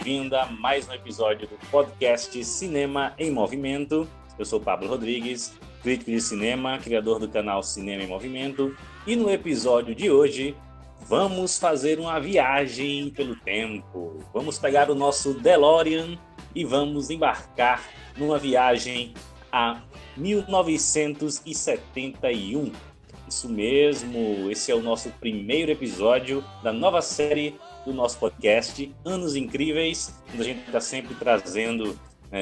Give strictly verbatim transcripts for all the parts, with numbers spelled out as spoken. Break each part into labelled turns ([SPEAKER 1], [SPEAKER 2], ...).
[SPEAKER 1] bem-vindo a mais um episódio do podcast Cinema em Movimento. Eu sou Pablo Rodrigues, crítico de cinema, criador do canal Cinema em Movimento, e no episódio de hoje vamos fazer uma viagem pelo tempo. Vamos pegar o nosso DeLorean e vamos embarcar numa viagem a mil novecentos e setenta e um. Isso mesmo, esse é o nosso primeiro episódio da nova série do nosso podcast, Anos Incríveis, onde a gente está sempre trazendo,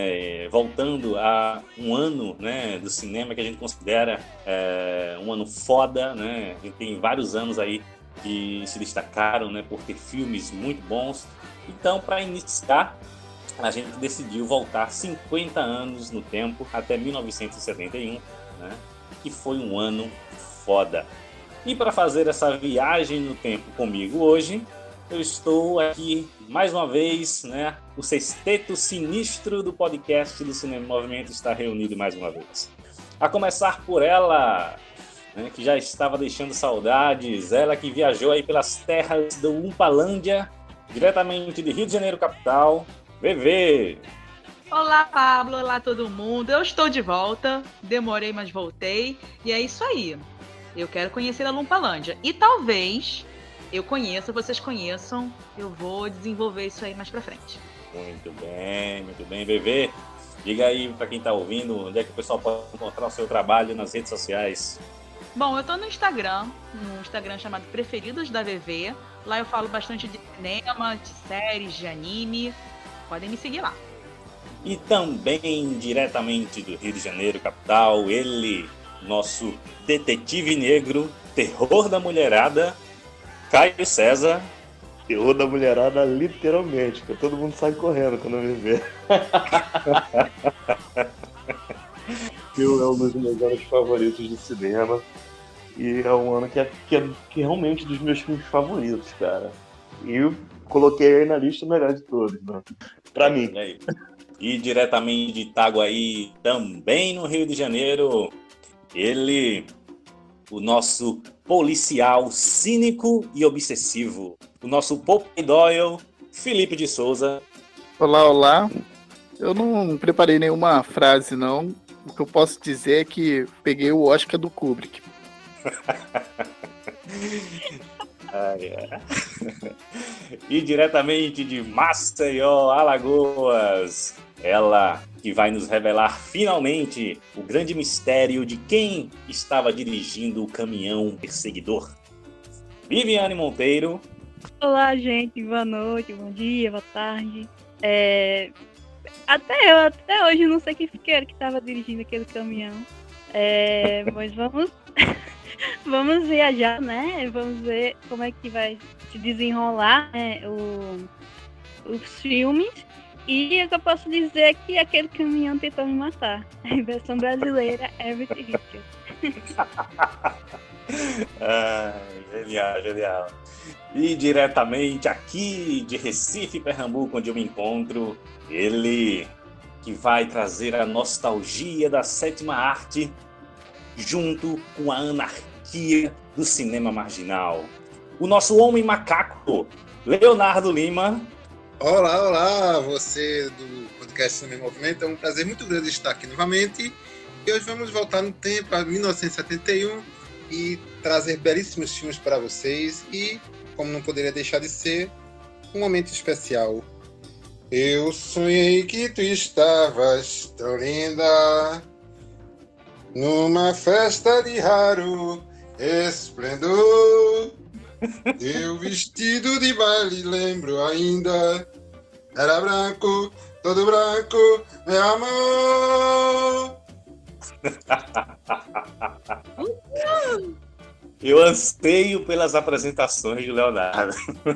[SPEAKER 1] é, voltando a um ano, né, do cinema que a gente considera é, um ano foda, né? A gente tem vários anos aí que se destacaram, né, por ter filmes muito bons. Então, para iniciar, a gente decidiu voltar cinquenta anos no tempo, até mil novecentos e setenta e um, né, que foi um ano foda. E para fazer essa viagem no tempo comigo hoje, eu estou aqui mais uma vez, né? O sexteto sinistro do podcast do Cinema em Movimento está reunido mais uma vez. A começar por ela, né, que já estava deixando saudades, ela que viajou aí pelas terras do Umpalândia, diretamente de Rio de Janeiro, capital, V V.
[SPEAKER 2] Olá, Pablo, olá todo mundo, eu estou de volta, demorei, mas voltei, e é isso aí. Eu quero conhecer a Lumpalândia, e talvez eu conheça, vocês conheçam, eu vou desenvolver isso aí mais pra frente.
[SPEAKER 1] Muito bem, muito bem, V V. Diga aí pra quem tá ouvindo, onde é que o pessoal pode encontrar o seu trabalho nas redes sociais?
[SPEAKER 2] Bom, eu tô no Instagram, no Instagram chamado Preferidos da V V. Lá eu falo bastante de cinema, de séries, de anime. Podem me seguir lá.
[SPEAKER 1] E também diretamente do Rio de Janeiro, capital, ele, nosso detetive negro, terror da mulherada, Caio César.
[SPEAKER 3] Terror da mulherada, literalmente, porque todo mundo sai correndo quando me vê. Filme é um dos meus anos favoritos de cinema. E é um ano que é, que é, que é realmente dos meus filmes favoritos, cara. E eu coloquei aí na lista o melhor de todos, né? Pra mim.
[SPEAKER 1] E diretamente de Itaguaí, também no Rio de Janeiro, ele, o nosso policial cínico e obsessivo, o nosso Popeye Doyle, Felipe de Souza.
[SPEAKER 4] Olá, olá. Eu não preparei nenhuma frase, não. O que eu posso dizer é que peguei o Oscar do Kubrick.
[SPEAKER 1] ah, yeah. E diretamente de Maceió, Alagoas, ela que vai nos revelar finalmente o grande mistério de quem estava dirigindo o caminhão perseguidor, Viviane Monteiro.
[SPEAKER 5] Olá, gente, boa noite, bom dia, boa tarde. É... Até, eu, até hoje não sei quem que era que estava dirigindo aquele caminhão. É... Mas vamos... vamos viajar, né? Vamos ver como é que vai se desenrolar, né, o... os filmes. E o que eu posso dizer é que aquele caminhão tentou me matar. A versão brasileira, Everett Richards.
[SPEAKER 1] ah, genial, genial. E diretamente aqui de Recife, Pernambuco, onde eu me encontro, ele que vai trazer a nostalgia da sétima arte junto com a anarquia do cinema marginal. O nosso homem macaco, Leonardo Lima.
[SPEAKER 6] Olá, olá, você do podcast Cinema em Movimento, é um prazer muito grande estar aqui novamente. E hoje vamos voltar no tempo, a mil novecentos e setenta e um, e trazer belíssimos filmes para vocês. E, como não poderia deixar de ser, um momento especial. Eu sonhei que tu estavas tão linda, numa festa de raro esplendor. Teu vestido de baile lembro ainda, era branco, todo branco, meu amor.
[SPEAKER 1] Eu anseio pelas apresentações de Leonardo.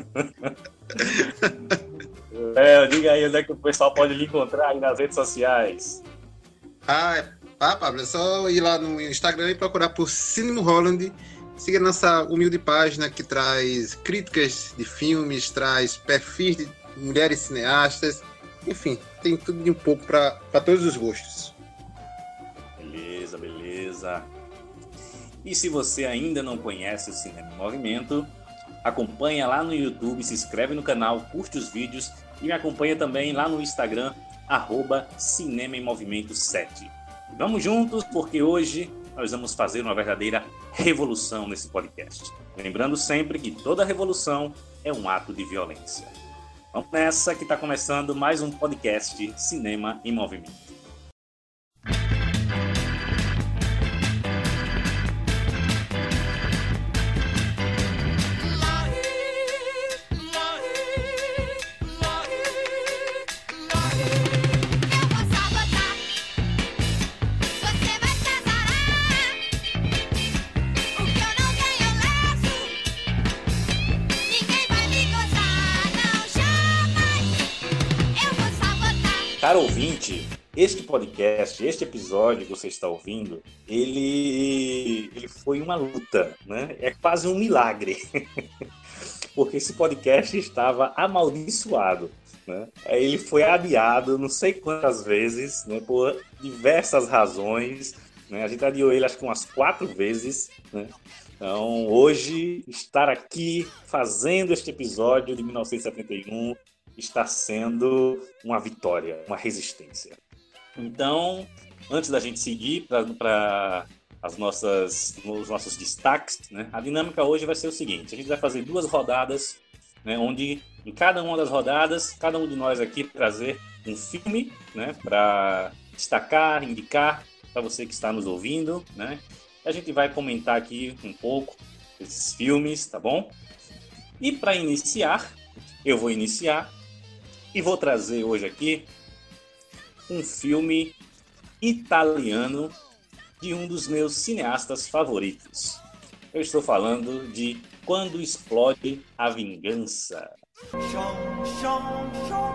[SPEAKER 1] Léo, diga aí onde é que o pessoal pode lhe encontrar aí nas redes sociais.
[SPEAKER 6] Ah, é, ah, Pablo, é só ir lá no Instagram e procurar por Cinema Holland. Siga nossa humilde página que traz críticas de filmes, traz perfis de mulheres cineastas. Enfim, tem tudo de um pouco para todos os gostos.
[SPEAKER 1] Beleza, beleza. E se você ainda não conhece o Cinema em Movimento, acompanha lá no YouTube, se inscreve no canal, curte os vídeos E me acompanha também lá no Instagram, arroba Cinema em Movimento sete. Vamos juntos, porque hoje nós vamos fazer uma verdadeira revolução nesse podcast. Lembrando sempre que toda revolução é um ato de violência. Vamos nessa, que está começando mais um podcast Cinema em Movimento. Caro ouvinte, este podcast, este episódio que você está ouvindo, ele, ele foi uma luta, né? É quase um milagre, porque esse podcast estava amaldiçoado, né? Ele foi adiado não sei quantas vezes, né? Por diversas razões, né? A gente adiou ele acho que umas quatro vezes, né? Então, hoje, estar aqui fazendo este episódio de mil novecentos e setenta e um está sendo uma vitória, uma resistência. Então, antes da gente seguir para as nossas, os nossos destaques, né, a dinâmica hoje vai ser o seguinte: a gente vai fazer duas rodadas, né, onde em cada uma das rodadas, cada um de nós aqui vai trazer um filme, né, para destacar, indicar para você que está nos ouvindo, né? A gente vai comentar aqui um pouco esses filmes, tá bom? E para iniciar, eu vou iniciar e vou trazer hoje aqui um filme italiano de um dos meus cineastas favoritos. Eu estou falando de Quando Explode a Vingança. Chão, chão, chão.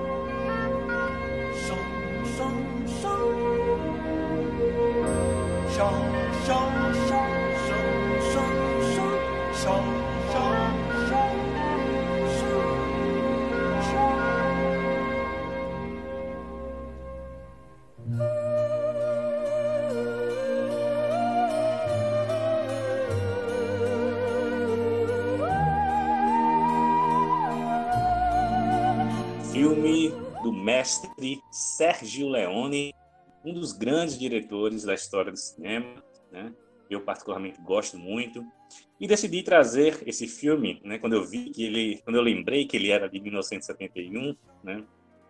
[SPEAKER 1] Chão, chão, chão. Chão, chão, chão. Chão, chão, chão. Chão, chão. Filme do mestre Sergio Leone, um dos grandes diretores da história do cinema, né? Eu particularmente gosto muito, e decidi trazer esse filme, né, quando eu vi que ele, quando eu lembrei que ele era de mil novecentos e setenta e um, né,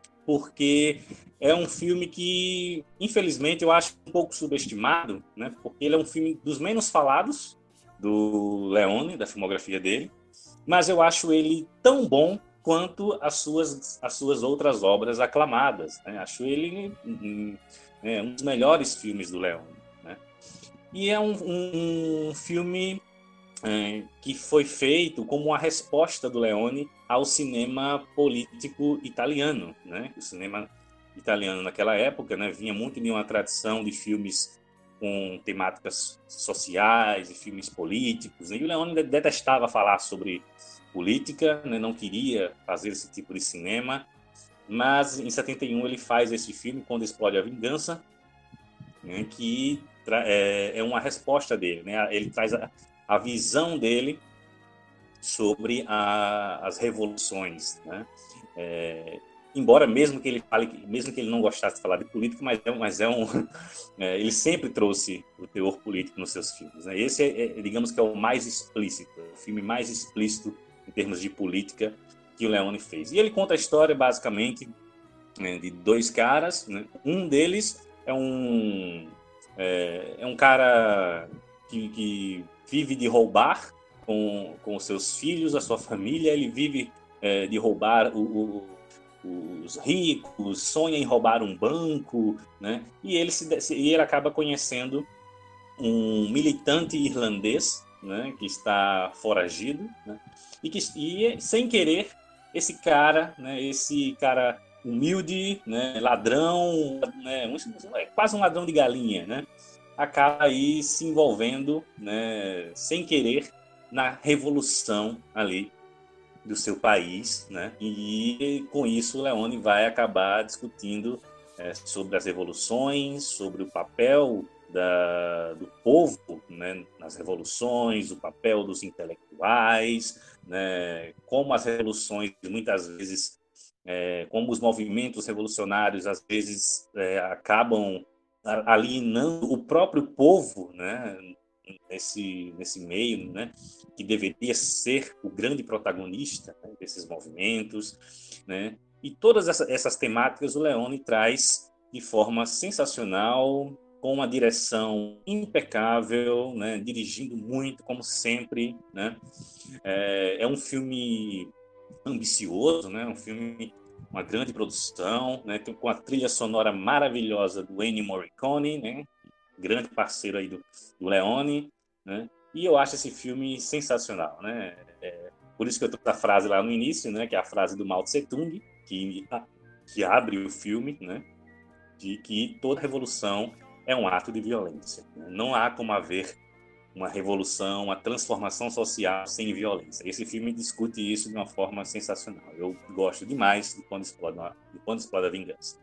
[SPEAKER 1] porque é um filme que, infelizmente, eu acho um pouco subestimado, né, porque ele é um filme dos menos falados do Leone, da filmografia dele, mas eu acho ele tão bom quanto as suas, as suas outras obras aclamadas, né? Acho ele um, um, um dos melhores filmes do Leone, né? E é um, um, um filme é, que foi feito como uma resposta do Leone ao cinema político italiano, né? O cinema italiano naquela época, né, vinha muito de uma tradição de filmes com temáticas sociais e filmes políticos, né? E o Leone detestava falar sobre política, né? Não queria fazer esse tipo de cinema, mas em setenta e um ele faz esse filme, Quando Explode a Vingança, né? Que é, é uma resposta dele, né? Ele traz a, a visão dele sobre a, as revoluções, né? É, embora mesmo que ele fale, mesmo que ele não gostasse de falar de política, mas é, mas é um, é, ele sempre trouxe o teor político nos seus filmes, né? Esse é, é, digamos que é o mais explícito, o filme mais explícito em termos de política que o Leone fez. E ele conta a história basicamente, né, de dois caras, né? Um deles é um é, é um cara que, que vive de roubar com, com os seus filhos, a sua família. Ele vive é, de roubar o, o, os ricos, sonha em roubar um banco, né? E ele, se, e ele acaba conhecendo um militante irlandês, né, que está foragido, né? E que, e, sem querer, esse cara, né, esse cara humilde, né, ladrão, né, um, quase um ladrão de galinha, né, acaba aí se envolvendo, né, sem querer, na revolução ali do seu país, né, e com isso o Leone vai acabar discutindo é, sobre as revoluções, sobre o papel Da, do povo, né, nas revoluções, o papel dos intelectuais, né, como as revoluções muitas vezes é, como os movimentos revolucionários às vezes é, acabam alienando o próprio povo, né, nesse, nesse meio, né, que deveria ser o grande protagonista, né, desses movimentos, né, e todas essa, essas temáticas o Leone traz de forma sensacional, com uma direção impecável, né, dirigindo muito, como sempre, né. É, é um filme ambicioso, né, um filme, uma grande produção, né, com a trilha sonora maravilhosa do Ennio Morricone, né, grande parceiro aí do, do Leone, né, e eu acho esse filme sensacional, né. É, por isso que eu trouxe a frase lá no início, né, que é a frase do Mao Tse Tung, que, que abre o filme, né, de que toda revolução é um ato de violência. Não há como haver uma revolução, uma transformação social sem violência. Esse filme discute isso de uma forma sensacional. Eu gosto demais de Quando Explode, de Quando Explode a Vingança.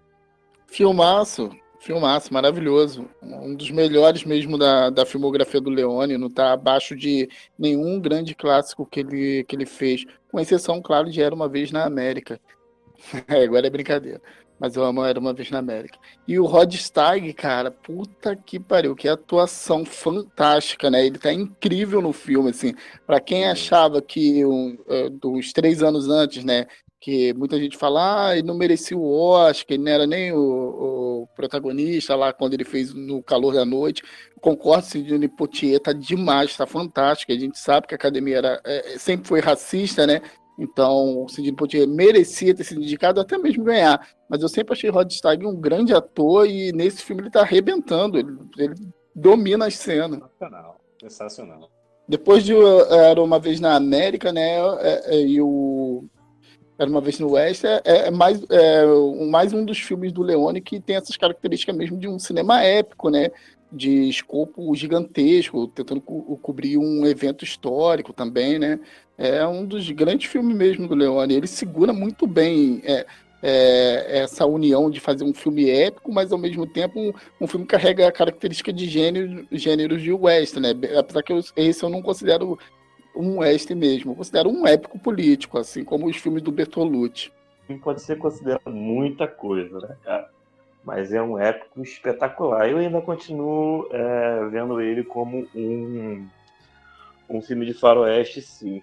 [SPEAKER 4] Filmaço, filmaço, maravilhoso. Um dos melhores mesmo da, da filmografia do Leone, não está abaixo de nenhum grande clássico que ele, que ele fez, com exceção, claro, de Era Uma Vez na América. É, agora é brincadeira. Mas eu amo Era Uma Vez na América. E o Rod Steiger, cara, puta que pariu, que atuação fantástica, né? Ele tá incrível no filme, assim. Pra quem achava que um, uh, dos três anos antes, né, que muita gente fala, ah, ele não merecia o Oscar, ele não era nem o, o protagonista lá quando ele fez No Calor da Noite. Concordo, Sidney Poitier tá demais, tá fantástico. A gente sabe que a academia era, é, sempre foi racista, né? Então, o Sidney Poitier merecia ter sido indicado, até mesmo ganhar. Mas eu sempre achei Rod Steiger um grande ator e nesse filme ele tá arrebentando. Ele, ele domina a cena.
[SPEAKER 1] Sensacional, sensacional.
[SPEAKER 4] Depois de uh, Era Uma Vez na América, né, é, é, e o Era Uma Vez no Oeste, é, é, mais, é mais um dos filmes do Leone que tem essas características mesmo de um cinema épico, né? De escopo gigantesco, tentando co- cobrir um evento histórico também, né? É um dos grandes filmes mesmo do Leone. Ele segura muito bem é, é, essa união de fazer um filme épico, mas ao mesmo tempo um, um filme que carrega a característica de gênero, gêneros de western, né? Apesar que eu, esse eu não considero um western mesmo, eu considero um épico político, assim como os filmes do Bertolucci.
[SPEAKER 3] Pode ser considerado muita coisa, né, cara? Mas é um épico espetacular. Eu ainda continuo é, vendo ele como um, um filme de faroeste, sim.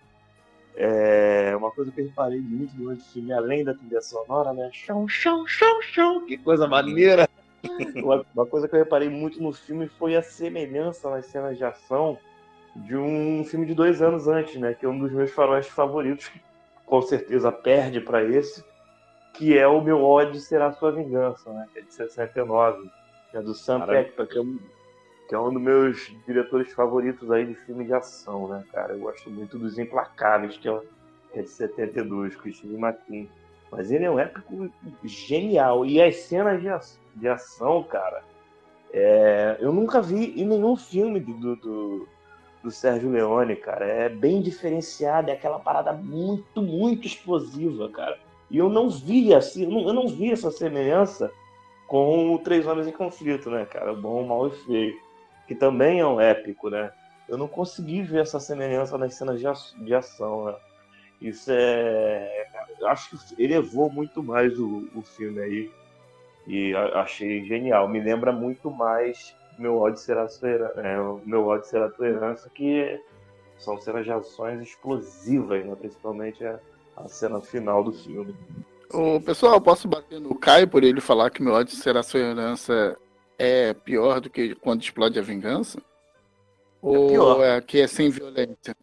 [SPEAKER 3] É uma coisa que eu reparei muito durante o filme, além da trilha sonora, né? Chão, chão, chão, chão, que coisa maneira! Uma, uma coisa que eu reparei muito no filme foi a semelhança nas cenas de ação de um filme de dois anos antes, né? Que é um dos meus faroestes favoritos, que com certeza perde para esse, que é O Meu Ódio Será Sua Vingança, né? Que é de sessenta e nove, que é do Sam Peckinpah, que é um, que é um dos meus diretores favoritos aí de filme de ação, né, cara? Eu gosto muito dos Implacáveis, que é, que é de setenta e dois, com o Steve McQueen. Mas ele é um épico genial. E as cenas de, a, de ação, cara, é, eu nunca vi em nenhum filme do, do, do Sérgio Leone, cara. É bem diferenciado, é aquela parada muito, muito explosiva, cara. E eu não vi assim, eu não, eu não vi essa semelhança com o Três Homens em Conflito, né, cara? Bom, Mal e Feio, que também é um épico, né? Eu não consegui ver essa semelhança nas cenas de, a, de ação, né? Isso é... Eu acho que elevou muito mais o, o filme aí e a, achei genial. Me lembra muito mais Meu Ódio Será Sua Herança, é, Meu Ódio Será Tua Herança, que são cenas de ações explosivas, né? Principalmente a a cena final do filme.
[SPEAKER 4] Ô, pessoal, eu posso bater no Caio por ele falar que Meu Ódio Será Sua Herança é pior do que Quando Explode a Vingança? É Ou
[SPEAKER 3] pior.
[SPEAKER 4] é que é sem violência?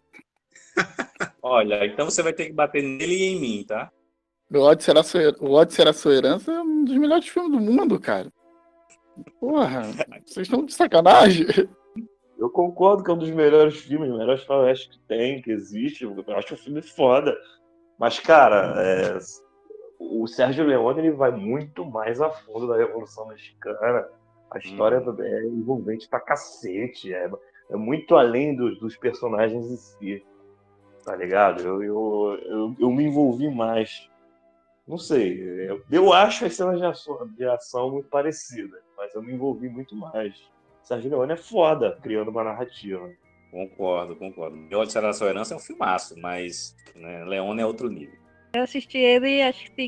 [SPEAKER 1] Olha, então você vai ter que bater nele e em mim, tá?
[SPEAKER 4] Meu ódio será sua, o Ódio Será Sua Herança é um dos melhores filmes do mundo, cara. Porra, vocês estão de sacanagem?
[SPEAKER 3] Eu concordo que é um dos melhores filmes, melhores faroeste que tem, que existe. Eu acho o filme foda. Mas, cara, é, o Sérgio Leone ele vai muito mais a fundo da Revolução Mexicana. A história hum. é envolvente pra cacete. É, é muito além dos, dos personagens em si. Tá ligado? Eu, eu, eu, eu me envolvi mais. Não sei. Eu, eu acho as cenas de ação, de ação muito parecidas, mas eu me envolvi muito mais. O Sérgio Leone é foda criando uma narrativa.
[SPEAKER 1] Concordo, concordo. Meu Ódio Será Sua Herança é um filmaço, mas né, Leone é outro nível.
[SPEAKER 5] Eu assisti ele, acho que tem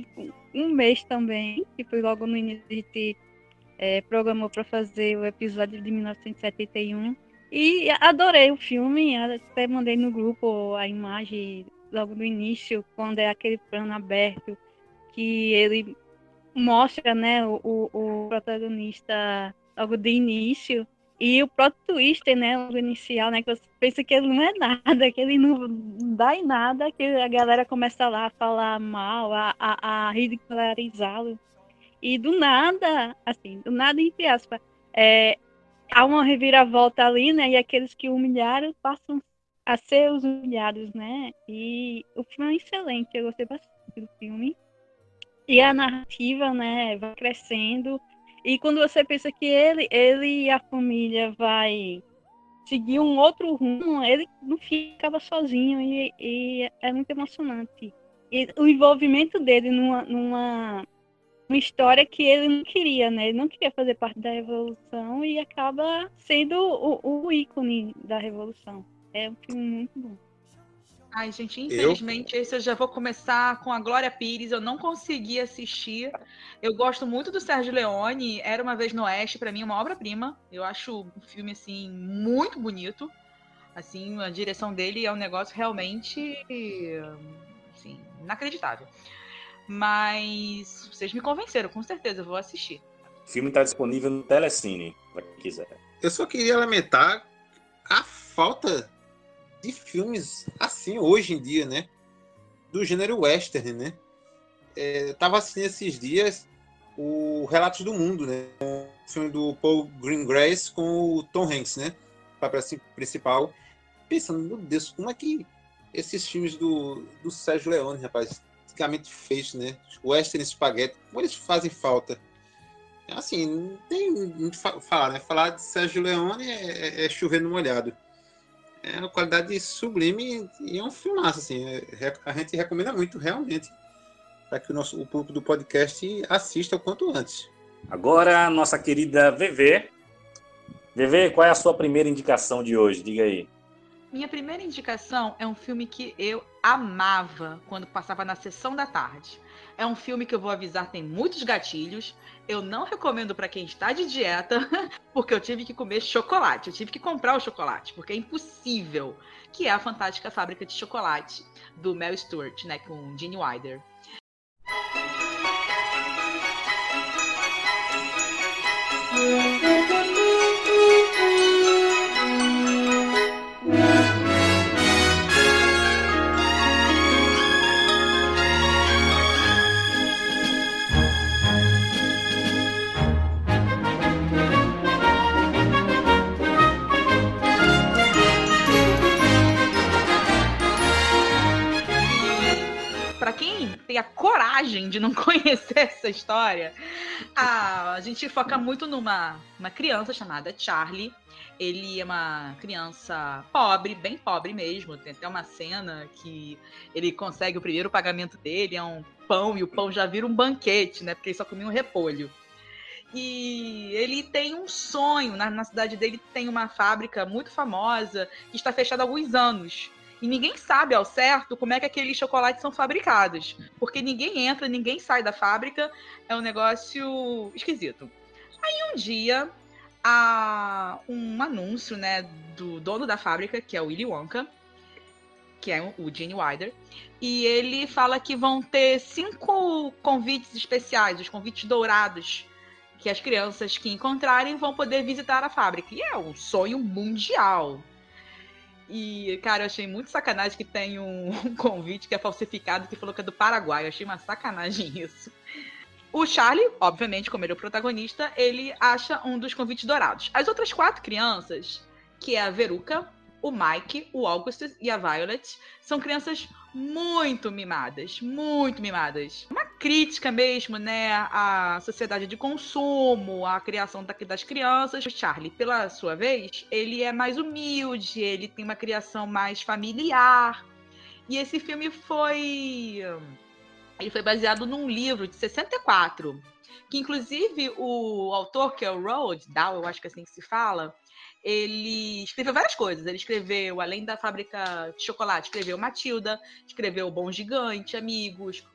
[SPEAKER 5] um mês também, que foi logo no início a gente é, programou para fazer o episódio de mil novecentos e setenta e um. E adorei o filme, até mandei no grupo a imagem logo no início, quando é aquele plano aberto, que ele mostra, né, o, o protagonista logo de início, e o plot twist, né, logo inicial, né, que você pensa que ele não é nada, que ele não dá em nada, que a galera começa lá a falar mal, a, a, a ridicularizá-lo. E do nada, assim, do nada, entre aspas, é, há uma reviravolta ali, né? E aqueles que humilharam passam a ser os humilhados, né? E o filme é excelente, eu gostei bastante do filme. E a narrativa, né, vai crescendo. E quando você pensa que ele, ele e a família vai seguir um outro rumo, ele no fim acaba sozinho e, e é muito emocionante. E o envolvimento dele numa, numa uma história que ele não queria, né? Ele não queria fazer parte da Revolução e acaba sendo o, o ícone da Revolução. É um filme muito bom.
[SPEAKER 2] Ai, gente, infelizmente eu? esse eu já vou começar com a Glória Pires. Eu não consegui assistir. Eu gosto muito do Sérgio Leone. Era Uma Vez no Oeste, para mim, uma obra-prima. Eu acho um filme, assim, muito bonito. Assim, a direção dele é um negócio realmente, assim, inacreditável. Mas vocês me convenceram, com certeza, eu vou assistir.
[SPEAKER 1] O filme está disponível no Telecine, para quem quiser. Eu
[SPEAKER 6] só queria lamentar a falta de filmes assim hoje em dia, né? Do gênero western, né? É, eu tava assistindo esses dias o Relatos do Mundo, né? O filme do Paul Greengrass com o Tom Hanks, né? O papel principal. Pensando, meu Deus, como é que esses filmes do, do Sérgio Leone, rapaz, antigamente fez, né? Western Spaghetti, como eles fazem falta. Assim, não tem muito falar, né? Falar de Sérgio Leone é, é, é chover no molhado. É uma qualidade sublime e é um filmaço, assim. É, a gente recomenda muito, realmente, para que o, nosso, o público do podcast assista o quanto antes.
[SPEAKER 1] Agora, a nossa querida Vevê. Vevê, qual é a sua primeira indicação de hoje? Diga aí.
[SPEAKER 2] Minha primeira indicação é um filme que eu amava quando passava na sessão da tarde. É um filme que eu vou avisar, tem muitos gatilhos. Eu não recomendo para quem está de dieta, porque eu tive que comer chocolate. Eu tive que comprar o chocolate, porque é impossível. Que é A Fantástica Fábrica de Chocolate, do Mel Stewart, né, com Gene Wilder. Para quem tem a coragem de não conhecer essa história, a, a gente foca muito numa uma criança chamada Charlie. Ele é uma criança pobre, bem pobre mesmo. Tem até uma cena que ele consegue o primeiro pagamento dele, é um pão, e o pão já vira um banquete, né? Porque ele só comia um repolho. E ele tem um sonho, na, na cidade dele tem uma fábrica muito famosa que está fechada há alguns anos. E ninguém sabe ao certo como é que aqueles chocolates são fabricados. Porque ninguém entra, ninguém sai da fábrica. É um negócio esquisito. Aí um dia, há um anúncio, né, do dono da fábrica, que é o Willy Wonka, que é o Gene Wilder. E ele fala que vão ter cinco convites especiais, os convites dourados, que as crianças que encontrarem vão poder visitar a fábrica. E é um sonho mundial. E, cara, eu achei muito sacanagem que tem um, um convite que é falsificado, que falou que é do Paraguai. Eu achei uma sacanagem isso. O Charlie, obviamente, como ele é o protagonista, ele acha um dos convites dourados. As outras quatro crianças, que é a Veruca, o Mike, o Augustus e a Violet, são crianças muito mimadas, muito mimadas. Uma crítica mesmo, né, à sociedade de consumo, à criação das crianças. O Charlie, pela sua vez, ele é mais humilde, ele tem uma criação mais familiar. E esse filme foi... ele foi baseado num livro de sessenta e quatro, que inclusive o autor, que é o Roald Dahl, eu acho que é assim que se fala, ele escreveu várias coisas. Ele escreveu, além da Fábrica de Chocolate, escreveu Matilda, escreveu O Bom Gigante, Amigos,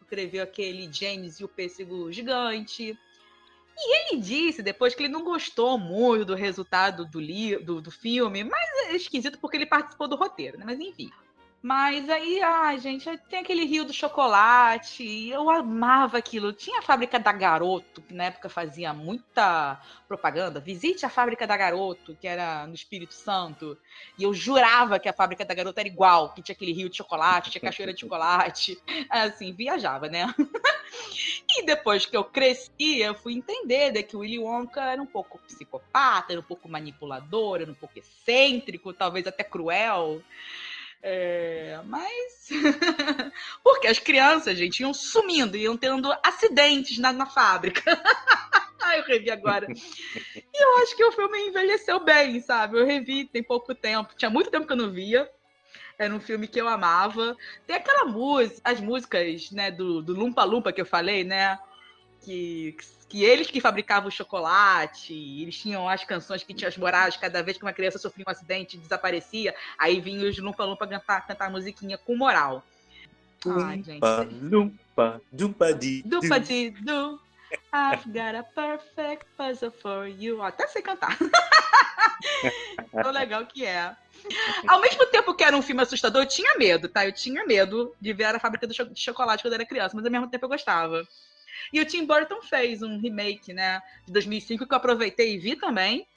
[SPEAKER 2] escreveu aquele James e o Pêssego Gigante. E ele disse depois que ele não gostou muito do resultado do, li- do, do filme, mas é esquisito porque ele participou do roteiro, né? Mas enfim. Mas aí, ai, gente, tem aquele Rio do Chocolate, e eu amava aquilo. Tinha a Fábrica da Garoto, que na época fazia muita propaganda. Visite a Fábrica da Garoto, que era no Espírito Santo. E eu jurava que a Fábrica da Garoto era igual, que tinha aquele Rio de Chocolate, tinha cachoeira de chocolate. Assim, viajava, né? E depois que eu cresci, eu fui entender né, que o Willy Wonka era um pouco psicopata, era um pouco manipulador, era um pouco excêntrico, talvez até cruel. É, mas porque as crianças, gente, iam sumindo, iam tendo acidentes na, na fábrica. Ai, eu revi agora. E eu acho que o filme envelheceu bem, sabe? Eu revi tem pouco tempo. Tinha muito tempo que eu não via. Era um filme que eu amava. Tem aquela música, as músicas, né, do, do Lumpa Lumpa que eu falei, né? Que, que eles que fabricavam o chocolate, eles tinham as canções que tinham as morais, cada vez que uma criança sofria um acidente, desaparecia, aí vinham os Lumpa Lumpa cantar, cantar a musiquinha com moral. Ai, gente.
[SPEAKER 1] Lumpa, lumpa di,
[SPEAKER 2] Dupa di du. I've got a perfect puzzle for you. Até sei cantar. Tão legal que é. Ao mesmo tempo que era um filme assustador, eu tinha medo, tá? Eu tinha medo de ver a Fábrica de Chocolate quando eu era criança, mas ao mesmo tempo eu gostava. E o Tim Burton fez um remake, né, de dois mil e cinco, que eu aproveitei e vi também.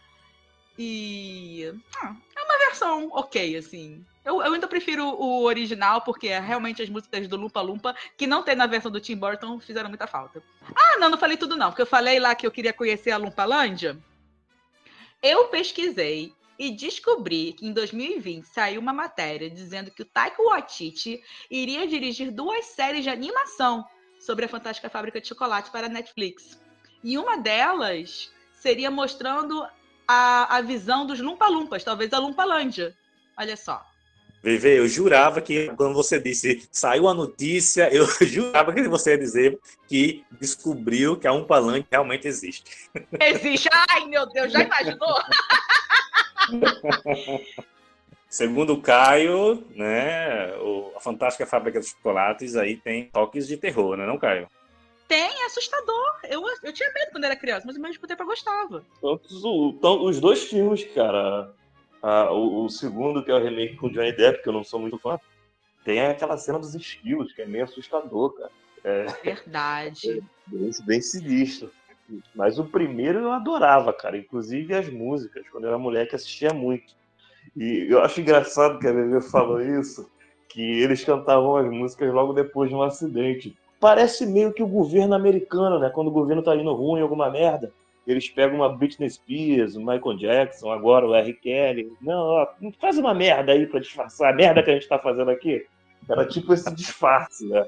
[SPEAKER 2] E ah, é uma versão ok, assim. Eu, eu ainda prefiro o original, porque realmente as músicas do Lumpa Lumpa, que não tem na versão do Tim Burton, fizeram muita falta. Ah, não, não falei tudo não, porque eu falei lá que eu queria conhecer a Lumpalândia. Eu pesquisei e descobri que em dois mil e vinte saiu uma matéria dizendo que o Taika Waititi iria dirigir duas séries de animação sobre a Fantástica Fábrica de Chocolate para a Netflix. E uma delas seria mostrando a, a visão dos Lumpa-Lumpas, talvez a Lumpalândia. Olha só.
[SPEAKER 1] Vivi, eu jurava que quando você disse saiu a notícia, eu jurava que você ia dizer que descobriu que a Umpalândia realmente existe.
[SPEAKER 2] Existe. Ai, meu Deus, já imaginou?
[SPEAKER 1] Segundo o Caio, né, o, a Fantástica Fábrica de Chocolates aí tem toques de terror, né, não, Caio?
[SPEAKER 2] Tem, é assustador. Eu, eu tinha medo quando era criança, mas ao mesmo tempo eu gostava.
[SPEAKER 3] Tantos, o- tão- os dois filmes, cara. Ah, o, o segundo, que é o remake com Johnny Depp, que eu não sou muito fã, tem aquela cena dos esquilos, que é meio assustador, cara. É
[SPEAKER 2] Verdade.
[SPEAKER 3] bem, bem sinistro. Mas o primeiro eu adorava, cara. Inclusive as músicas, quando eu era moleque, assistia muito. E eu acho engraçado que a Bebê falou isso, que eles cantavam as músicas logo depois de um acidente. Parece meio que o governo americano, né? Quando o governo tá indo ruim, alguma merda, eles pegam uma Britney Spears, o Michael Jackson, agora o R. Kelly. Não, ó, faz uma merda aí pra disfarçar a merda que a gente tá fazendo aqui. Era tipo esse disfarce, né?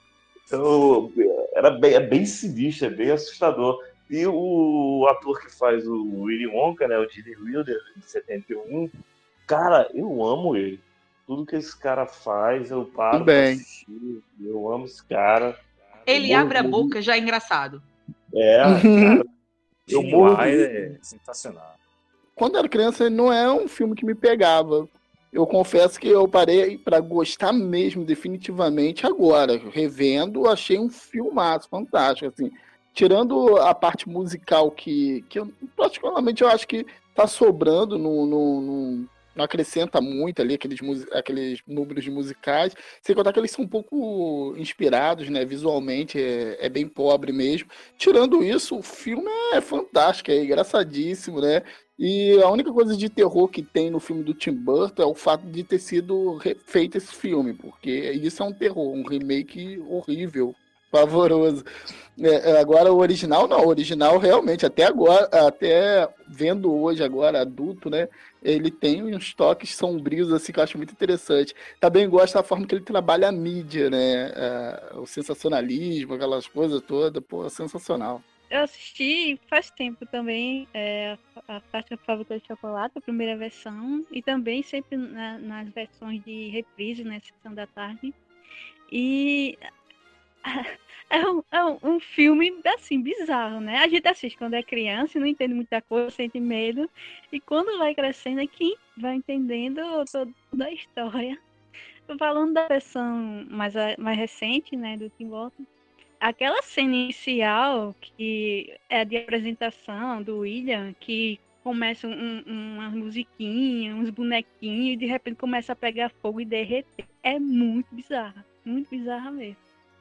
[SPEAKER 3] Então, era bem, é bem sinistro, é bem assustador. E o ator que faz o Willy Wonka, né, o Gene Wilder, de setenta e um, cara, eu amo ele. Tudo que esse cara faz, eu paro
[SPEAKER 4] Também.
[SPEAKER 3] pra assistir. Eu amo esse cara.
[SPEAKER 2] Ele
[SPEAKER 3] Eu
[SPEAKER 2] abre a
[SPEAKER 3] morro de-
[SPEAKER 2] boca, já é engraçado.
[SPEAKER 3] É, cara. Eu
[SPEAKER 1] Gene
[SPEAKER 3] morro de-
[SPEAKER 1] Wilder é sensacional.
[SPEAKER 4] Quando eu era criança, não é um filme que me pegava. Eu confesso que eu parei pra gostar mesmo, definitivamente, agora. Revendo, achei um filmaço fantástico, assim. Tirando a parte musical que, que eu, particularmente, eu acho que tá sobrando, no, no, no- não acrescenta muito ali aqueles, musi- aqueles números musicais. Sem contar que eles são um pouco inspirados, né? Visualmente, é, é bem pobre mesmo. Tirando isso, o filme é fantástico, é engraçadíssimo, né? E a única coisa de terror que tem no filme do Tim Burton é o fato de ter sido re- feito esse filme, porque isso é um terror, um remake horrível, pavoroso. É, é, agora o original não, o original realmente, até agora, até vendo hoje agora, adulto, né? Ele tem uns toques sombrios assim que eu acho muito interessante. Também gosto da forma que ele trabalha a mídia, né? É, o sensacionalismo, aquelas coisas todas, pô, sensacional.
[SPEAKER 5] Eu assisti faz tempo também é, a Fantástica Fábrica de Chocolate, a primeira versão, e também sempre na- nas versões de reprise, na sessão da tarde. E é um, é um- um filme, assim, bizarro, né? A gente assiste quando é criança e não entende muita coisa, sente medo. E quando vai crescendo é que vai entendendo toda a história. Falando da versão mais, a- mais recente, né, do Tim Burton, aquela cena inicial que é a de apresentação do William, que começa um, um, umas musiquinhas, uns bonequinhos, e de repente começa a pegar fogo e derreter. É muito bizarra, muito bizarra mesmo.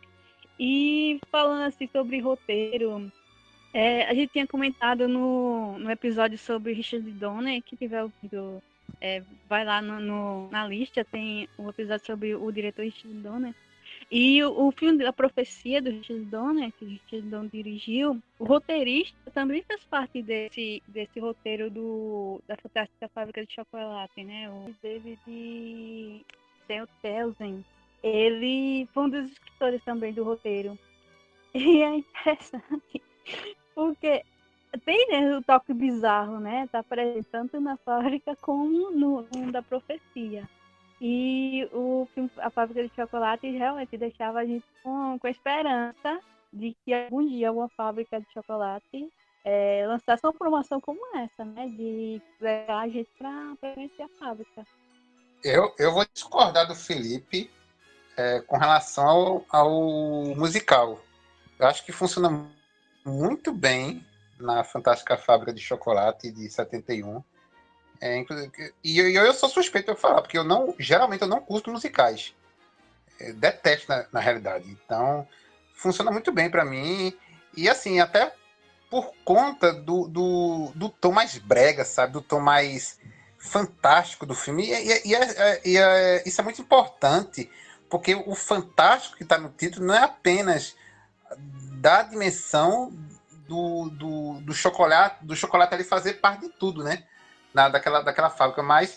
[SPEAKER 5] E falando assim sobre roteiro, é, a gente tinha comentado no, no episódio sobre Richard Donner, que tiver ouvido, é, vai lá no, no- na lista, tem o episódio sobre o diretor Richard Donner. E o, o filme A Profecia do Richard Donner, que o Richard Donner dirigiu, o roteirista também faz parte desse, desse roteiro do, da Fantástica Fábrica de Chocolate, né? O David Seltzelsen. Ele foi um dos escritores também do roteiro. E é interessante, porque tem, né, o toque bizarro, né? Tá presente tanto na fábrica como no, no da profecia. E o filme A Fábrica de Chocolate realmente deixava a gente com, com a esperança de que algum dia uma fábrica de chocolate é, lançasse uma promoção como essa, né? De levar a gente para conhecer a fábrica.
[SPEAKER 6] Eu, eu vou discordar do Felipe é, com relação ao, ao musical. Eu acho que funciona muito bem na Fantástica Fábrica de Chocolate de setenta e um. É, inclusive- e eu, eu sou suspeito de falar, porque eu não, geralmente eu não curto musicais. Eu detesto na, na realidade. Então, funciona muito bem para mim. E assim, até por conta do, do, do tom mais brega, sabe? Do tom mais fantástico do filme. E, e- e é- é- e é- isso é muito importante, porque o fantástico que está no título não é apenas da dimensão do, do, do chocolate, do chocolate ali fazer parte de tudo, né? Na, daquela, daquela fábrica, mas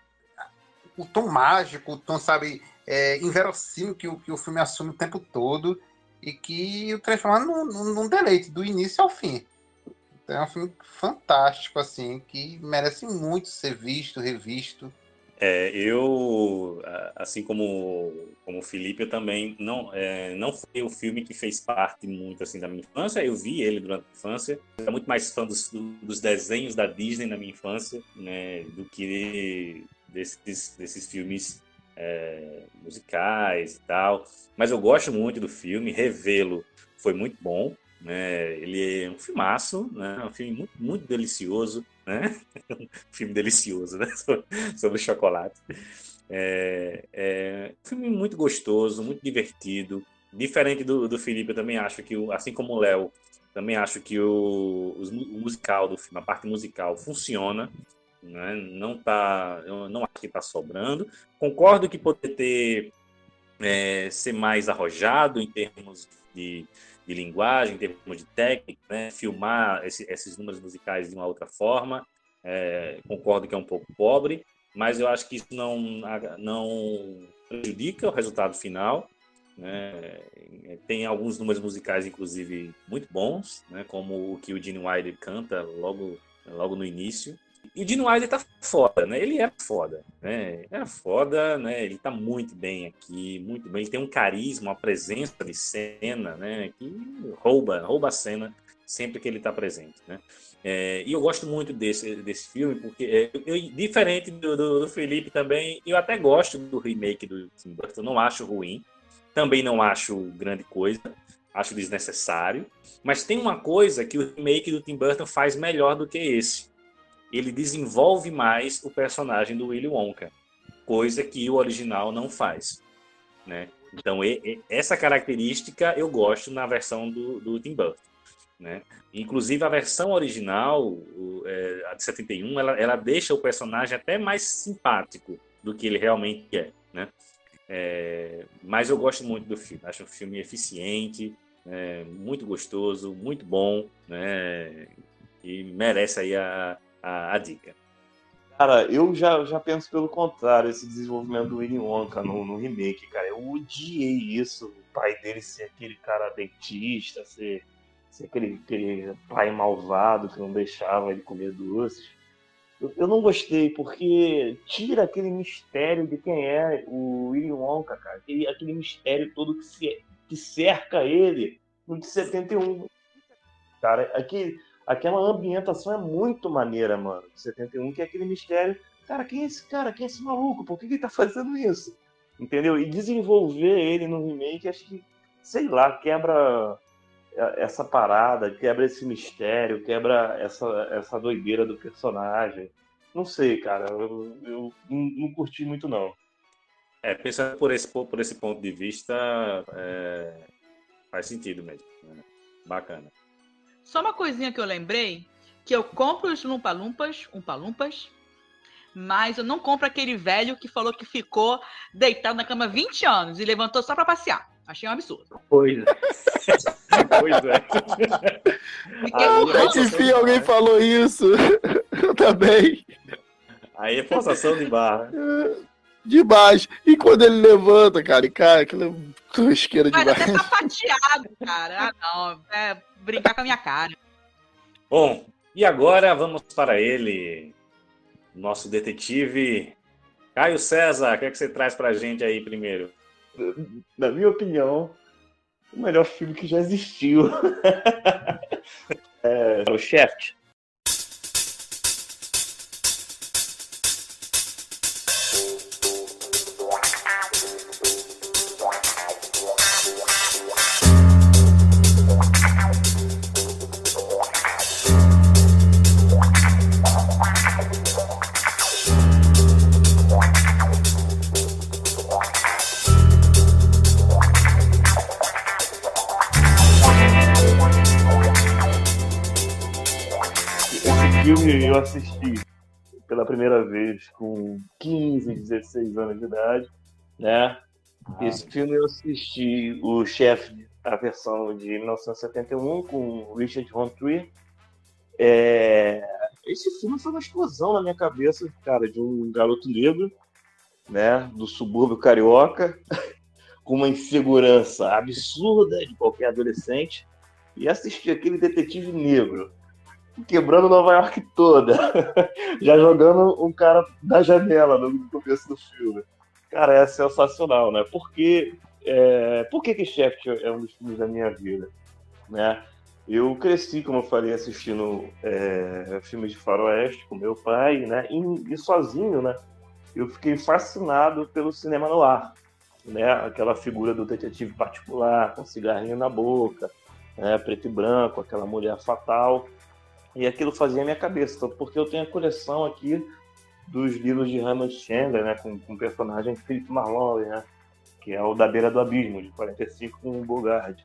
[SPEAKER 6] o tom mágico, o tom, sabe, é, inverossímil que o, que o filme assume o tempo todo e que o transforma num, num, num deleite, do início ao fim. Então é um filme fantástico, assim, que merece muito ser visto, revisto.
[SPEAKER 1] É, eu, a- assim como, como o Felipe, eu também não, é, não foi o filme que fez parte muito assim da minha infância. Eu vi ele durante a infância. Eu era muito mais fã dos, dos desenhos da Disney na minha infância, né, do que desses, desses filmes é, musicais e tal. Mas eu gosto muito do filme, revê-lo foi muito bom. Né? Ele é um filmaço, né? É um filme muito, muito delicioso, né? Um filme delicioso, né? Sobre chocolate. É, é um filme muito gostoso, muito divertido. Diferente do, do Felipe, eu também acho que, o- assim como o Léo, também acho que o, os mu- o musical do filme, a parte musical, funciona. Né? Não tá, eu não acho que está sobrando. Concordo que poderia ter é, ser mais arrojado em termos de, de linguagem, em termos de técnica, né? Filmar esse, esses números musicais de uma outra forma. É, concordo que é um pouco pobre, mas eu acho que isso não, não prejudica o resultado final. Né? Tem alguns números musicais, inclusive, muito bons, né? Como o que o Gene Wilder canta logo, logo no início. E o Gene Wilder tá foda, né? Ele é foda, né? É foda, né? Ele tá muito bem aqui, muito bem. Ele tem um carisma, uma presença de cena, né? Que rouba, rouba a cena sempre que ele tá presente, né? É, e eu gosto muito desse, desse filme, porque, é, eu, diferente do, do, do Felipe também, eu até gosto do remake do Tim Burton, não acho ruim, também não acho grande coisa, acho desnecessário, mas tem uma coisa que o remake do Tim Burton faz melhor do que esse. Ele desenvolve mais o personagem do Willy Wonka, coisa que o original não faz, né? Então, e, e, essa característica eu gosto na versão do, do Tim Burton, né? Inclusive, a versão original, o, é, a de setenta e um, ela, ela deixa o personagem até mais simpático do que ele realmente é, né? É, mas eu gosto muito do filme, acho um filme eficiente, é, muito gostoso, muito bom, né? E merece aí a, a, a dica.
[SPEAKER 3] Cara, eu já, já penso pelo contrário, esse desenvolvimento do Willy Wonka no, no remake, cara. Eu odiei isso, o pai dele ser aquele cara dentista, ser, ser aquele, aquele pai malvado que não deixava ele comer doces. Eu, eu não gostei, porque tira aquele mistério de quem é o Willy Wonka, cara. Aquele, aquele mistério todo que, se, que cerca ele no de setenta e um. Cara, aquele, aquela ambientação é muito maneira, mano. De setenta e um, que é aquele mistério. Cara, quem é esse cara? Quem é esse maluco? Por que, que ele tá fazendo isso? entendeu? E desenvolver ele no remake, acho que, sei lá, quebra essa parada, quebra esse mistério, quebra essa, essa doideira do personagem. Não sei, cara, eu, eu não, não curti muito, não.
[SPEAKER 1] É, pensando por esse, por esse ponto de vista, é, faz sentido mesmo. Né? Bacana.
[SPEAKER 2] Só uma coisinha que eu lembrei, que eu compro os Lumpa-Lumpas, Umpa-Lumpas, mas eu não compro aquele velho que falou que ficou deitado na cama vinte anos e levantou só pra passear. Achei um absurdo.
[SPEAKER 3] Pois é.
[SPEAKER 1] Pois é.
[SPEAKER 2] Fiquei
[SPEAKER 4] Ah,
[SPEAKER 2] com
[SPEAKER 4] o Pet Fee, alguém falou isso. Eu também.
[SPEAKER 1] Aí é forçação de barra.
[SPEAKER 4] Demais. E quando ele levanta, cara, e cara, aquilo é tosqueira
[SPEAKER 2] Mas
[SPEAKER 4] demais.
[SPEAKER 2] até tá fatiado, cara. Ah, não. É brincar com a minha cara.
[SPEAKER 1] Bom, e agora vamos para ele, nosso detetive Caio César. O que é que você traz pra gente aí primeiro?
[SPEAKER 3] Na minha opinião, o melhor filme que já existiu. É o Shaft. Filme eu assisti pela primeira vez com quinze, dezesseis anos de idade, né? Esse filme eu assisti o Shaft, a versão de mil novecentos e setenta e um, com Richard Von Trier. É... Esse filme foi uma explosão na minha cabeça, cara, de um garoto negro, né, do subúrbio carioca, com uma insegurança absurda de qualquer adolescente, e assistir aquele detetive negro quebrando Nova York toda, já jogando um cara da janela no começo do filme. Cara, é sensacional, né? Porque, é... Por que que Shaft é um dos filmes da minha vida? Né? Eu cresci, como eu falei, assistindo é... filmes de faroeste com meu pai, né? E, e sozinho, né? Eu fiquei fascinado pelo cinema noir, né? Aquela figura do detetive particular, com cigarrinho na boca, né? Preto e branco, aquela mulher fatal. E aquilo fazia a minha cabeça, porque eu tenho a coleção aqui dos livros de Raymond Chandler, né, com, com o personagem Philip Marlowe, né, que é o Da Beira do Abismo, de quarenta e cinco, com o Bogart.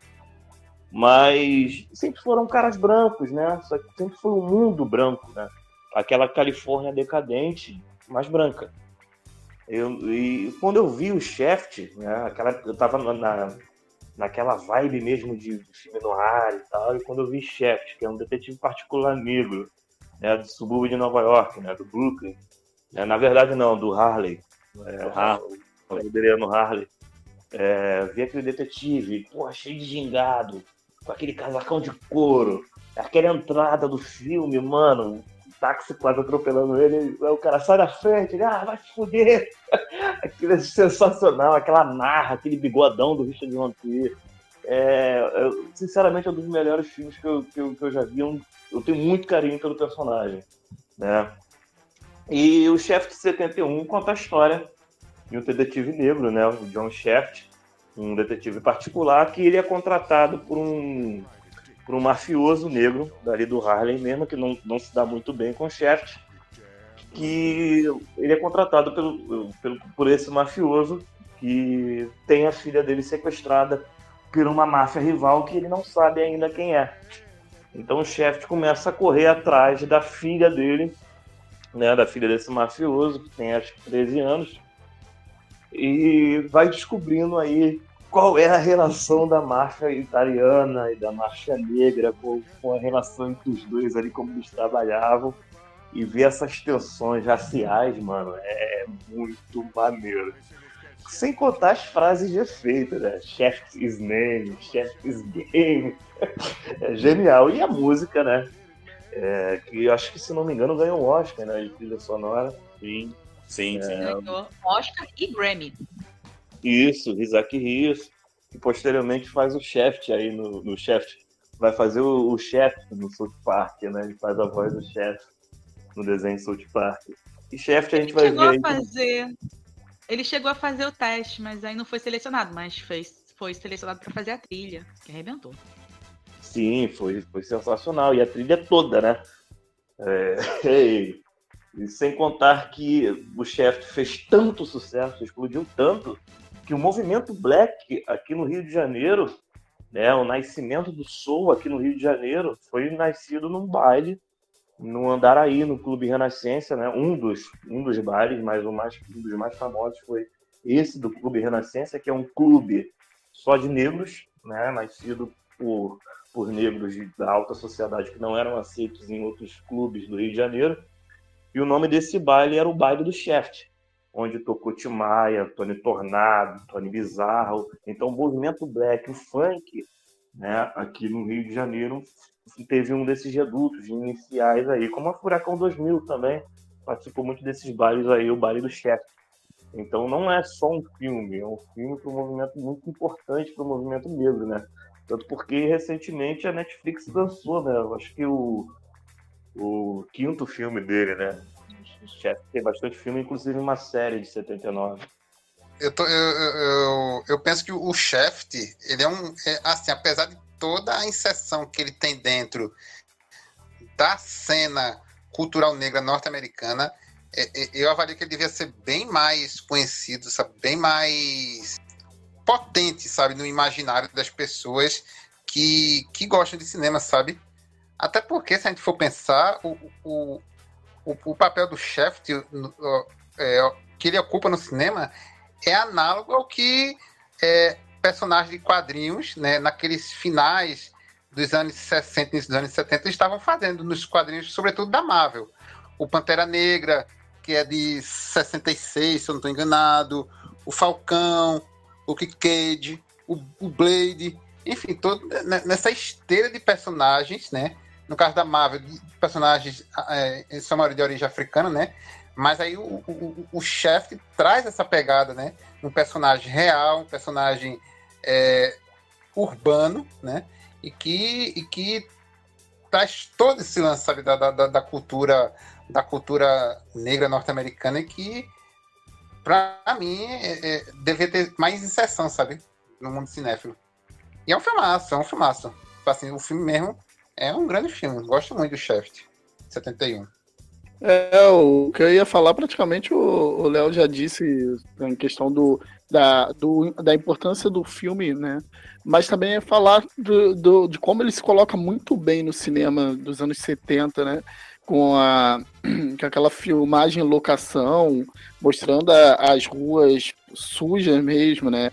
[SPEAKER 3] Mas sempre foram caras brancos, né, só que sempre foi um mundo branco, né, aquela Califórnia decadente, mas branca. Eu, e quando eu vi o Shaft, né, aquela, eu estava na, naquela vibe mesmo de, de filme noir e tal, e quando eu vi Shaft, que é um detetive particular negro, né, do subúrbio de Nova York, né, do Brooklyn, né, na verdade não, do Harley, é, do Harley, o Harley, é, vi aquele detetive, pô, cheio de gingado, com aquele casacão de couro, aquela entrada do filme, mano, o táxi quase atropelando ele, o cara sai da frente, ele, ah, vai se fuder. Aquilo é sensacional, aquela narra, aquele bigodão do Richard Von Trier. É, eu, sinceramente, é um dos melhores filmes que eu, que eu, que eu já vi. Eu, eu tenho muito carinho pelo personagem, né? E o Shaft de setenta e um conta a história de um detetive negro, né? O John Shaft, um detetive particular, que ele é contratado por um, por um mafioso negro, dali do Harlem mesmo, que não, não se dá muito bem com o Shaft, que ele é contratado pelo, pelo, por esse mafioso que tem a filha dele sequestrada por uma máfia rival que ele não sabe ainda quem é. Então o Shaft começa a correr atrás da filha dele, né, da filha desse mafioso, que tem acho que treze anos, e vai descobrindo aí qual é a relação da máfia italiana e da máfia negra, com, com a relação entre os dois ali, como eles trabalhavam. E ver essas tensões raciais, mano, é muito maneiro. Sem contar as frases de efeito, né? Shaft is name, Shaft is game. É genial. E a música, né? É, que eu acho que, se não me engano, ganhou um Oscar, né? De trilha sonora.
[SPEAKER 1] Sim, sim, sim.
[SPEAKER 2] É... Ganhou Oscar e Grammy.
[SPEAKER 3] Isso, Isaac Rios, que posteriormente faz o Shaft aí no, no Shaft. Vai fazer o, o Shaft no South Park, né? Ele faz a voz do Shaft no desenho South Park. E Shaft a gente vai
[SPEAKER 2] Chegou
[SPEAKER 3] ver aí.
[SPEAKER 2] A fazer... Ele chegou a fazer o teste, mas aí não foi selecionado, mas fez, foi selecionado para fazer a trilha, que arrebentou.
[SPEAKER 3] Sim, foi, foi sensacional. E a trilha toda, né? É, e, e sem contar que o Shaft fez tanto sucesso, explodiu tanto, que o movimento black aqui no Rio de Janeiro, né, o nascimento do soul aqui no Rio de Janeiro, foi nascido num baile, no Andaraí, no Clube Renascença, né? Um dos, um dos bares, mas o mais, um dos mais famosos foi esse do Clube Renascença, que é um clube só de negros, né? Nascido por, por negros da alta sociedade que não eram aceitos em outros clubes do Rio de Janeiro. E o nome desse baile era o Baile do Shaft, onde tocou Tim Maia, Tony Tornado, Tony Bizarro. Então o movimento black, o funk, né, aqui no Rio de Janeiro, teve um desses redutos iniciais aí, como a Furacão dois mil também participou muito desses bailes aí, o Baile do Shaft. Então não é só um filme, é um filme para um movimento muito importante para o movimento negro, né? Tanto porque recentemente a Netflix lançou, né? Eu acho que o, o quinto filme dele, né? O Shaft tem bastante filme, inclusive uma série de setenta e nove.
[SPEAKER 6] Eu, tô, eu, eu, eu penso que o Shaft, ele é um... É, assim, apesar de toda a inserção que ele tem dentro da cena cultural negra norte-americana, é, é, eu avalio que ele devia ser bem mais conhecido, sabe? Bem mais potente, sabe? No imaginário das pessoas que, que gostam de cinema, sabe? Até porque, se a gente for pensar, o, o, o, o papel do Shaft, é, que ele ocupa no cinema, é análogo ao que é, personagens de quadrinhos, né, naqueles finais dos anos sessenta e dos anos setenta, estavam fazendo nos quadrinhos, sobretudo da Marvel. O Pantera Negra, que é de sessenta e seis, se eu não estou enganado, o Falcão, o Luke Cage, o, o Blade, enfim, todo, nessa esteira de personagens, né, no caso da Marvel, de personagens, é, em sua maioria de origem africana, né, mas aí o, o, o Shaft traz essa pegada, né? Um personagem real, um personagem é, urbano, né? E que, e que traz todo esse lance, sabe, da, da, da cultura da cultura negra norte-americana, e que, pra mim, é, é, deveria ter mais inserção, sabe? No mundo cinéfilo. E é um filmaço, é um filmaço. Assim, o filme mesmo é um grande filme. Gosto muito do Shaft, setenta e um.
[SPEAKER 4] É, o que eu ia falar praticamente o Léo já disse em questão do, da, do, da importância do filme, né? Mas também é falar do, do, de como ele se coloca muito bem no cinema dos anos setenta, né? Com, a, com aquela filmagem locação, mostrando a, as ruas sujas mesmo, né?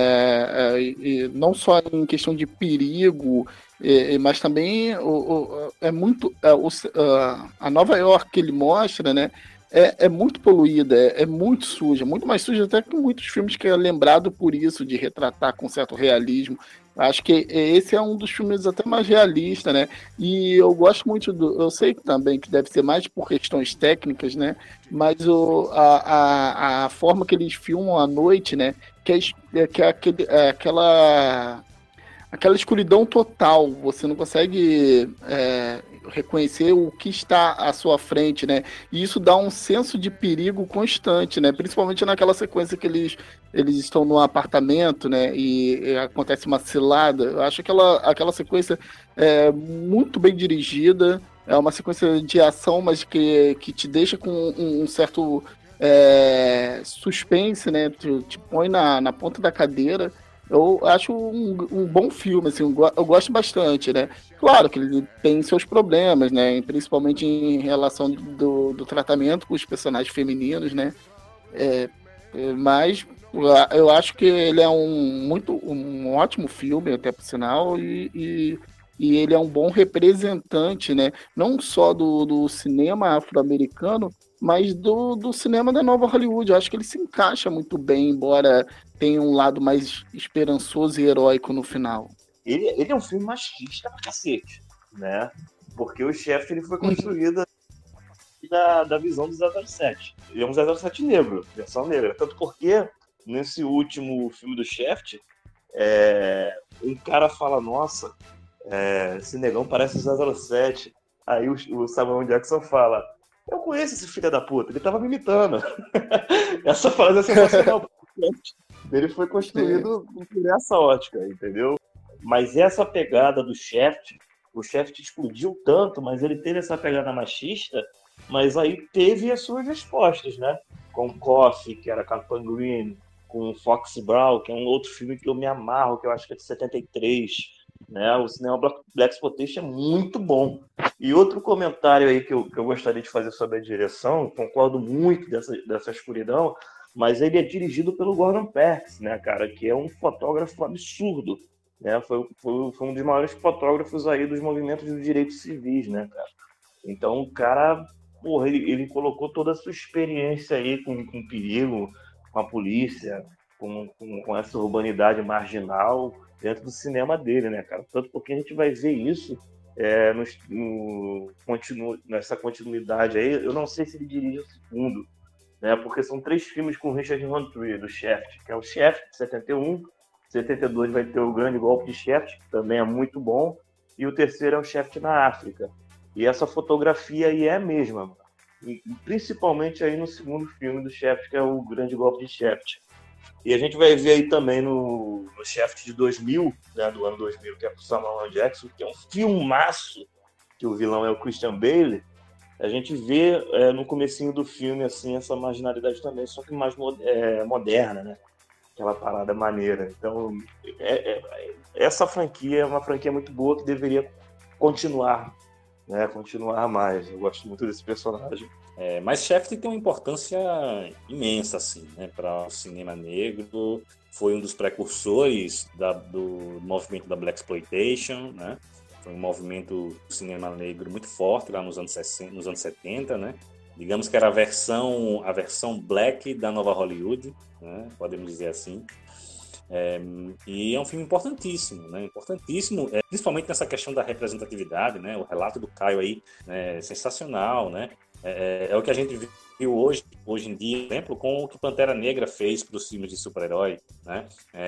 [SPEAKER 4] É, é, e não só em questão de perigo, é, mas também o, o, é muito é, o, a Nova York que ele mostra, né, é, é muito poluída, é, é muito suja, muito mais suja até que muitos filmes que é lembrado por isso, de retratar com certo realismo. Acho que esse é um dos filmes até mais realistas, né? E eu gosto muito do... Eu sei também que deve ser mais por questões técnicas, né? Mas o, a, a, a forma que eles filmam à noite, né? Que é, que é, aquele, é aquela... aquela escuridão total, você não consegue é, reconhecer o que está à sua frente, né? E isso dá um senso de perigo constante, né? Principalmente naquela sequência que eles, eles estão no apartamento, né? E, e acontece uma cilada. Eu acho aquela, aquela sequência é, muito bem dirigida, é uma sequência de ação, mas que, que te deixa com um, um certo é, suspense, né? Te, te põe na, na ponta da cadeira. Eu acho um, um bom filme, assim, eu gosto bastante, né? Claro que ele tem seus problemas, né? Principalmente em relação do, do tratamento com os personagens femininos, né? É, mas eu acho que ele é um, muito, um ótimo filme, até por sinal, e, e, e ele é um bom representante, né? Não só do, do cinema afro-americano, mas do, do cinema da nova Hollywood. Eu acho que ele se encaixa muito bem, embora tenha um lado mais esperançoso e heróico no final.
[SPEAKER 3] Ele, ele é um filme machista pra cacete, né? Porque o Shaft ele foi construído da, da visão do zero zero sete. Ele é um zero zero sete negro, versão negra. Tanto porque, nesse último filme do Shaft, é, um cara fala, nossa, é, esse negão parece o zero zero sete. Aí o, o Samuel Jackson fala, Eu conheço esse filho da puta, ele tava me imitando. Essa frase é sensacional. Ele foi construído por essa ótica, entendeu? Mas essa pegada do Shaft, o Shaft explodiu tanto, mas ele teve essa pegada machista, mas aí teve as suas respostas, né? Com Coffee, que era Captain Green, com Fox Brown, que é um outro filme que eu me amarro, que eu acho que é de setenta e três, né? O cinema Blaxploitation é muito bom. E outro comentário aí que eu, que eu gostaria de fazer sobre a direção, concordo muito dessa, dessa escuridão, mas ele é dirigido pelo Gordon Perks, né, cara, que é um fotógrafo absurdo, né? Foi, foi, foi um dos maiores fotógrafos aí dos movimentos dos direitos civis, né, cara? Então o cara, porra, ele, ele colocou toda a sua experiência aí com, com perigo, com a polícia, com, com, com essa urbanidade marginal dentro do cinema dele, né, cara? Tanto porque a gente vai ver isso é, no, no, continu, nessa continuidade aí. Eu não sei se ele dirige o segundo, né? Porque são três filmes com Richard Roundtree, do Shaft, que é o Shaft, de setenta e um, setenta e dois vai ter o Grande Golpe de Shaft, que também é muito bom, e o terceiro é o Shaft na África. E essa fotografia aí é a mesma, mano. E, principalmente aí no segundo filme do Shaft, que é o Grande Golpe de Shaft. E a gente vai ver aí também no, no Shaft de dois mil, né, do ano dois mil, que é com Samuel L. Jackson, que é um filmaço, que o vilão é o Christian Bale. A gente vê é, no comecinho do filme assim, essa marginalidade também, só que mais é, moderna, né? Aquela parada maneira. Então, é, é, essa franquia é uma franquia muito boa que deveria continuar, né? Continuar mais. Eu gosto muito desse personagem.
[SPEAKER 1] É, mas Shaft tem uma importância imensa, assim, né, para o cinema negro. Foi um dos precursores da, do movimento da Blaxploitation, né? Foi um movimento do cinema negro muito forte lá nos anos sessenta, nos anos setenta, né? Digamos que era a versão, a versão black da nova Hollywood, né? Podemos dizer assim. É, e é um filme importantíssimo, né? Importantíssimo, é, principalmente nessa questão da representatividade, né? O relato do Caio aí é sensacional, né? É, é o que a gente viu hoje, hoje em dia, por exemplo, com o que Pantera Negra fez para os filmes de super-herói, né?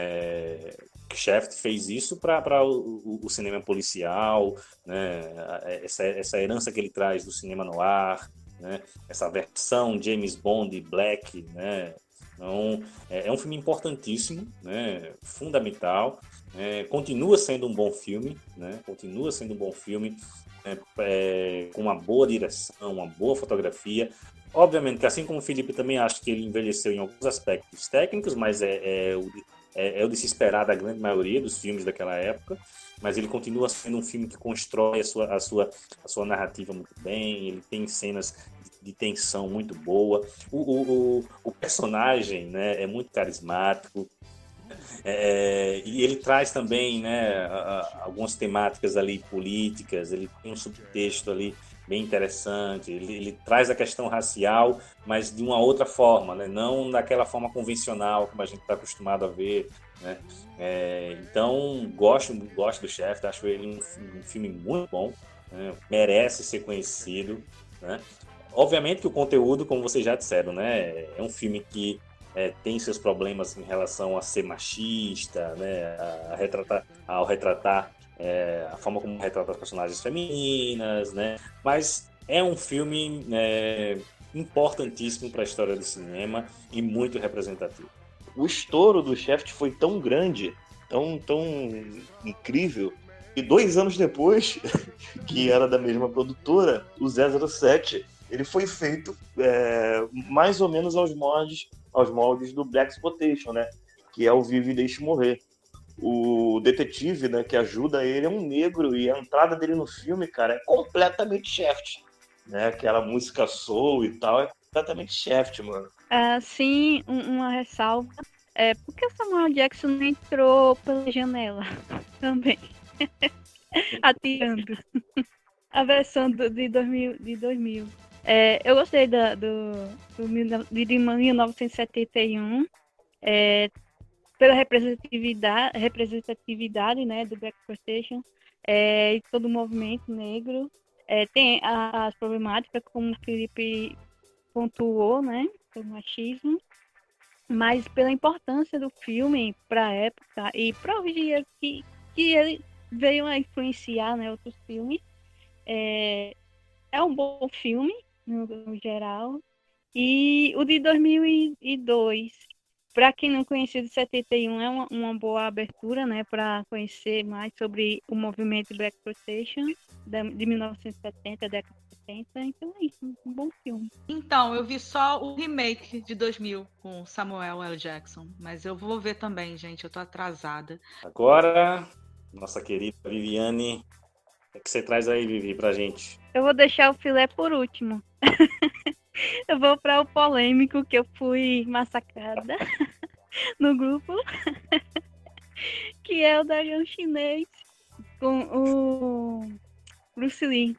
[SPEAKER 1] É, Shaft fez isso para o, o cinema policial, né? Essa, essa herança que ele traz do cinema noir, né? Essa versão James Bond Black, né? Então, é, é um filme importantíssimo, né? Fundamental, é, continua sendo um bom filme, né? Continua sendo um bom filme, é, é, com uma boa direção, uma boa fotografia. Obviamente que, assim como o Felipe, também acho que ele envelheceu em alguns aspectos técnicos, mas é, é, o, é, é o de se esperar da grande maioria dos filmes daquela época, mas ele continua sendo um filme que constrói a sua, a sua, a sua narrativa muito bem, ele tem cenas de tensão muito boa, o, o, o personagem, né, é muito carismático, é, e ele traz também, né, a, a, algumas temáticas ali políticas, ele tem um subtexto ali bem interessante, ele, ele traz a questão racial, mas de uma outra forma, né, não daquela forma convencional como a gente está acostumado a ver, né. É, então gosto, gosto do Shaft, acho ele um, um filme muito bom, né, merece ser conhecido, né. Obviamente que o conteúdo, como vocês já disseram, né, é um filme que é, tem seus problemas em relação a ser machista, né, a retratar, ao retratar é, a forma como retrata as personagens femininas, né, mas é um filme é, importantíssimo para a história do cinema e muito representativo.
[SPEAKER 3] O estouro do Shaft foi tão grande, tão, tão incrível, e dois anos depois, que era da mesma produtora, o zero zero sete, ele foi feito é, mais ou menos aos moldes, aos moldes do Blaxploitation, né? Que é o Vive e Deixe Morrer. O detetive, né, que ajuda ele é um negro, e a entrada dele no filme, cara, é completamente Shaft, né? Aquela música soul e tal, é completamente Shaft, mano.
[SPEAKER 5] Ah, sim, um, uma ressalva. É, por que o Samuel Jackson não entrou pela janela também? Atirando. A versão do, de dois mil. De dois mil. É, eu gostei da, do, do de mil novecentos e setenta e um, é, pela representatividade, representatividade, né, do Blaxploitation, é, e todo o movimento negro. É, tem a, as problemáticas, como o Felipe pontuou, né, do machismo, mas pela importância do filme para a época e para hoje em dia que, que ele veio a influenciar, né, outros filmes. É, é um bom filme. no, no geral. E o de dois mil e dois, para quem não conhecia, de setenta e um, é uma, uma boa abertura, né, para conhecer mais sobre o movimento Blaxploitation de mil novecentos e setenta, década de setenta. Então é isso, um bom filme.
[SPEAKER 2] Então, eu vi só o remake de dois mil com Samuel L. Jackson, mas eu vou ver também, gente, eu tô atrasada.
[SPEAKER 1] Agora, nossa querida Viviane, o que você traz aí, Vivi, pra gente?
[SPEAKER 5] Eu vou deixar o filé por último. Eu vou para o polêmico, que eu fui massacrada no grupo, que é o dragão chinês com o Bruce Lee.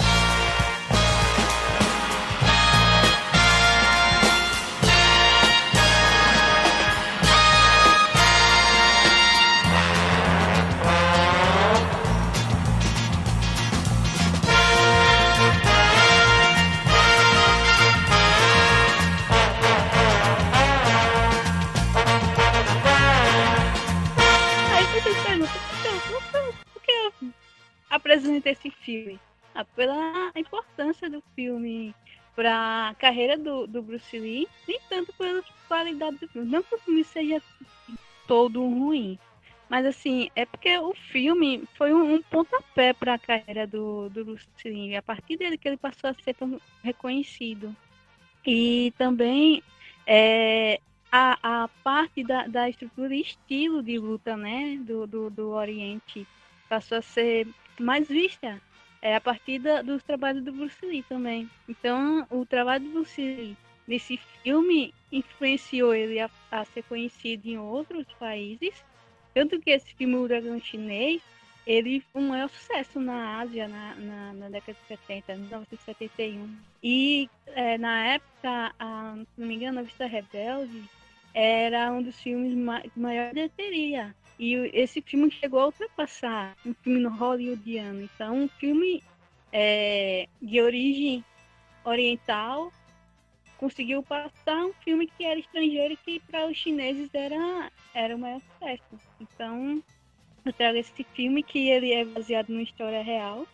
[SPEAKER 5] Por que eu apresento esse filme? Ah, pela importância do filme para a carreira do, do Bruce Lee, nem tanto pela qualidade do filme. Não que o filme seja todo ruim, mas assim, é porque o filme foi um, um pontapé para a carreira do, do Bruce Lee. A partir dele que ele passou a ser tão reconhecido. E também é, a, a parte da, da estrutura e estilo de luta, né, do, do, do Oriente passou a ser mais vista é, a partir da, dos trabalhos do Bruce Lee também. Então, o trabalho do Bruce Lee nesse filme influenciou ele a, a ser conhecido em outros países, tanto que esse filme, O Dragão Chinês, ele foi um maior sucesso na Ásia na, na, na década de setenta, mil novecentos e setenta e um. E é, na época, a, se não me engano, A Vista Rebelde era um dos filmes ma- maior bilheteria. E esse filme chegou a ultrapassar um filme no hollywoodiano. Então, um filme é, de origem oriental conseguiu passar um filme que era estrangeiro e que para os chineses era, era o maior sucesso. Então, eu trago esse filme que ele é baseado numa história real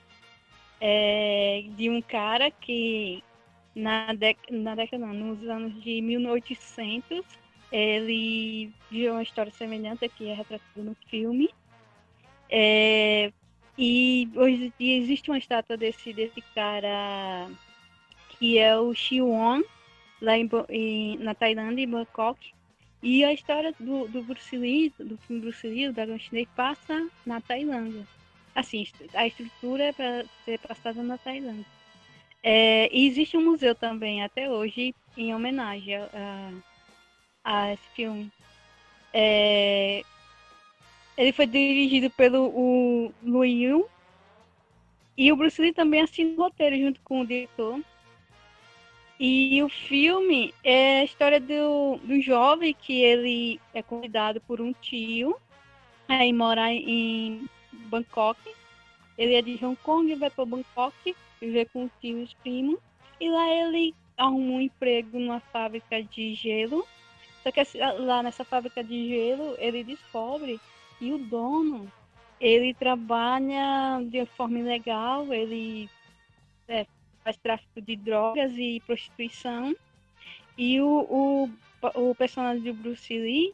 [SPEAKER 5] é, de um cara que na década, na década não, nos anos de mil e oitocentos ele viu uma história semelhante que é retratada no filme. É, e hoje em dia existe uma estátua desse, desse cara que é o Xiwan, lá em, em, na Tailândia, em Bangkok. E a história do, do Bruce Lee, do filme Bruce Lee, o Dragão Chinês, passa na Tailândia. Assim, a estrutura é para ser passada na Tailândia. É, e existe um museu também, até hoje, em homenagem a, a esse filme. É, ele foi dirigido pelo o Lu Yun, e o Bruce Lee também assina o roteiro junto com o diretor. E o filme é a história do, do jovem que ele é convidado por um tio a ir morar em Bangkok. Ele é de Hong Kong e vai para Bangkok viver com o tio e os primos. E lá ele arruma um emprego numa fábrica de gelo. Só que lá nessa fábrica de gelo ele descobre que o dono ele trabalha de forma ilegal, ele é, faz tráfico de drogas e prostituição. E o, o, o personagem de Bruce Lee,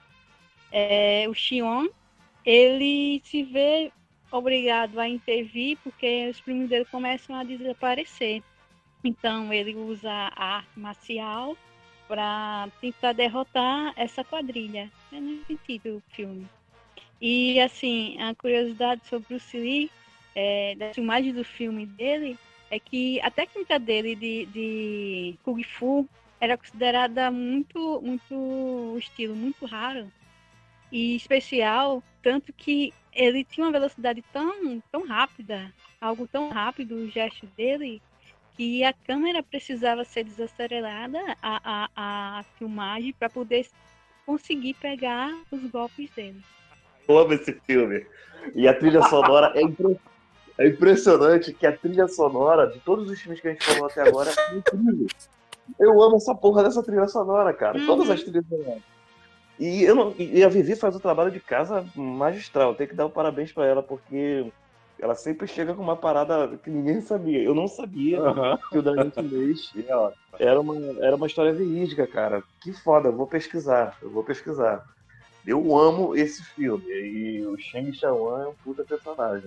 [SPEAKER 5] é, o Xion, ele se vê obrigado a intervir porque os primos dele começam a desaparecer. Então ele usa a arte marcial para tentar derrotar essa quadrilha. É no sentido do filme. E assim, a curiosidade sobre Bruce Lee, é, das imagens do filme dele, é que a técnica dele de, de Kung Fu era considerada muito, muito estilo, muito raro e especial, tanto que ele tinha uma velocidade tão, tão rápida, algo tão rápido, o gesto dele, que a câmera precisava ser desacelerada, a, a, a filmagem, para poder conseguir pegar os golpes dele.
[SPEAKER 3] Eu amo esse filme. E a trilha sonora é impressionante. É impressionante que a trilha sonora de todos os filmes que a gente falou até agora é incrível. Eu amo essa porra dessa trilha sonora, cara. Uhum. Todas as trilhas sonoras. E, eu não, e a Vivi faz um trabalho de casa magistral. Tem que dar um parabéns pra ela, porque ela sempre chega com uma parada que ninguém sabia. Eu não sabia
[SPEAKER 1] Aham.
[SPEAKER 3] que o Dragão Chinês
[SPEAKER 1] E é ótimo.
[SPEAKER 3] era uma, era uma história verídica, cara. Que foda, eu vou pesquisar, eu vou pesquisar. Eu amo esse filme, e o Shang Xiaowan é um puta personagem.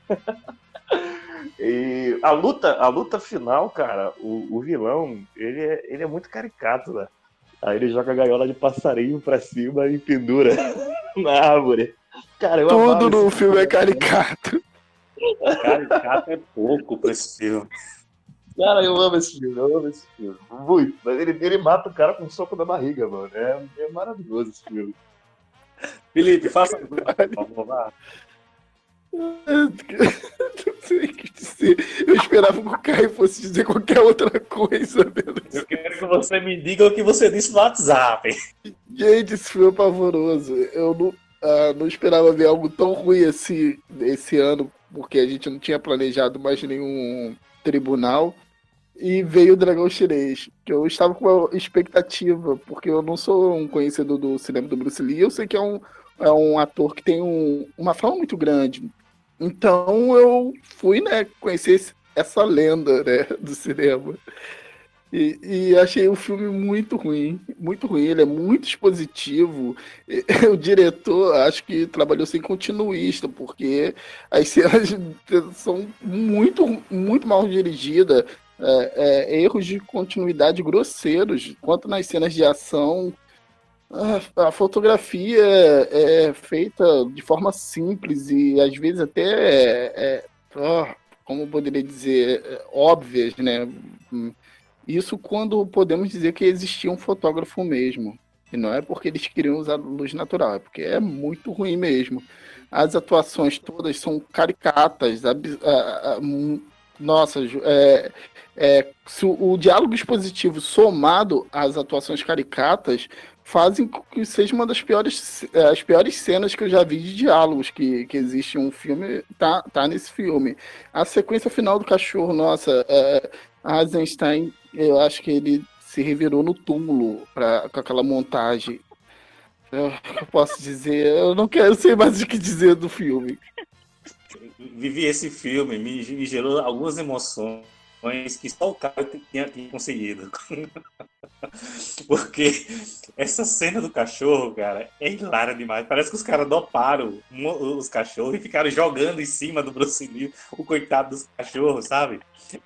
[SPEAKER 3] E a luta, a luta final, cara, o, o vilão, ele é, ele é muito caricato, né? Aí ele joga a gaiola de passarinho pra cima e pendura na árvore. Cara, eu
[SPEAKER 4] Tudo
[SPEAKER 3] amava
[SPEAKER 4] no
[SPEAKER 3] esse
[SPEAKER 4] filme é caricato.
[SPEAKER 1] Caricato é pouco pra esse filme.
[SPEAKER 3] Cara, eu amo esse filme, eu amo esse filme. Muito. Mas ele, ele mata o cara com um soco na barriga, mano. É, é maravilhoso esse filme.
[SPEAKER 1] Felipe, faça por favor, vá.
[SPEAKER 4] Não sei o que dizer. Eu esperava que o Caio fosse dizer qualquer outra coisa. Menos.
[SPEAKER 1] Eu quero que você me diga o que você disse no WhatsApp.
[SPEAKER 4] Gente, esse filme é pavoroso. Eu não, ah, não esperava ver algo tão ruim esse, esse ano, porque a gente não tinha planejado mais nenhum tribunal. E veio o Dragão Chinês, que eu estava com uma expectativa, porque eu não sou um conhecedor do cinema do Bruce Lee. Eu sei que é um, é um ator que tem um, uma fama muito grande. Então eu fui, né, conhecer esse- essa lenda, né, do cinema. E, e achei o filme muito ruim, muito ruim. Ele é muito expositivo. E o diretor, acho que trabalhou sem continuista, porque as cenas são muito, muito mal dirigidas. É, é, erros de continuidade grosseiros, quanto nas cenas de ação. A, a fotografia é, é feita de forma simples e às vezes até, é, é, ó, como eu poderia dizer, é, óbvias, né? Hum, Isso quando podemos dizer que existia um fotógrafo mesmo. E não é porque eles queriam usar luz natural, é porque é muito ruim mesmo. As atuações todas são caricatas. ab- a- a- hum, Nossa, Ju- é, é, se o, o diálogo expositivo somado às atuações caricatas fazem com que seja uma das piores, é, as piores cenas que eu já vi de diálogos que, que existe em um filme, tá, tá nesse filme. A sequência final do cachorro, nossa, é, Eisenstein, eu acho que ele se revirou no túmulo pra, com aquela montagem. Eu, o que eu posso dizer? Eu não quero sei mais o que dizer do filme.
[SPEAKER 1] Vivi esse filme, me, me gerou algumas emoções que só o cara tinha, tinha conseguido. Porque essa cena do cachorro, cara, é hilária demais. Parece que os caras doparam mo- os cachorros e ficaram jogando em cima do Bruce Lee, o coitado dos cachorros, sabe?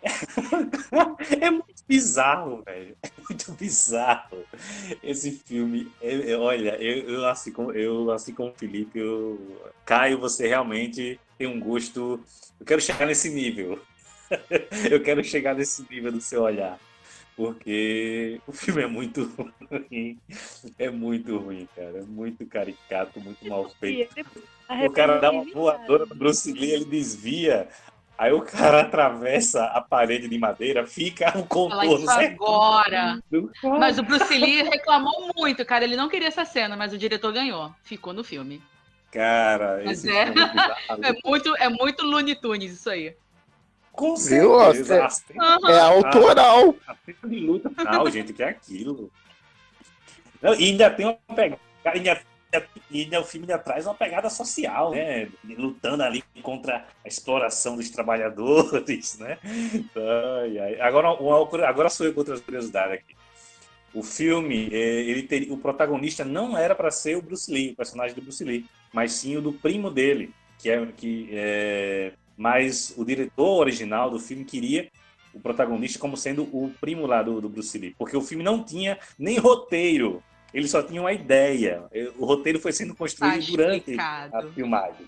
[SPEAKER 1] É muito bizarro, velho. É muito bizarro. Esse filme, é- é- olha, eu, eu, assim como, eu, assim como o Felipe, eu, Caio, você realmente tem um gosto. Eu quero chegar nesse nível. Eu quero chegar nesse nível do seu olhar. Porque o filme é muito ruim. É muito ruim, cara. É muito caricato, muito mal feito.
[SPEAKER 5] E
[SPEAKER 1] O cara dá uma
[SPEAKER 5] representatividade.
[SPEAKER 1] voadora no Bruce Lee, ele desvia. Aí o cara atravessa a parede de madeira, fica um
[SPEAKER 2] Falar
[SPEAKER 1] contorno
[SPEAKER 2] isso
[SPEAKER 1] certinho.
[SPEAKER 2] agora. Mas o Bruce Lee reclamou muito, cara. Ele não queria essa cena, mas o diretor ganhou. Ficou no filme.
[SPEAKER 1] Cara,
[SPEAKER 2] Mas
[SPEAKER 1] esse
[SPEAKER 2] é.
[SPEAKER 1] filme é bizarro.
[SPEAKER 2] É muito, é muito Looney Tunes isso aí.
[SPEAKER 1] Com
[SPEAKER 4] Viu?
[SPEAKER 1] certeza.
[SPEAKER 4] É-
[SPEAKER 1] A cena,
[SPEAKER 4] É autoral.
[SPEAKER 1] a cena de luta final, gente, que é aquilo. Não, e ainda tem uma pegada. Ainda, e ainda, o filme ainda traz uma pegada social, né? Lutando ali contra a exploração dos trabalhadores, né? Ai, ai. Agora, uma- agora sou eu com outras curiosidades aqui. O filme, eh, ele teria, o protagonista não era para ser o Bruce Lee, o personagem do Bruce Lee, mas sim o do primo dele, que é que é, mas o diretor original do filme queria o protagonista como sendo o primo lá do, do Bruce Lee, porque o filme não tinha nem roteiro, ele só tinha uma ideia. O roteiro foi sendo construído
[SPEAKER 2] Tá
[SPEAKER 1] durante
[SPEAKER 2] explicado.
[SPEAKER 1] a filmagem.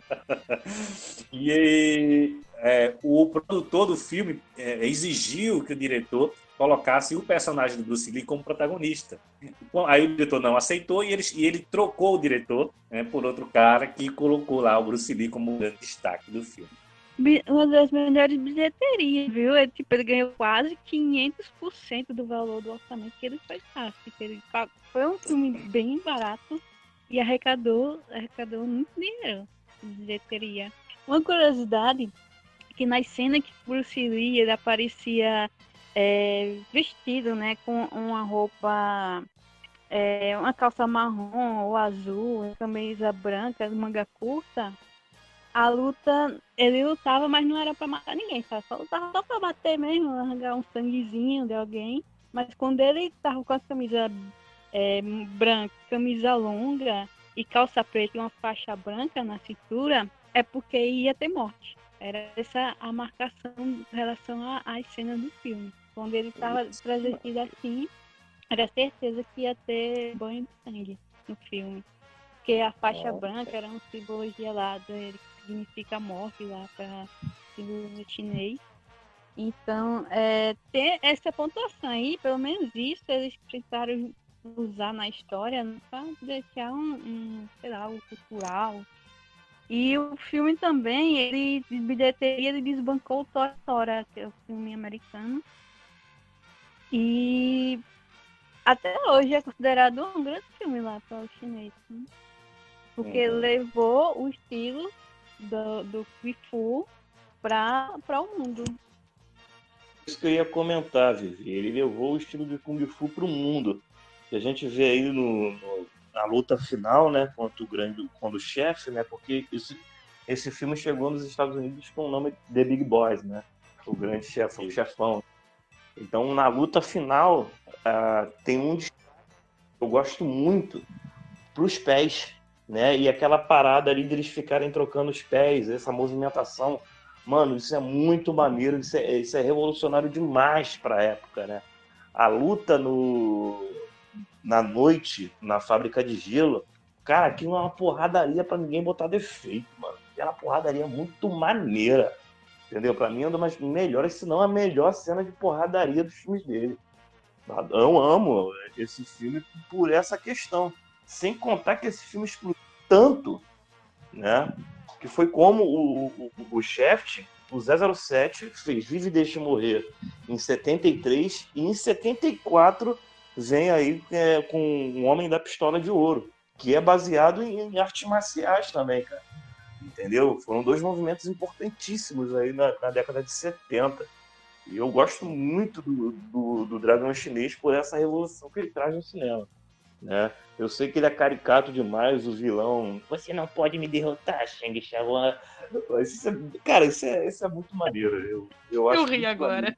[SPEAKER 1] E é, o produtor do filme é, exigiu que o diretor colocasse o personagem do Bruce Lee como protagonista. Bom, aí o diretor não aceitou e ele, e ele trocou o diretor, né, por outro cara que colocou lá o Bruce Lee como grande destaque do filme.
[SPEAKER 5] Bi- Uma das melhores bilheterias, viu? É, tipo, ele ganhou quase quinhentos por cento do valor do orçamento que ele fez. Ah, ele pagou- foi um filme bem barato e arrecadou, arrecadou muito dinheiro de bilheteria. Uma curiosidade é que nas cenas que Bruce Lee ele aparecia é, vestido, né, com uma roupa, é, uma calça marrom ou azul, camisa branca, manga curta, a luta, ele lutava, mas não era pra matar ninguém, sabe? Só lutava só pra bater mesmo, arrancar um sanguezinho de alguém. Mas quando ele tava com a camisa é, branca, camisa longa e calça preta e uma faixa branca na cintura, é porque ia ter morte. Era essa a marcação em relação às cenas do filme. Quando ele tava transvestido assim, era certeza que ia ter banho de sangue no filme. Porque a faixa Nossa. branca era uma simbologia lá, ele significa morte lá para símbolo chinês. Então, é, ter essa pontuação aí, pelo menos isso, eles tentaram usar na história para deixar um, um, sei lá, algo cultural. E o filme também, ele de bilheteria, ele desbancou o Tora Tora, que é o filme americano. E até hoje é considerado um grande filme lá para o chinês, né? Porque uhum. levou o estilo do, do Kung Fu para o mundo.
[SPEAKER 3] Isso que eu ia comentar, Vivi. Ele levou o estilo de Kung Fu para o mundo. Que a gente vê aí no, no, na luta final, né? Contra o grande, contra o chefe, né? Porque esse, esse filme chegou nos Estados Unidos com o nome The Big Boss, né? O grande chefe, o chefão. Então, na luta final, uh, tem um destaque que eu gosto muito para os pés, né? E aquela parada ali deles ficarem trocando os pés, essa movimentação. Mano, isso é muito maneiro, isso é, isso é revolucionário demais para a época, né? A luta no, na noite, na fábrica de gelo, cara, aquilo é uma porradaria para ninguém botar defeito, mano. É uma porradaria muito maneira. Entendeu? Pra mim é uma das melhores, se não a melhor cena de porradaria dos filmes dele. Eu amo esse filme por essa questão. Sem contar que esse filme explodiu tanto, né? Que foi como o, o, o Shaft, o zero zero sete, fez Vive e Deixe Morrer em setenta e três e em setenta e quatro vem aí é, com O Homem da Pistola de Ouro, que é baseado em, em artes marciais também, cara. Entendeu? Foram dois movimentos importantíssimos aí na, na década de setenta. E eu gosto muito do, do, do Dragão Chinês por essa revolução que ele traz no cinema. Né? Eu sei que ele é caricato demais, o vilão. Você não pode me derrotar, Shang Tsung. Isso é, cara, isso é, isso é muito maneiro. Eu, eu, acho
[SPEAKER 2] eu ri agora. Maneiro.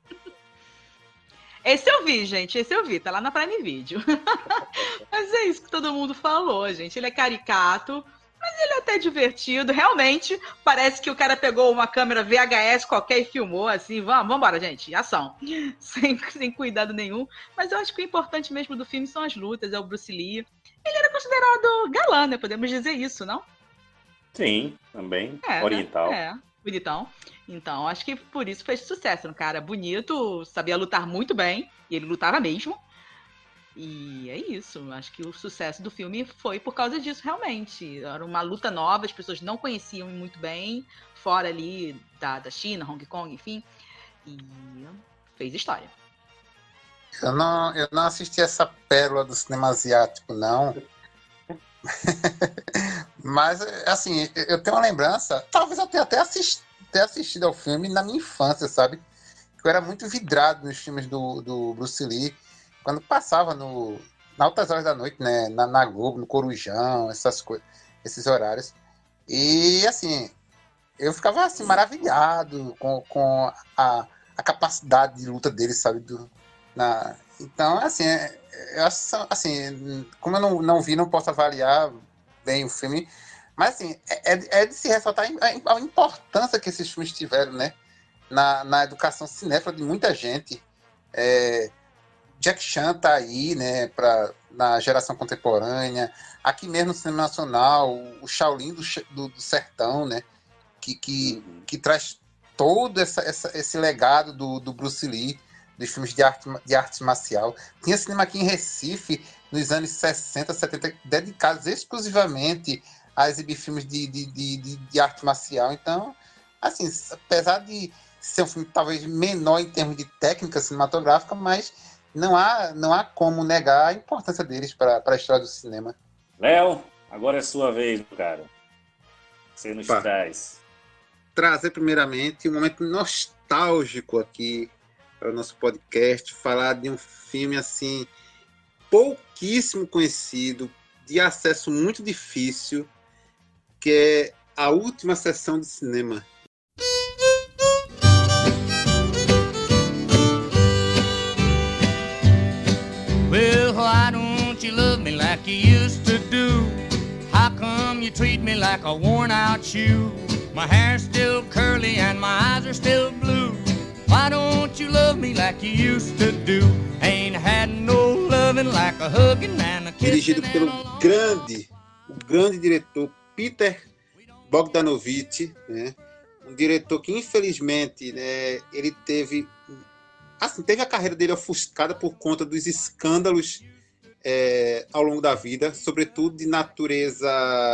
[SPEAKER 2] Esse eu vi, gente. Esse eu vi. Tá lá na Prime Video. Mas é isso que todo mundo falou, gente. Ele é caricato. Mas ele é até divertido. Realmente, parece que o cara pegou uma câmera V H S qualquer e filmou, assim, vamos, vamos embora, gente, ação. Sem, sem cuidado nenhum. Mas eu acho que o importante mesmo do filme são as lutas, é o Bruce Lee. Ele era considerado galã, né? Podemos dizer isso, não?
[SPEAKER 1] Sim, também.
[SPEAKER 2] É,
[SPEAKER 1] oriental.
[SPEAKER 2] Né? É, bonitão. Então, acho que por isso fez sucesso. Um cara bonito, sabia lutar muito bem, e ele lutava mesmo. E é isso, acho que o sucesso do filme foi por causa disso, realmente. Era uma luta nova, as pessoas não conheciam muito bem, fora ali da, da China, Hong Kong, enfim. E fez história.
[SPEAKER 6] Eu não, eu não assisti essa pérola do cinema asiático, não. Mas, assim, eu tenho uma lembrança, talvez eu tenha até assistido, até assistido ao filme na minha infância, sabe? Eu era muito vidrado nos filmes do, do Bruce Lee. Quando passava no, na altas horas da noite, né, na, na Globo, no Corujão, essas coisas, esses horários. E, assim, eu ficava, assim, maravilhado com, com a, a capacidade de luta dele, sabe? Do, na, então, assim, eu acho, assim, como eu não, não vi, não posso avaliar bem o filme, mas, assim, é, é de se ressaltar a, a importância que esses filmes tiveram, né, na, na educação cinéfila de muita gente. É, Jack Chan tá aí, né, pra, na geração contemporânea. Aqui mesmo no cinema nacional, o Shaolin do, do, do Sertão, né, que, que, uhum. que traz todo essa, essa, esse legado do, do Bruce Lee, dos filmes de arte, de arte marcial. Tinha cinema aqui em Recife, nos anos sessenta, setenta, dedicados exclusivamente a exibir filmes de, de, de, de, de arte marcial. Então, assim, apesar de ser um filme talvez menor em termos de técnica cinematográfica, mas Não há, não há como negar a importância deles para a história do cinema.
[SPEAKER 1] Léo, agora é sua vez, cara. Você nos Pá. traz.
[SPEAKER 6] Trazer primeiramente um momento nostálgico aqui para o nosso podcast, falar de um filme assim pouquíssimo conhecido, de acesso muito difícil, que é A Última Sessão de Cinema.
[SPEAKER 7] Well, why don't you love me like you used to do? How come you treat me like a worn out shoe? My hair's still curly and my eyes are still blue. Why don't you love me like you used to do? Ain't had no loving like a hugging and a kissing.
[SPEAKER 6] Dirigido pelo grande, o grande diretor Peter Bogdanovich, né? Um diretor que infelizmente, né, ele teve, assim, teve a carreira dele ofuscada por conta dos escândalos é, ao longo da vida, sobretudo de natureza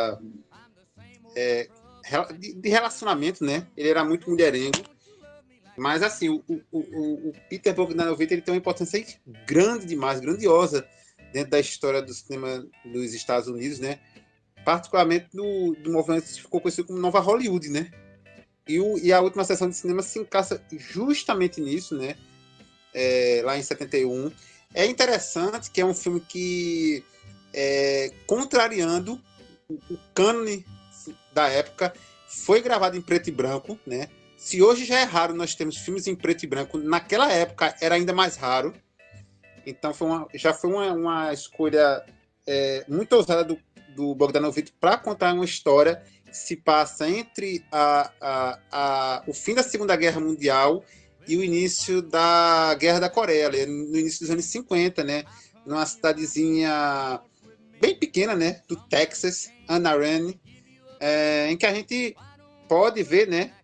[SPEAKER 6] é, de, de relacionamento, né? Ele era muito mulherengo, mas assim, o, o, o, o Peter Bogdanovich, ele tem uma importância grande demais, grandiosa dentro da história do cinema dos Estados Unidos, né? Particularmente do, do movimento que ficou conhecido como Nova Hollywood, né? E, o, e a Última Sessão de Cinema se encaixa justamente nisso, né? É, lá em setenta e um. É interessante que é um filme que, é, contrariando o, o cânone da época, foi gravado em preto e branco, né? Se hoje já é raro nós termos filmes em preto e branco, naquela época era ainda mais raro. Então foi uma, já foi uma, uma escolha é, muito ousada do, do Bogdanovich para contar uma história que se passa entre a, a, a, o fim da Segunda Guerra Mundial e o início da Guerra da Coreia, no início dos anos cinquenta, né? Numa cidadezinha bem pequena, né? Do Texas, Anarene, é, em que a gente pode ver, né?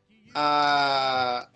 [SPEAKER 6] A,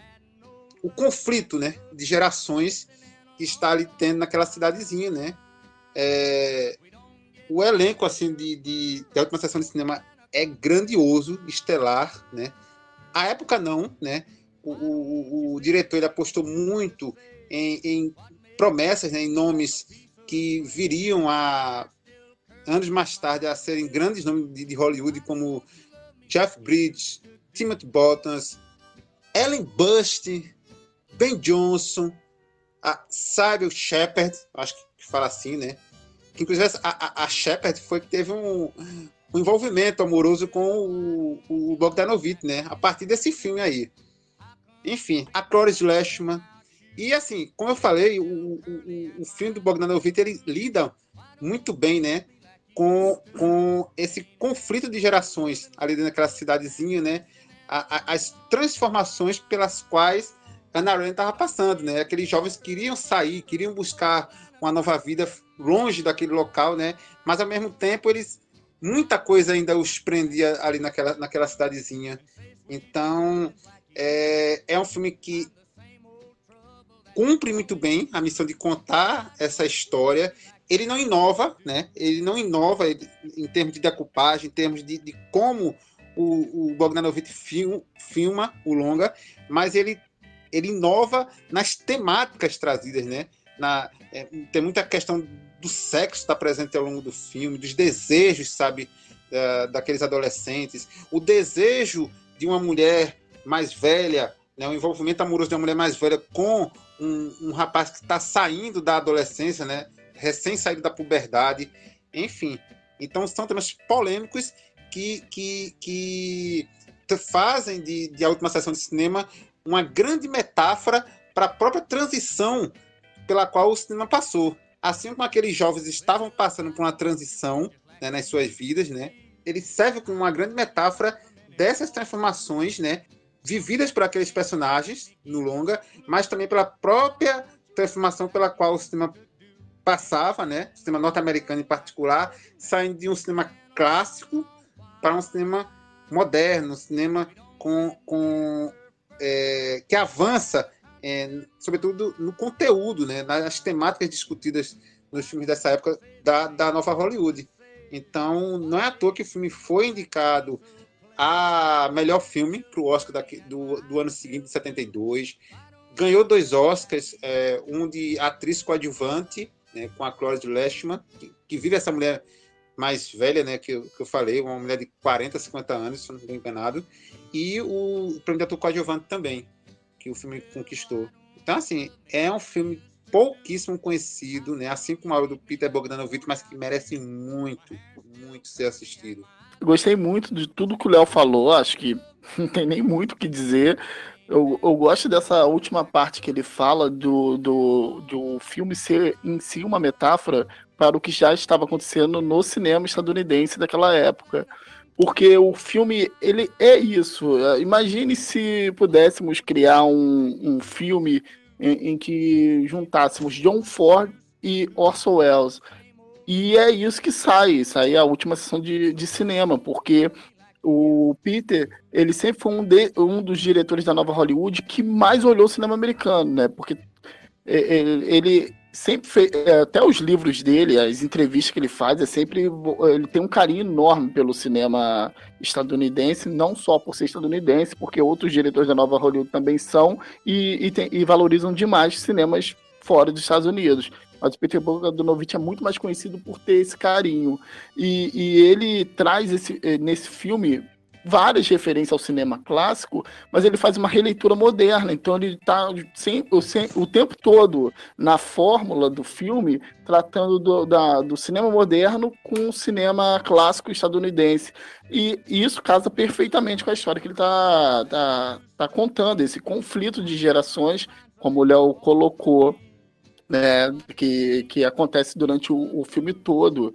[SPEAKER 6] o conflito, né? De gerações que está ali tendo naquela cidadezinha, né? É, o elenco, assim, de, de, de A Última Sessão de Cinema é grandioso, estelar, né? À época não, né? O, o, o diretor ele apostou muito em, em promessas, né? Em nomes que viriam a anos mais tarde a serem grandes nomes de, de Hollywood, como Jeff Bridges, Timothy Bottoms, Ellen Burstyn, Ben Johnson, a Sybil Shepherd, acho que fala assim, né? Que inclusive a, a, a Shepherd foi que teve um, um envolvimento amoroso com o, o Bogdanovich, né? A partir desse filme aí. Enfim, a Cloris Leachman. E assim, como eu falei, o, o, o filme do Bogdanovich, ele lida muito bem, né? Com, com esse conflito de gerações ali dentro daquela cidadezinha, né? A, a, as transformações pelas quais Hannah Arendt estava passando, né? Aqueles jovens queriam sair, queriam buscar uma nova vida longe daquele local, né? Mas ao mesmo tempo eles muita coisa ainda os prendia ali naquela, naquela cidadezinha. Então é, é um filme que cumpre muito bem a missão de contar essa história. Ele não inova, né? Ele não inova ele, em termos de decupagem, em termos de, de como o, o Bogdanovich film, filma o longa, mas ele ele inova nas temáticas trazidas, né? Na, é, tem muita questão do sexo está presente ao longo do filme, dos desejos, sabe, uh, daqueles adolescentes, o desejo de uma mulher mais velha, né? O envolvimento amoroso de uma mulher mais velha com um, um rapaz que está saindo da adolescência, né? Recém saído da puberdade, enfim. Então são temas polêmicos que, que, que fazem de, de A Última Sessão de Cinema uma grande metáfora para a própria transição pela qual o cinema passou. Assim como aqueles jovens estavam passando por uma transição, né, nas suas vidas, né, ele serve como uma grande metáfora dessas transformações, né, vividas por aqueles personagens no longa, mas também pela própria transformação pela qual o cinema passava, né, o cinema norte-americano em particular, saindo de um cinema clássico para um cinema moderno, um cinema com... com É, que avança, é, sobretudo no conteúdo, né, nas temáticas discutidas nos filmes dessa época da, da Nova Hollywood. Então, não é à toa que o filme foi indicado a melhor filme para o Oscar daqui, do, do ano seguinte, de setenta e dois. Ganhou dois Oscars, é, um de atriz coadjuvante, né, com a Cloris Leachman, que, que vive essa mulher mais velha, né, que, eu, que eu falei, uma mulher de quarenta, cinquenta anos, se não estou enganado, e o prêmio de ator coadjuvante também, que o filme conquistou. Então, assim, é um filme pouquíssimo conhecido, né, assim como a do Peter Bogdanovich, mas que merece muito, muito ser assistido.
[SPEAKER 4] gostei muito de tudo que o Léo falou, acho que não tem nem muito o que dizer. Eu, eu gosto dessa última parte que ele fala do, do, do filme ser em si uma metáfora para o que já estava acontecendo no cinema estadunidense daquela época. Porque o filme, ele é isso. Imagine se pudéssemos criar um, um filme em, em que juntássemos John Ford e Orson Welles. E é isso que sai, sai a última sessão de, de cinema, porque o Peter, ele sempre foi um, de, um dos diretores da nova Hollywood que mais olhou o cinema americano, né? Porque ele, ele sempre fez, até os livros dele, as entrevistas que ele faz, é sempre, ele tem um carinho enorme pelo cinema estadunidense, não só por ser estadunidense, porque outros diretores da nova Hollywood também são, e, e, tem, e valorizam demais cinemas fora dos Estados Unidos. Mas o Peter Bogdanovich é muito mais conhecido por ter esse carinho. E, e ele traz esse, nesse filme várias referências ao cinema clássico, mas ele faz uma releitura moderna. Então ele está o, o tempo todo na fórmula do filme, tratando do, da, do cinema moderno com o cinema clássico estadunidense. E, e isso casa perfeitamente com a história que ele está tá, tá contando, esse conflito de gerações, como o Léo colocou, né, que, que acontece durante o, o filme todo.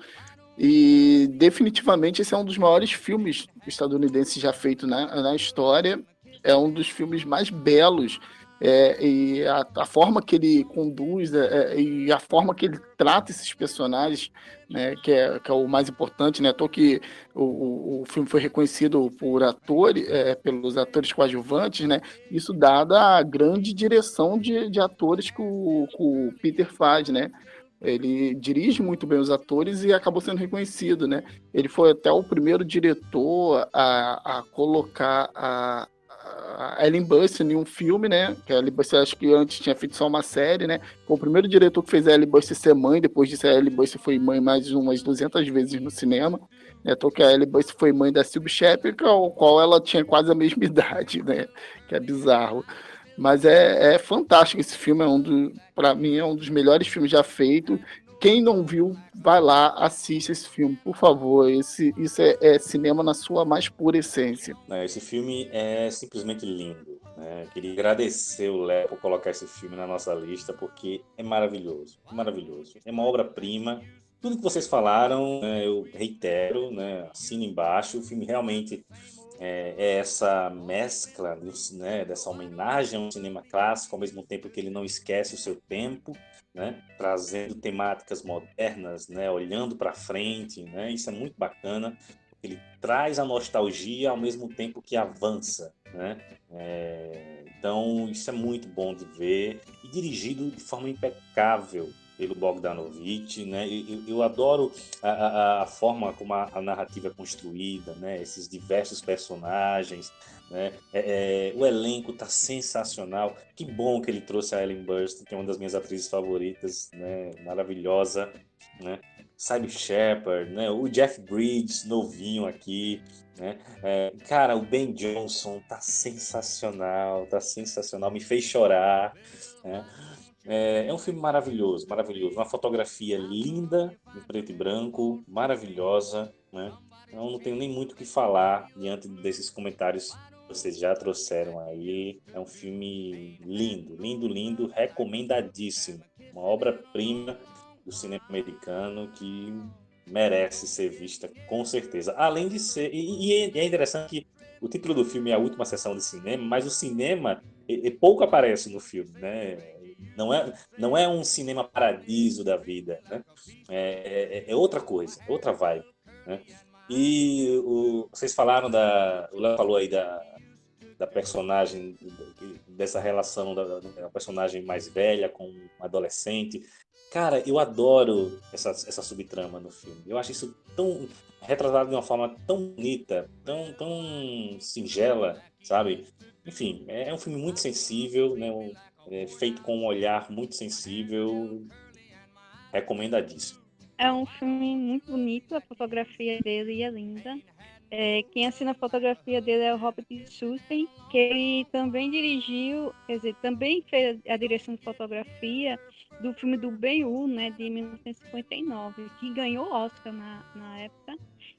[SPEAKER 4] E definitivamente esse é um dos maiores filmes estadunidenses já feito na, na história. É um dos filmes mais belos, é, e a, a forma que ele conduz, é, e a forma que ele trata esses personagens, né, que, é, que é o mais importante, né? Tô que o, o, o filme foi reconhecido por atores, é, pelos atores coadjuvantes, né? Isso dada a grande direção de, de atores que o, que o Peter faz, né? Ele dirige muito bem os atores e acabou sendo reconhecido, né? Ele foi até o primeiro diretor a, a colocar a, a Ellen Burstyn em um filme, né? Que a Ellen Burstyn, acho que antes tinha feito só uma série, né? Foi o primeiro diretor que fez a Ellen Burstyn ser mãe. Depois disso, a Ellen Burstyn foi mãe mais umas duzentas vezes no cinema. Né? Então, que a Ellen Burstyn foi mãe da Sybil Shepherd, com a qual ela tinha quase a mesma idade, né? Que é bizarro. Mas é, é fantástico esse filme, é um do, para mim é um dos melhores filmes já feitos. Quem não viu, vai lá, assista esse filme, por favor. Esse, isso é, é cinema na sua mais pura essência.
[SPEAKER 1] Esse filme é simplesmente lindo, né? Queria agradecer o Léo por colocar esse filme na nossa lista, porque é maravilhoso, maravilhoso. É uma obra-prima. Tudo que vocês falaram, né, eu reitero, né, assino embaixo. O filme realmente É, é essa mescla, né, dessa homenagem ao cinema clássico, ao mesmo tempo que ele não esquece o seu tempo, né, trazendo temáticas modernas, né, olhando para frente, né, isso é muito bacana. Ele traz a nostalgia ao mesmo tempo que avança, né? É, então isso é muito bom de ver, e dirigido de forma impecável pelo Bogdanovich, né? Eu, eu adoro a, a, a forma como a, a narrativa é construída, né? Esses diversos personagens, né? É, é, o elenco está sensacional. Que bom que ele trouxe a Ellen Burstyn, que é uma das minhas atrizes favoritas, né? Maravilhosa, né? Sybil Shepherd, né? O Jeff Bridges, novinho aqui, né? É, cara, o Ben Johnson tá sensacional, tá sensacional, me fez chorar, né? É, é um filme maravilhoso, maravilhoso. Uma fotografia linda, em preto e branco, maravilhosa, né? Eu não tenho nem muito o que falar diante desses comentários que vocês já trouxeram aí. É um filme lindo, lindo, lindo, recomendadíssimo. Uma obra-prima do cinema americano que merece ser vista, com certeza. Além de ser... E, e é interessante que o título do filme é A Última Sessão de Cinema, mas o cinema e, e pouco aparece no filme, né? Não é, não é um cinema paradiso da vida, né? É, é, é outra coisa, outra vibe, né? E o, vocês falaram da... O Léo falou aí da, da personagem, dessa relação da, da personagem mais velha com um adolescente. Cara, eu adoro essa, essa subtrama no filme. Eu acho isso tão retratado de uma forma tão bonita, tão, tão singela, sabe? Enfim, é um filme muito sensível, né? Um, é feito com um olhar muito sensível, recomendadíssimo.
[SPEAKER 5] É um filme muito bonito, a fotografia dele é linda. É, quem assina a fotografia dele é o Robert Susten, que ele também dirigiu, quer dizer, também fez a direção de fotografia do filme do Ben-Hur, né, de mil novecentos e cinquenta e nove, que ganhou Oscar na, na época.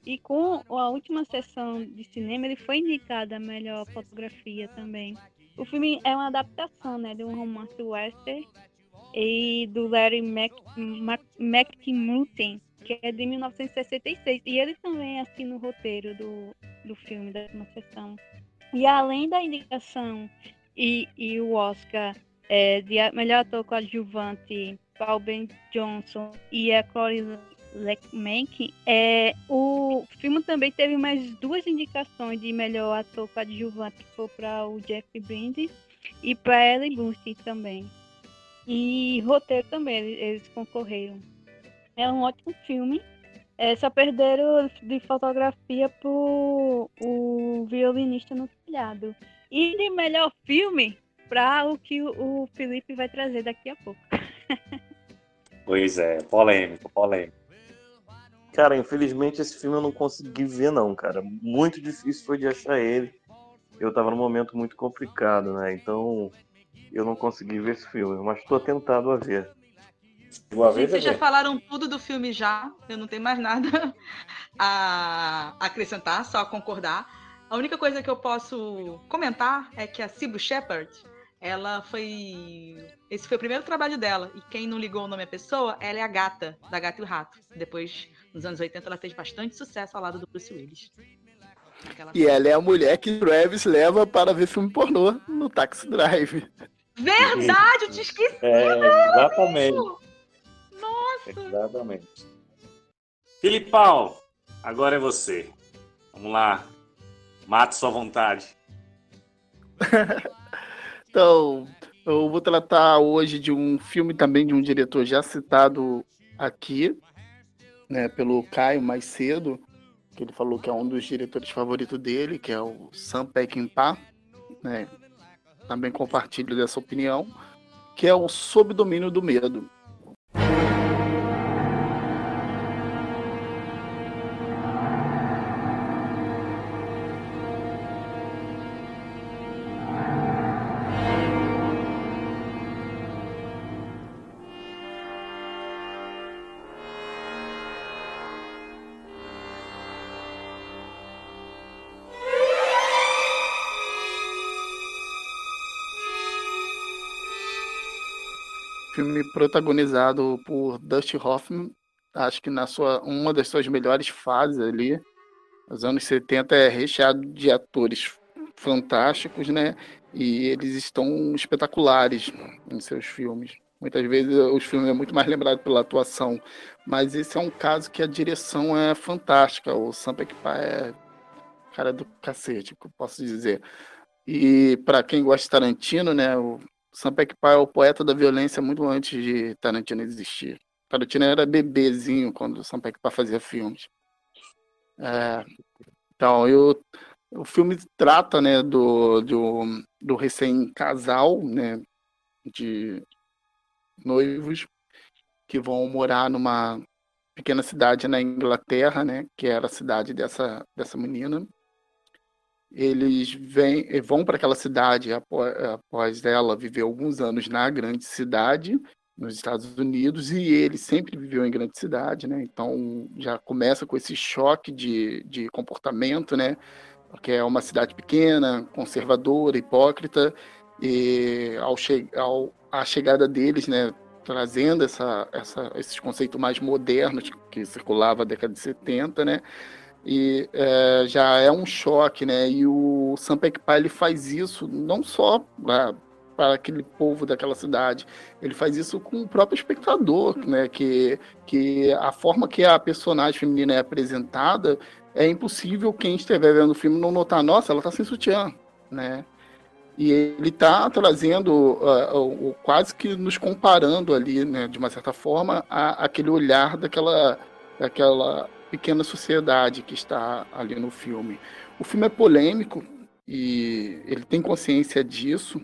[SPEAKER 5] E com a última sessão de cinema, ele foi indicado a melhor fotografia também. O filme é uma adaptação, né, de um romance western e do Larry McMurtry, que é de mil novecentos e sessenta e seis. E ele também assina o roteiro do, do filme, da última sessão. E além da indicação e, e o Oscar é, de melhor ator coadjuvante, Paul Ben Johnson e a Chloe Mencken, é, o filme também teve mais duas indicações de melhor ator coadjuvante, que foi para o Jeff Bridges e para Ellen Burstyn também. E roteiro também, eles, eles concorreram. É um ótimo filme. É, só perderam de fotografia pro o violinista no telhado. E de melhor filme para o que o, o Felipe vai trazer daqui a pouco.
[SPEAKER 1] Pois é, polêmico, polêmico.
[SPEAKER 3] Cara, infelizmente esse filme eu não consegui ver não, cara. Muito difícil foi de achar ele. Eu tava num momento muito complicado, né? Então eu não consegui ver esse filme, mas tô tentado a ver.
[SPEAKER 1] Uma vez
[SPEAKER 2] Vocês já
[SPEAKER 1] ver.
[SPEAKER 2] falaram tudo do filme já. Eu não tenho mais nada a acrescentar, só a concordar. A única coisa que eu posso comentar é que a Sybil Shepherd, ela foi... Esse foi o primeiro trabalho dela. E quem não ligou o nome à pessoa, ela é a gata, da Gata e o Rato. Depois, nos anos oitenta, ela fez bastante sucesso ao lado do Bruce Willis. Aquela...
[SPEAKER 4] E ela é a mulher que Travis leva para ver filme pornô no Taxi Drive.
[SPEAKER 2] Verdade, eu te esqueci.
[SPEAKER 1] É, exatamente.
[SPEAKER 2] Nossa.
[SPEAKER 1] Exatamente. Filipão, agora é você. Vamos lá. Mate sua vontade.
[SPEAKER 4] Então, eu vou tratar hoje de um filme também de um diretor já citado aqui, né, pelo Caio mais cedo, que ele falou que é um dos diretores favoritos dele, que é o Sam Peckinpah, né? Também compartilho dessa opinião, que é o Sob Domínio do Medo. Filme protagonizado por Dustin Hoffman, acho que na sua, uma das suas melhores fases ali. Os anos setenta é recheado de atores fantásticos, né? E eles estão espetaculares em seus filmes. Muitas vezes os filmes é muito mais lembrado pela atuação, mas esse é um caso que a direção é fantástica. O Sam Peckinpah é cara do cacete, que eu posso dizer. E para quem gosta de Tarantino, né? O Sam Peckinpah é o poeta da violência muito antes de Tarantino existir. Tarantino era bebezinho quando o Sam Peckinpah fazia filmes. É, então, eu, o filme trata, né, do, do, do recém-casal, né, de noivos que vão morar numa pequena cidade na Inglaterra, né, que era a cidade dessa, dessa menina. Eles vêm, vão para aquela cidade após, após ela viver alguns anos na grande cidade, nos Estados Unidos, e ele sempre viveu em grande cidade, né? Então já começa com esse choque de, de comportamento, né? Porque é uma cidade pequena, conservadora, hipócrita, e ao che- ao, a chegada deles, né, trazendo essa, essa, esses conceitos mais modernos que circulavam na década de setenta, né? E é, já é um choque, né? E o Sam Peckinpah, ele faz isso não só para, para aquele povo daquela cidade, ele faz isso com o próprio espectador, né? Que, que a forma que a personagem feminina é apresentada, é impossível quem estiver vendo o filme não notar, nossa, ela tá sem sutiã, né? E ele tá trazendo, uh, uh, quase que nos comparando ali, né, de uma certa forma, a, aquele olhar daquela, daquela pequena sociedade que está ali no filme. O filme é polêmico e ele tem consciência disso,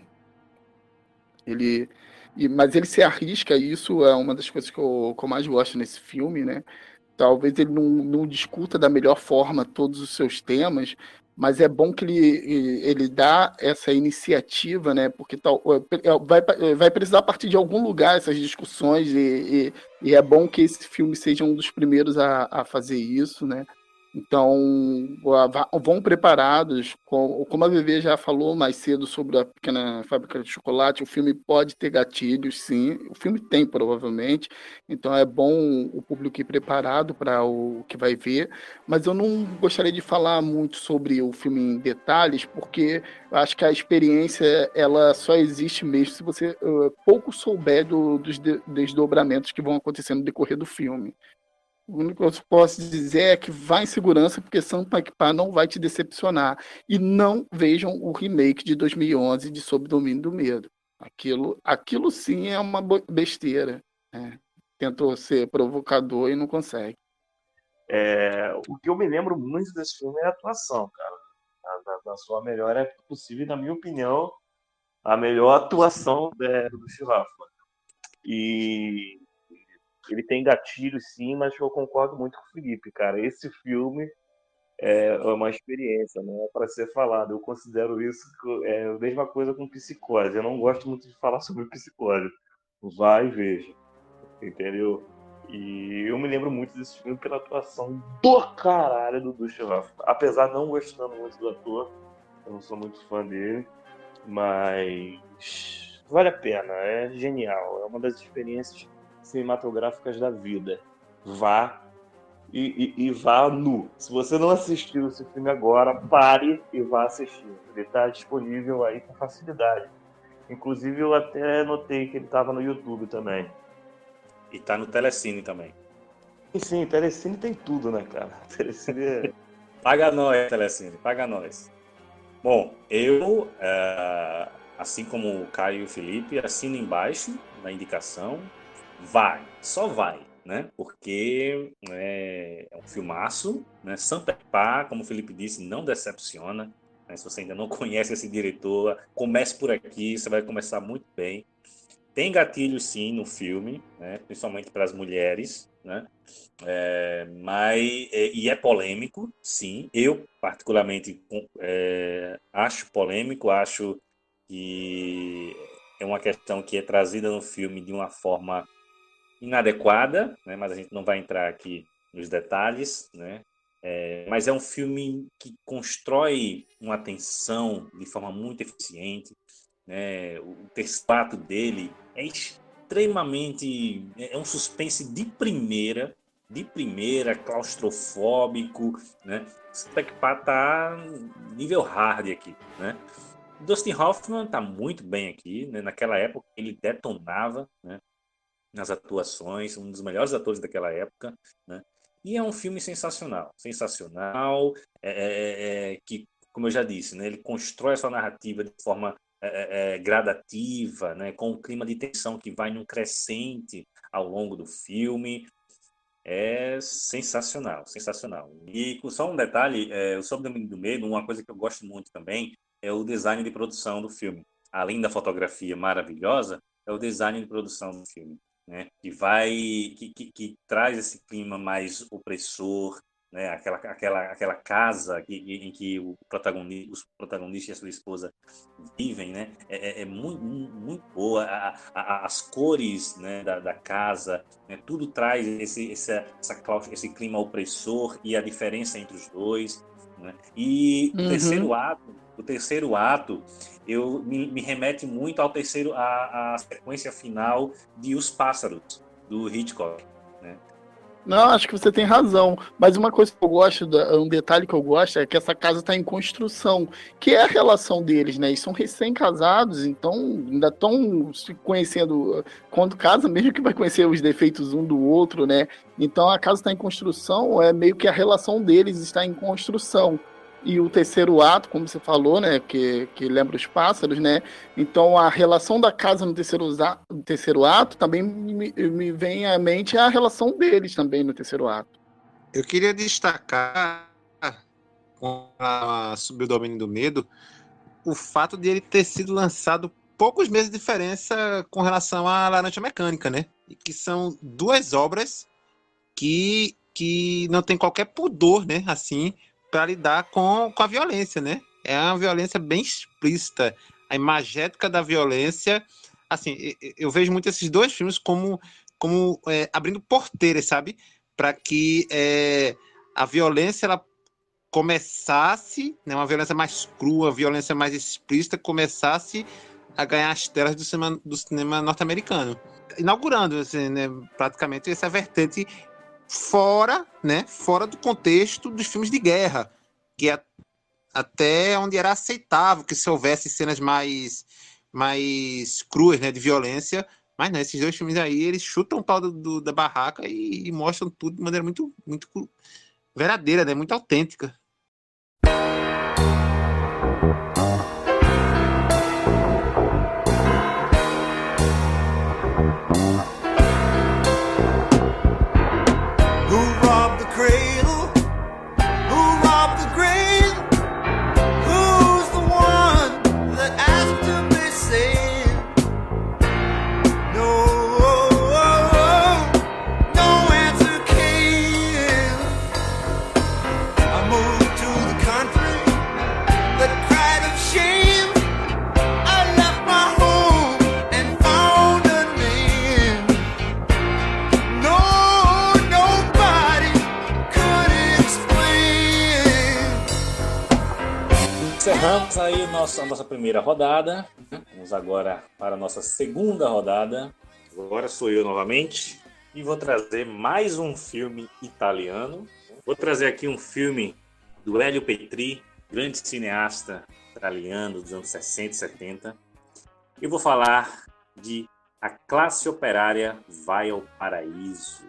[SPEAKER 4] ele, e, mas ele se arrisca, e isso é uma das coisas que eu, que eu mais gosto nesse filme, né? Talvez ele não, não discuta da melhor forma todos os seus temas, mas é bom que ele, ele dá essa iniciativa, né? Porque tal, vai, vai precisar partir de algum lugar essas discussões, e, e, e é bom que esse filme seja um dos primeiros a, a fazer isso, né? Então, vão preparados, como a Vivi já falou mais cedo sobre a Pequena Fábrica de Chocolate, o filme pode ter gatilhos, sim, o filme tem provavelmente, então é bom o público ir preparado para o que vai ver, mas eu não gostaria de falar muito sobre o filme em detalhes, porque eu acho que a experiência ela só existe mesmo se você uh, pouco souber do, dos de, desdobramentos que vão acontecer no decorrer do filme. O único que eu posso dizer é que vá em segurança, porque Sam Peckinpah não vai te decepcionar. E não vejam o remake de dois mil e onze de Sob Domínio do Medo. Aquilo, aquilo sim é uma besteira. Né? Tentou ser provocador e não consegue.
[SPEAKER 3] É, o que eu me lembro muito desse filme é a atuação, cara. Na sua melhor é possível, na minha opinião, a melhor atuação é, do Dustin Hoffman. E ele tem gatilhos, sim, mas eu concordo muito com o Felipe, cara. Esse filme é uma experiência, não é para ser falado. Eu considero isso é a mesma coisa com Psicose. Eu não gosto muito de falar sobre Psicose. Vai e veja, entendeu? E eu me lembro muito desse filme pela atuação do caralho do Dustin Hoffman. Apesar de não gostando muito do ator, eu não sou muito fã dele, mas vale a pena, é genial. É uma das experiências cinematográficas da vida. Vá e, e, e vá nu. Se você não assistiu esse filme agora, pare e vá assistir. Ele está disponível aí com facilidade. Inclusive eu até notei que ele estava no YouTube também.
[SPEAKER 1] E tá no Telecine também.
[SPEAKER 3] E sim, Telecine tem tudo, né, cara? Telecine é...
[SPEAKER 1] Paga nós, Telecine, paga nós. Bom, eu, é, assim como o Caio e o Felipe, assino embaixo na indicação. Vai, só vai, né? Porque é, é um filmaço, né? Sam Peckinpah, como o Felipe disse, não decepciona. Né? Se você ainda não conhece esse diretor, comece por aqui, você vai começar muito bem. Tem gatilhos, sim, no filme, né? Principalmente para as mulheres, né? É, mas, é, e é polêmico, sim. Eu, particularmente, é, acho polêmico, acho que é uma questão que é trazida no filme de uma forma inadequada, né? Mas a gente não vai entrar aqui nos detalhes, né? É, mas é um filme que constrói uma tensão de forma muito eficiente, né? O terceiro ato dele é extremamente... é um suspense de primeira, de primeira, claustrofóbico, né? O Peckinpah tá nível hard aqui, né? Dustin Hoffman tá muito bem aqui, né? Naquela época ele detonava, né? Nas atuações, um dos melhores atores daquela época, né? E é um filme sensacional, sensacional, é, é, é, que, como eu já disse, né? Ele constrói a sua narrativa de forma é, é, gradativa, né? Com um clima de tensão que vai num crescente ao longo do filme. É sensacional, sensacional. E só um detalhe, é, o Sob Domínio do Medo, uma coisa que eu gosto muito também é o design de produção do filme. Além da fotografia maravilhosa, é o design de produção do filme, né? Que vai, que, que, que traz esse clima mais opressor, né? Aquela, aquela, aquela casa que, em que o protagonista, os protagonistas e a sua esposa vivem, né? É, é, é muito, muito boa. A, a, as cores, né, da, da casa, né? Tudo traz esse, esse, essa, esse clima opressor e a diferença entre os dois, né? E uhum. o terceiro ato, o terceiro ato, eu me, me remete muito ao terceiro, à, à sequência final de Os Pássaros, do Hitchcock, né?
[SPEAKER 4] Não, acho que você tem razão. Mas uma coisa que eu gosto, um detalhe que eu gosto é que essa casa está em construção, que é a relação deles, né? Eles são recém-casados, então ainda estão se conhecendo. Quando casa, mesmo que vai conhecer os defeitos um do outro, né? Então a casa está em construção, é meio que a relação deles está em construção. E o terceiro ato, como você falou, né, que, que lembra os pássaros, né, então a relação da casa no terceiro, no terceiro ato também me, me vem à mente a relação deles também no terceiro ato.
[SPEAKER 6] Eu queria destacar, com a Sob o Domínio do Medo, o fato de ele ter sido lançado poucos meses de diferença com relação à Laranja Mecânica, né, e que são duas obras que, que não tem qualquer pudor, né, assim, para lidar com, com a violência, né? É uma violência bem explícita, a imagética da violência. Assim, eu vejo muito esses dois filmes como, como é, abrindo porteiras, sabe? Para que é, a violência ela começasse, né, uma violência mais crua, uma violência mais explícita, começasse a ganhar as telas do cinema, do cinema norte-americano. Inaugurando assim, né, praticamente essa vertente fora, né, fora do contexto dos filmes de guerra, que é até onde era aceitável que se houvesse cenas mais, mais cruas, né, de violência. Mas não, esses dois filmes aí, eles chutam o pau do, do, da barraca e, e mostram tudo de maneira muito, muito verdadeira, né, muito autêntica.
[SPEAKER 1] Encerramos aí nossa, a nossa primeira rodada. Vamos agora para a nossa segunda rodada. Agora sou eu novamente e vou trazer mais um filme italiano. Vou trazer aqui um filme do Elio Petri, grande cineasta italiano dos anos sessenta e setenta. Eu vou falar de A Classe Operária Vai ao Paraíso.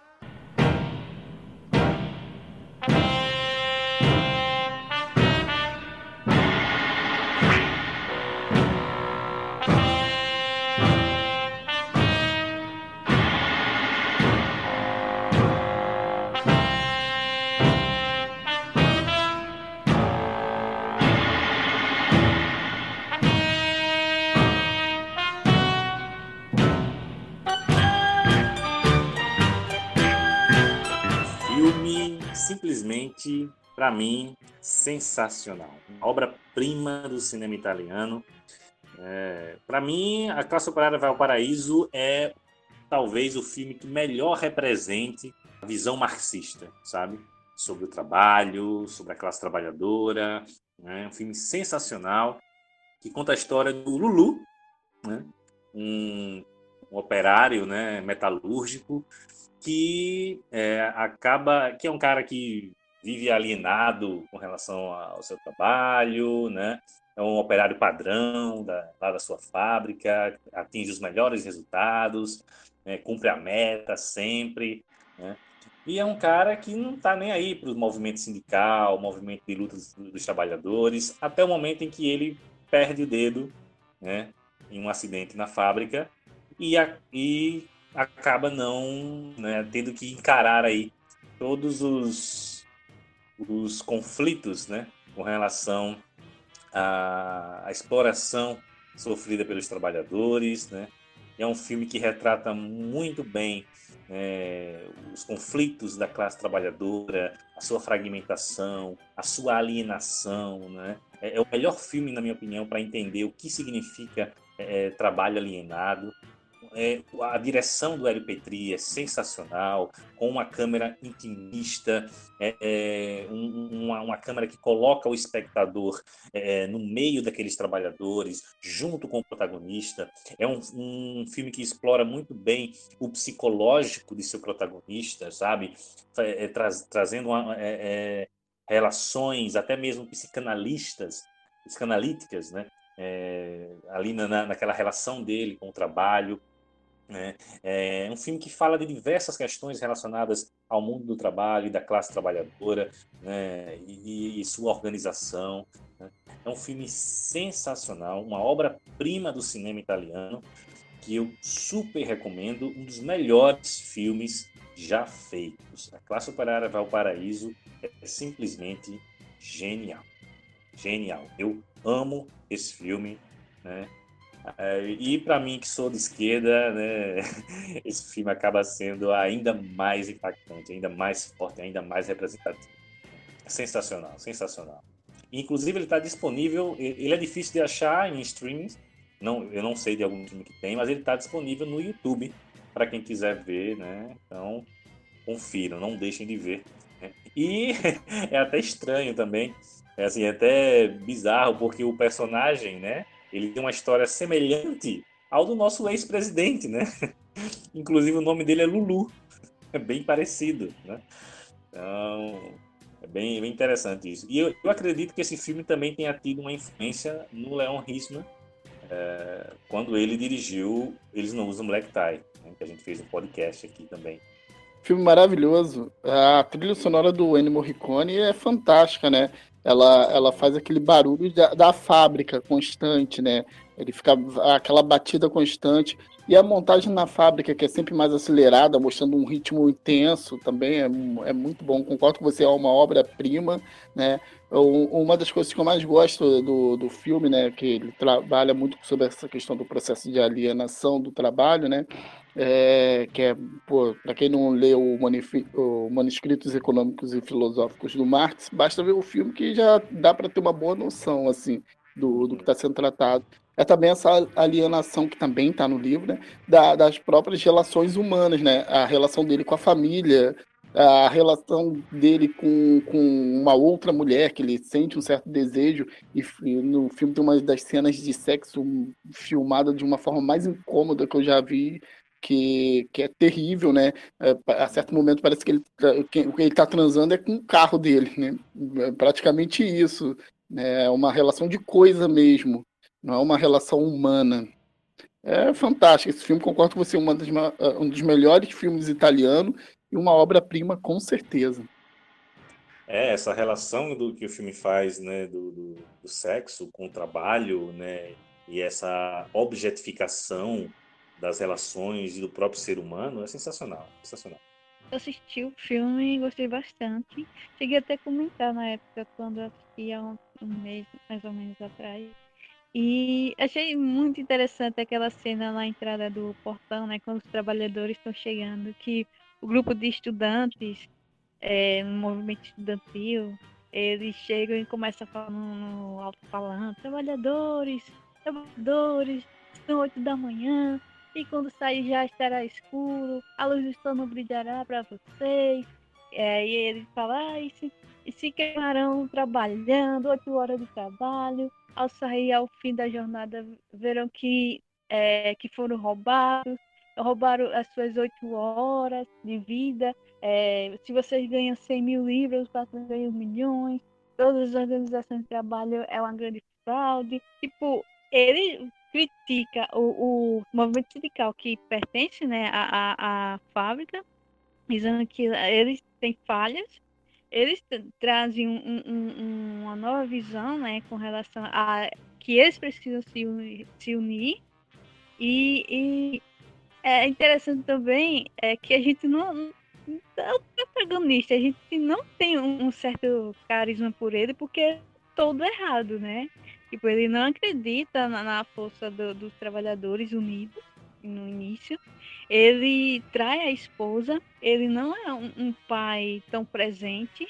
[SPEAKER 1] Simplesmente, para mim, sensacional. Uma obra-prima do cinema italiano. É, para mim, A Classe Operária Vai ao Paraíso é talvez o filme que melhor represente a visão marxista, sabe? Sobre o trabalho, sobre a classe trabalhadora. É um filme sensacional que conta a história do Lulu, né? um, um operário, né, metalúrgico, que é, acaba, que é um cara que vive alienado com relação ao seu trabalho, né? É um operário padrão da, lá da sua fábrica, atinge os melhores resultados, né? Cumpre a meta sempre, né? E é um cara que não está nem aí para o movimento sindical, o movimento de luta dos, dos trabalhadores, até o momento em que ele perde o dedo, né? Em um acidente na fábrica e, a, e acaba não, né, tendo que encarar aí todos os, os conflitos, né, com relação à, à exploração sofrida pelos trabalhadores, né? É um filme que retrata muito bem é, os conflitos da classe trabalhadora, a sua fragmentação, a sua alienação, né? É, é o melhor filme, na minha opinião, para entender o que significa é, trabalho alienado. É, a direção do Elio Petri é sensacional, com uma câmera intimista, é, é, um, uma, uma câmera que coloca o espectador é, no meio daqueles trabalhadores, junto com o protagonista. É um, um filme que explora muito bem o psicológico de seu protagonista, sabe? É, é, tra, trazendo uma, é, é, relações até mesmo psicanalistas, psicanalíticas, né? É, ali na, naquela relação dele com o trabalho. É, é um filme que fala de diversas questões relacionadas ao mundo do trabalho e da classe trabalhadora, né, e, e sua organização. Né. É um filme sensacional, uma obra-prima do cinema italiano, que eu super recomendo, um dos melhores filmes já feitos. A Classe Operária Vai ao Paraíso é simplesmente genial. Genial. Eu amo esse filme, né? É, e para mim, que sou de esquerda, né, esse filme acaba sendo ainda mais impactante, ainda mais forte, ainda mais representativo. Sensacional, sensacional. Inclusive, ele está disponível, ele é difícil de achar em streaming, não, eu não sei de algum filme que tem, mas ele está disponível no YouTube, para quem quiser ver, né? Então, confiram, não deixem de ver. E é até estranho também, é assim, é até bizarro, porque o personagem, né, ele tem uma história semelhante ao do nosso ex-presidente, né? Inclusive o nome dele é Lulu, é bem parecido, né? Então, é bem, bem interessante isso. E eu, eu acredito que esse filme também tenha tido uma influência no Leon Hirschman, é, quando ele dirigiu Eles Não Usam Black Tie, né, que a gente fez um podcast aqui também.
[SPEAKER 4] Filme maravilhoso. A trilha sonora do Ennio Morricone é fantástica, né? Ela, ela faz aquele barulho da, da fábrica constante, né? Ele fica aquela batida constante. E a montagem na fábrica, que é sempre mais acelerada, mostrando um ritmo intenso, também é, é muito bom. Concordo com você, é uma obra-prima, né? Uma das coisas que eu mais gosto do, do filme, né? Que ele trabalha muito sobre essa questão do processo de alienação do trabalho, né? É, que é, para quem não leu o, Manif- o Manuscritos Econômicos e Filosóficos do Marx, basta ver o filme que já dá para ter uma boa noção, assim, do, do que está sendo tratado. É também essa alienação que também está no livro, né, da, das próprias relações humanas, né, a relação dele com a família, a relação dele com, com uma outra mulher, que ele sente um certo desejo, e, e no filme tem uma das cenas de sexo filmada de uma forma mais incômoda que eu já vi, que, que é terrível, né, é, a certo momento parece que ele, que, o que ele está transando é com o carro dele, né, é praticamente isso, né, é uma relação de coisa mesmo, não é uma relação humana. É fantástico. Esse filme, concordo com você, é uma das, um dos melhores filmes italianos e uma obra-prima, com certeza.
[SPEAKER 1] É, essa relação do que o filme faz, né, do, do, do sexo com o trabalho, né, e essa objetificação das relações e do próprio ser humano é sensacional, sensacional.
[SPEAKER 5] Eu assisti o filme e gostei bastante. Cheguei até a comentar na época, quando eu assisti há um, um mês, mais ou menos, atrás. E achei muito interessante aquela cena na entrada do portão, né, quando os trabalhadores estão chegando, que o grupo de estudantes, é, no movimento estudantil, eles chegam e começam a falar no, no alto-falante: trabalhadores, trabalhadores, são oito da manhã, e quando sair já estará escuro, a luz do sol não brilhará para vocês. É, e eles falam: ah, e se, e se queimarão trabalhando, oito horas de trabalho. Ao sair ao fim da jornada, verão que, é, que foram roubados, roubaram as suas oito horas de vida. É, se vocês ganham cem mil libras, os patrões ganham milhões. Todas as organizações de trabalho é uma grande fraude. Tipo, ele critica o, o movimento sindical que pertence, né, à, à, à fábrica, dizendo que eles têm falhas. Eles trazem um, um, uma nova visão, né, com relação a que eles precisam se unir, se unir. E, e é interessante também é que a gente não, não é o protagonista, a gente não tem um, um certo carisma por ele, porque é todo errado, né? Tipo, ele não acredita na, na força do, dos trabalhadores unidos no início. Ele trai a esposa, ele não é um, um pai tão presente,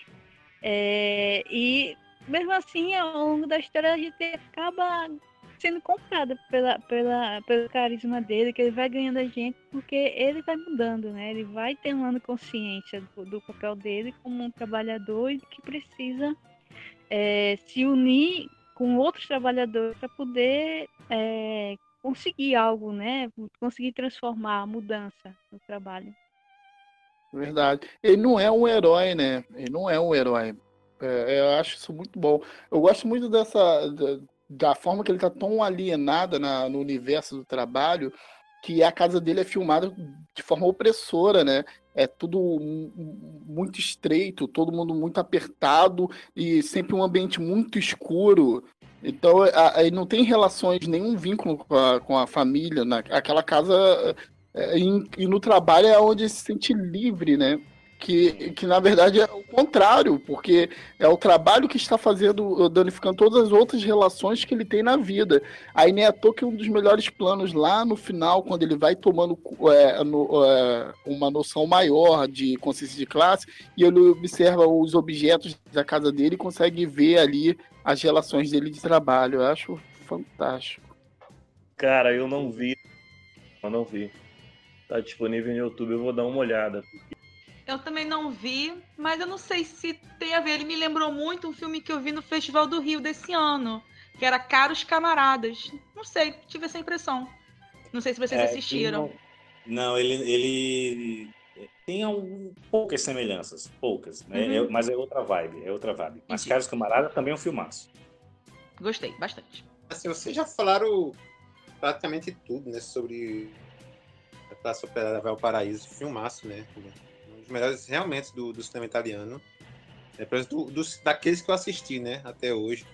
[SPEAKER 5] é, e mesmo assim, ao longo da história, a gente acaba sendo comprada pela, pela, pelo carisma dele, que ele vai ganhando a gente, porque ele vai mudando, né? Ele vai tomando consciência do, do papel dele como um trabalhador e que precisa é, se unir com outros trabalhadores para poder é, conseguir algo, né? Conseguir transformar a mudança no trabalho.
[SPEAKER 4] Verdade. Ele não é um herói, né? Ele não é um herói. É, eu acho isso muito bom. Eu gosto muito dessa da, da forma que ele está tão alienado na, no universo do trabalho, que a casa dele é filmada de forma opressora, né? É tudo muito estreito, todo mundo muito apertado e sempre um ambiente muito escuro. Então, aí não tem relações, nenhum vínculo com a, com a família. Né? Aquela casa, é, e, e no trabalho é onde se sente livre, né? Que, que na verdade é o contrário, porque é o trabalho que está fazendo, danificando todas as outras relações que ele tem na vida. Aí nem à toa que um dos melhores planos lá no final, quando ele vai tomando é, no, é, uma noção maior de consciência de classe, e ele observa os objetos da casa dele e consegue ver ali as relações dele de trabalho. Eu acho fantástico.
[SPEAKER 3] Cara, eu não vi. Eu não vi. Tá disponível no YouTube, eu vou dar uma olhada.
[SPEAKER 2] Eu Eu também não vi, mas eu não sei se tem a ver. Ele me lembrou muito um filme que eu vi no Festival do Rio desse ano, que era Caros Camaradas. Não sei, tive essa impressão. Não sei se vocês
[SPEAKER 1] É,
[SPEAKER 2] assistiram.
[SPEAKER 1] tem um- Não, ele, ele tem um, poucas semelhanças, poucas, né?
[SPEAKER 2] Uhum.
[SPEAKER 1] É- mas é outra vibe, é outra vibe. Mas
[SPEAKER 2] Entendi.
[SPEAKER 1] Caros Camarada também é um filmaço.
[SPEAKER 2] Gostei, bastante.
[SPEAKER 6] Assim, vocês já falaram praticamente tudo, né? Sobre a Classe Operária Valparaíso, filmaço, né? Um dos melhores realmente do, do cinema italiano. É, pelo menos do, dos, daqueles que eu assisti, né? Até hoje.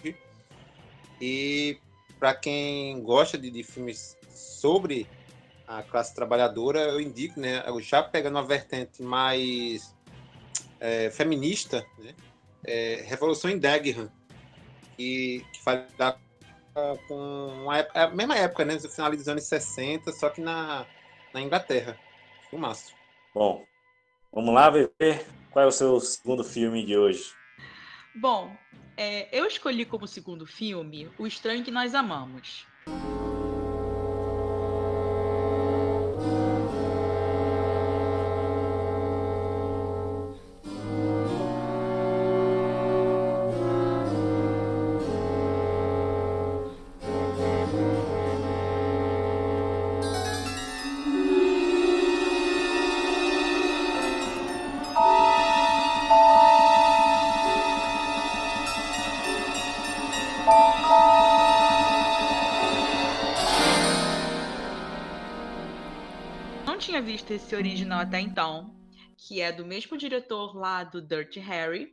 [SPEAKER 6] E para quem gosta de, de filmes sobre a classe trabalhadora, eu indico, né? Eu já pegando uma vertente mais é, feminista, né? É, Revolução em Dagenham, que, que faz da, com uma, época- a mesma época, né? No final dos anos sessenta, só que na, na Inglaterra. Filmaço.
[SPEAKER 1] Bom, vamos lá ver qual é o seu segundo filme de hoje.
[SPEAKER 2] Bom, é, eu escolhi como segundo filme O Estranho que Nós Amamos. Não tinha visto esse original até então, que é do mesmo diretor lá do Dirty Harry,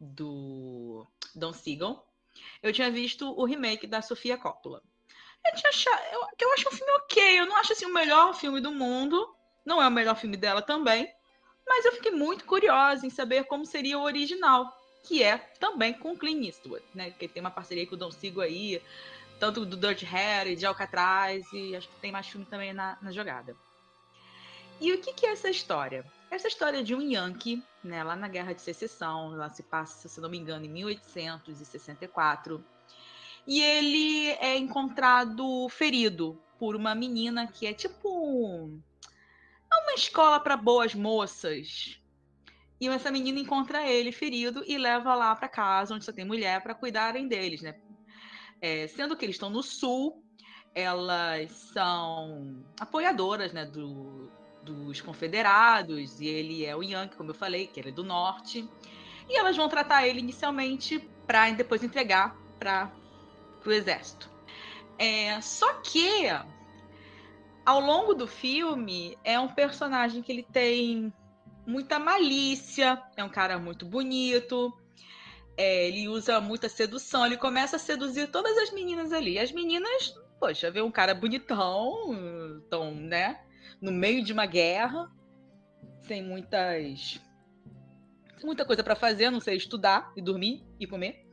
[SPEAKER 2] do Don Siegel. Eu tinha visto o remake da Sofia Coppola. Eu, tinha achado, eu, que eu acho um filme ok, eu não acho assim o melhor filme do mundo, não é o melhor filme dela também, mas eu fiquei muito curiosa em saber como seria o original, que é também com Clint Eastwood, né? Que tem uma parceria com o Don Siegel aí, tanto do Dirty Harry, de Alcatraz, e acho que tem mais filme também na, na jogada. E o que, que é essa história? Essa história de um Yankee, né, lá na Guerra de Secessão, lá se passa, se não me engano, em mil oitocentos e sessenta e quatro, e ele é encontrado ferido por uma menina que é tipo um- uma escola para boas moças. E essa menina encontra ele ferido e leva lá para casa, onde só tem mulher, para cuidarem deles, né? É, sendo que eles estão no sul, elas são apoiadoras, né, do, dos confederados, e ele é o Yankee, como eu falei, que ele é do norte. E elas vão tratar ele inicialmente para depois entregar para o exército. É, só que, ao longo do filme, é um personagem que ele tem muita malícia, é um cara muito bonito, é, ele usa muita sedução, ele começa a seduzir todas as meninas ali. As meninas, poxa, vê um cara bonitão, tão, né, no meio de uma guerra, sem muitas muita coisa para fazer, não sei, estudar e dormir e comer.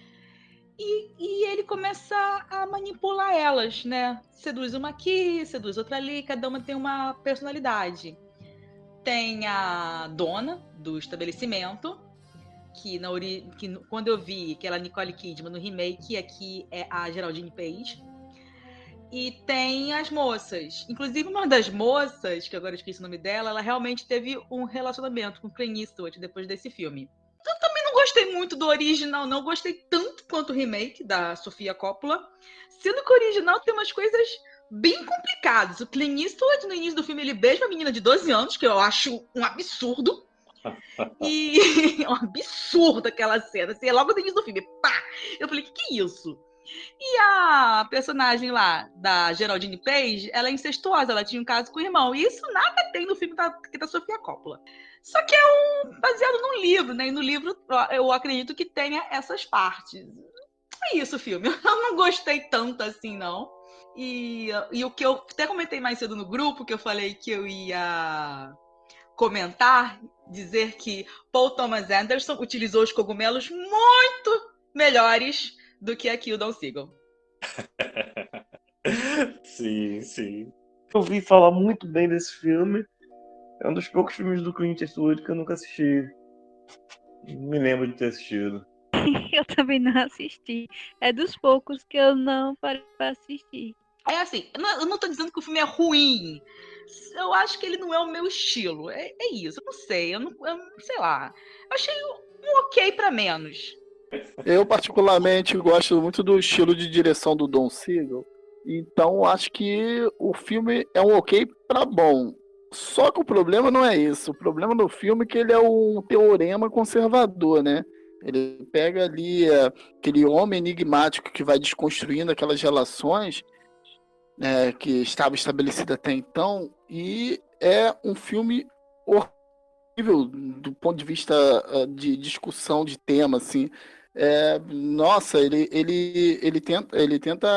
[SPEAKER 2] E, e ele começa a manipular elas, né? Seduz uma aqui, seduz outra ali, cada uma tem uma personalidade. Tem a dona do estabelecimento, que, na ori... que quando eu vi que ela é Nicole Kidman no remake, aqui é a Geraldine Page. E tem as moças. Inclusive, uma das moças, que agora eu esqueci o nome dela, ela realmente teve um relacionamento com Clint Eastwood depois desse filme. Eu também não gostei muito do original, não. Gostei tanto quanto o remake da Sofia Coppola. Sendo que o original tem umas coisas bem complicadas. O Clint Eastwood, no início do filme, ele beija uma menina de doze anos, que eu acho um absurdo. E é um absurdo aquela cena. Assim, é logo no início do filme. Pá! Eu falei, que que é isso? E a personagem lá, da Geraldine Page, ela é incestuosa, ela tinha um caso com o irmão. E isso nada tem no filme da, da Sofia Coppola. Só que é um, baseado num livro, né? E no livro eu acredito que tenha essas partes. É isso o filme. Eu não gostei tanto assim, não. E, e o que eu até comentei mais cedo no grupo, que eu falei que eu ia comentar, dizer que Paul Thomas Anderson utilizou os cogumelos muito melhores do que aqui o Don Siegel.
[SPEAKER 1] Sim, sim.
[SPEAKER 3] Eu ouvi falar muito bem desse filme. É um dos poucos filmes do Clint Eastwood que eu nunca assisti. Não me lembro de ter assistido.
[SPEAKER 5] Eu também não assisti. É dos poucos que eu não parei pra assistir.
[SPEAKER 2] É assim, eu não, eu não tô dizendo que o filme é ruim. eu acho que ele não é o meu estilo. É, é isso, eu não sei, eu não, eu não sei lá. Eu achei um ok pra menos.
[SPEAKER 4] Eu, particularmente, gosto muito do estilo de direção do Don Siegel. Então, acho que o filme é um ok pra bom. Só que o problema não é isso. O problema do filme é que ele é um teorema conservador, né? Ele pega ali é, aquele homem enigmático que vai desconstruindo aquelas relações, né, que estava estabelecida até então, e é um filme horrível do ponto de vista uh, de discussão de tema, assim. É, nossa, ele, ele, ele, tenta, ele tenta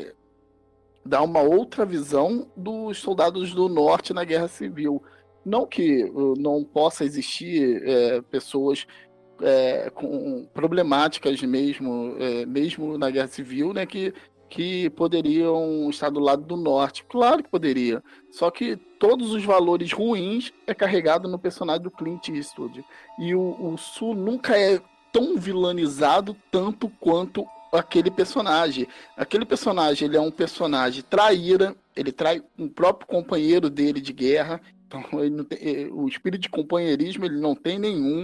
[SPEAKER 4] dar uma outra visão dos soldados do norte na Guerra Civil. Não que uh, não possa existir é, pessoas é, com problemáticas mesmo, é, mesmo na Guerra Civil, né, que, que poderiam estar do lado do norte. Claro que poderia. Só que todos os valores ruins é carregado no personagem do Clint Eastwood. E o, o Sul nunca é tão vilanizado tanto quanto aquele personagem. Aquele personagem, ele é um personagem traíra, ele trai um próprio companheiro dele de guerra, então ele não tem, o espírito de companheirismo ele não tem nenhum.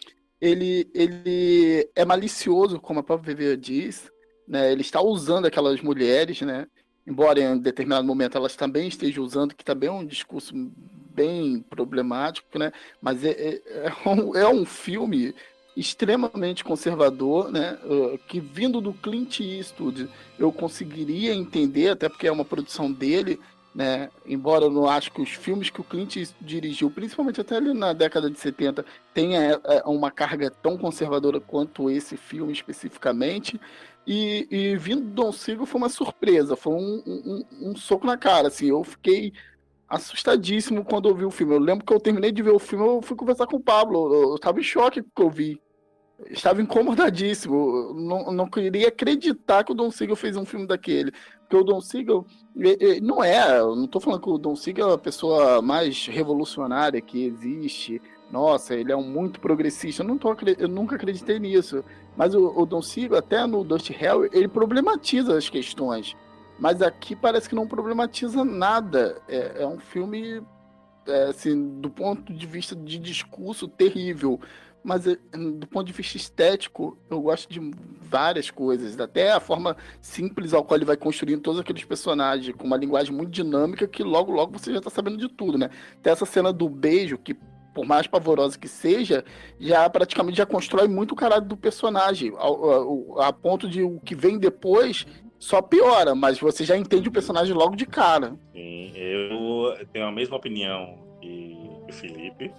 [SPEAKER 4] Ele, ele é malicioso, como a própria Vivian diz, né? Ele está usando aquelas mulheres, né? Embora em determinado momento elas também estejam usando, que também é um discurso bem problemático, né? Mas é, é, é, um, é um filme extremamente conservador, né? Uh, que vindo do Clint Eastwood eu conseguiria entender, até porque é uma produção dele, né? Embora eu não acho que os filmes que o Clint Eastwood dirigiu, principalmente até ali na década de setenta, tenha uma carga tão conservadora quanto esse filme especificamente. E, e vindo do Don Siegel foi uma surpresa, foi um, um, um soco na cara, assim. Eu fiquei assustadíssimo quando eu vi o filme. Eu lembro que eu terminei de ver o filme, eu fui conversar com o Pablo, eu estava em choque com o que eu vi. Estava incomodadíssimo, não, não queria acreditar que o Don Siegel fez um filme daquele, porque o Don Siegel não é, eu não estou falando que o Don Siegel é a pessoa mais revolucionária que existe, nossa, ele é um muito progressista, eu, não tô, eu nunca acreditei nisso, mas o, o Don Siegel, até no Dirty Harry, ele problematiza as questões, mas aqui parece que não problematiza nada, é, é um filme, é, assim, do ponto de vista de discurso, terrível. Mas do ponto de vista estético, eu gosto de várias coisas, até a forma simples ao qual ele vai construindo todos aqueles personagens, com uma linguagem muito dinâmica, que logo, logo você já tá sabendo de tudo, né? Até essa cena do beijo, que por mais pavorosa que seja, já praticamente já constrói muito o caráter do personagem, a, a, a ponto de o que vem depois só piora, mas você já entende o personagem logo de cara.
[SPEAKER 1] Sim, eu tenho a mesma opinião que o Felipe.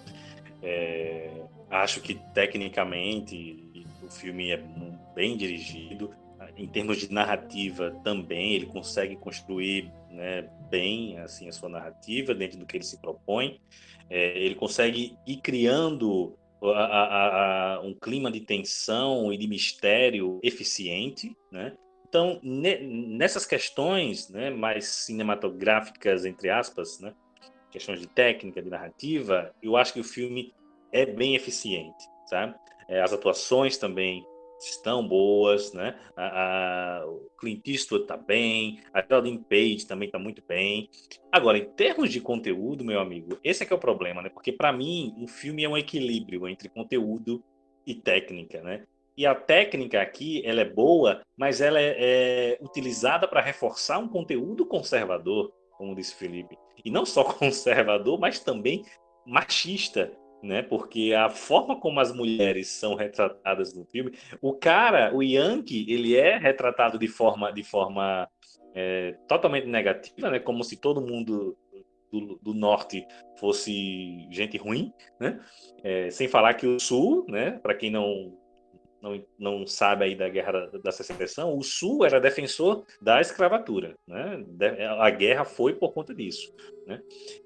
[SPEAKER 1] É, acho que tecnicamente o filme é bem dirigido, em termos de narrativa também ele consegue construir, né, bem assim a sua narrativa dentro do que ele se propõe. É, ele consegue ir criando a, a, a, um clima de tensão e de mistério eficiente, né? Então ne, nessas questões, né, mais cinematográficas entre aspas, né, questões de técnica, de narrativa, eu acho que o filme é bem eficiente, sabe? É, as atuações também estão boas, né? A, a, o Clint Eastwood tá bem, a Geraldine Page também tá muito bem. Agora, em termos de conteúdo, meu amigo, esse é que é o problema, né? Porque para mim, um filme é um equilíbrio entre conteúdo e técnica, né? E a técnica aqui, ela é boa, mas ela é, é utilizada para reforçar um conteúdo conservador, como disse Felipe. E não só conservador, mas também machista, né? Porque a forma como as mulheres são retratadas no filme, o cara, o Yankee, ele é retratado de forma, de forma é, totalmente negativa, né? Como se todo mundo do, do norte fosse gente ruim, né? É, sem falar que o sul, né? Para quem não Não, não sabe aí da guerra da secessão, o Sul era defensor da escravatura, né? A guerra foi por conta disso, né?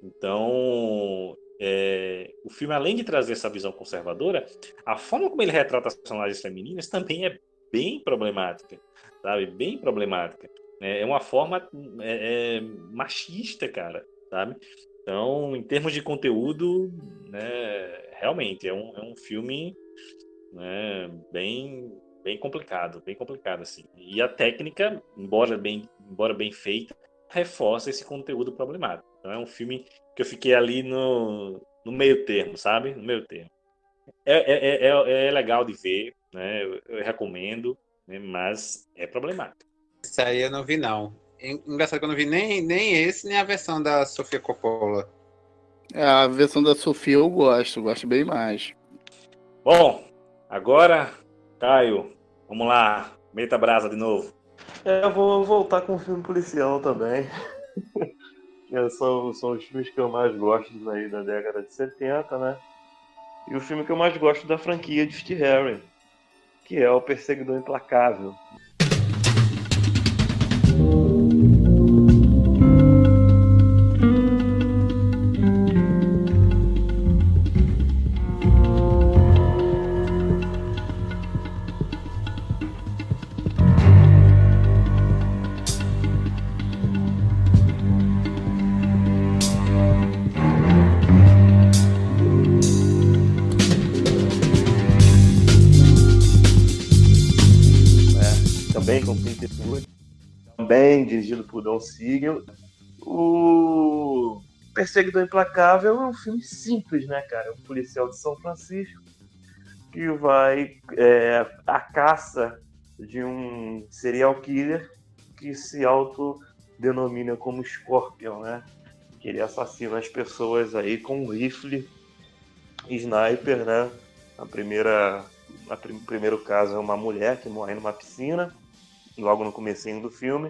[SPEAKER 1] Então, é, o filme, além de trazer essa visão conservadora, a forma como ele retrata as personagens femininas também é bem problemática, sabe? Bem problemática. É uma forma é, é, machista, cara, sabe? Então, em termos de conteúdo, né, realmente é um, é um filme, né, bem, bem complicado, bem complicado assim. E a técnica, embora bem, embora bem feita, reforça esse conteúdo problemático. Então é um filme que eu fiquei ali no, no meio termo, sabe? No meio termo. É, é, é, é legal de ver, né? Eu, eu recomendo, né? Mas é problemático.
[SPEAKER 6] Esse aí eu não vi, não. Engraçado que eu não vi nem, nem esse, nem a versão da Sofia Coppola.
[SPEAKER 4] A versão da Sofia eu gosto, gosto bem mais.
[SPEAKER 1] Bom, agora, Caio, vamos lá, meta brasa de novo.
[SPEAKER 3] É, eu vou voltar com um filme policial também. Que são, são os filmes que eu mais gosto aí da década de setenta, né? E o filme que eu mais gosto da franquia de Steve Harry, que é O Perseguidor Implacável. Também com Clint Eastwood, também dirigido por Don Siegel. O Perseguidor Implacável é um filme simples, né, cara? É um policial de São Francisco que vai é, à caça de um serial killer que se autodenomina como Scorpion, né? Que ele assassina as pessoas aí com um rifle sniper, né? A primeira, a prim- primeiro caso é uma mulher que morre numa piscina, logo no comecinho do filme.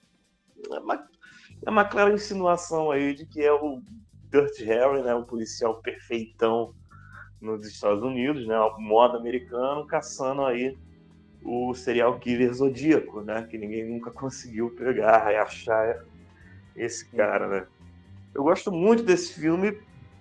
[SPEAKER 3] É uma, é uma clara insinuação aí de que é o Dirty Harry, né, o policial perfeitão nos Estados Unidos, né, o modo americano, caçando aí o serial killer zodíaco, né, que ninguém nunca conseguiu pegar e achar esse cara, né. Eu gosto muito desse filme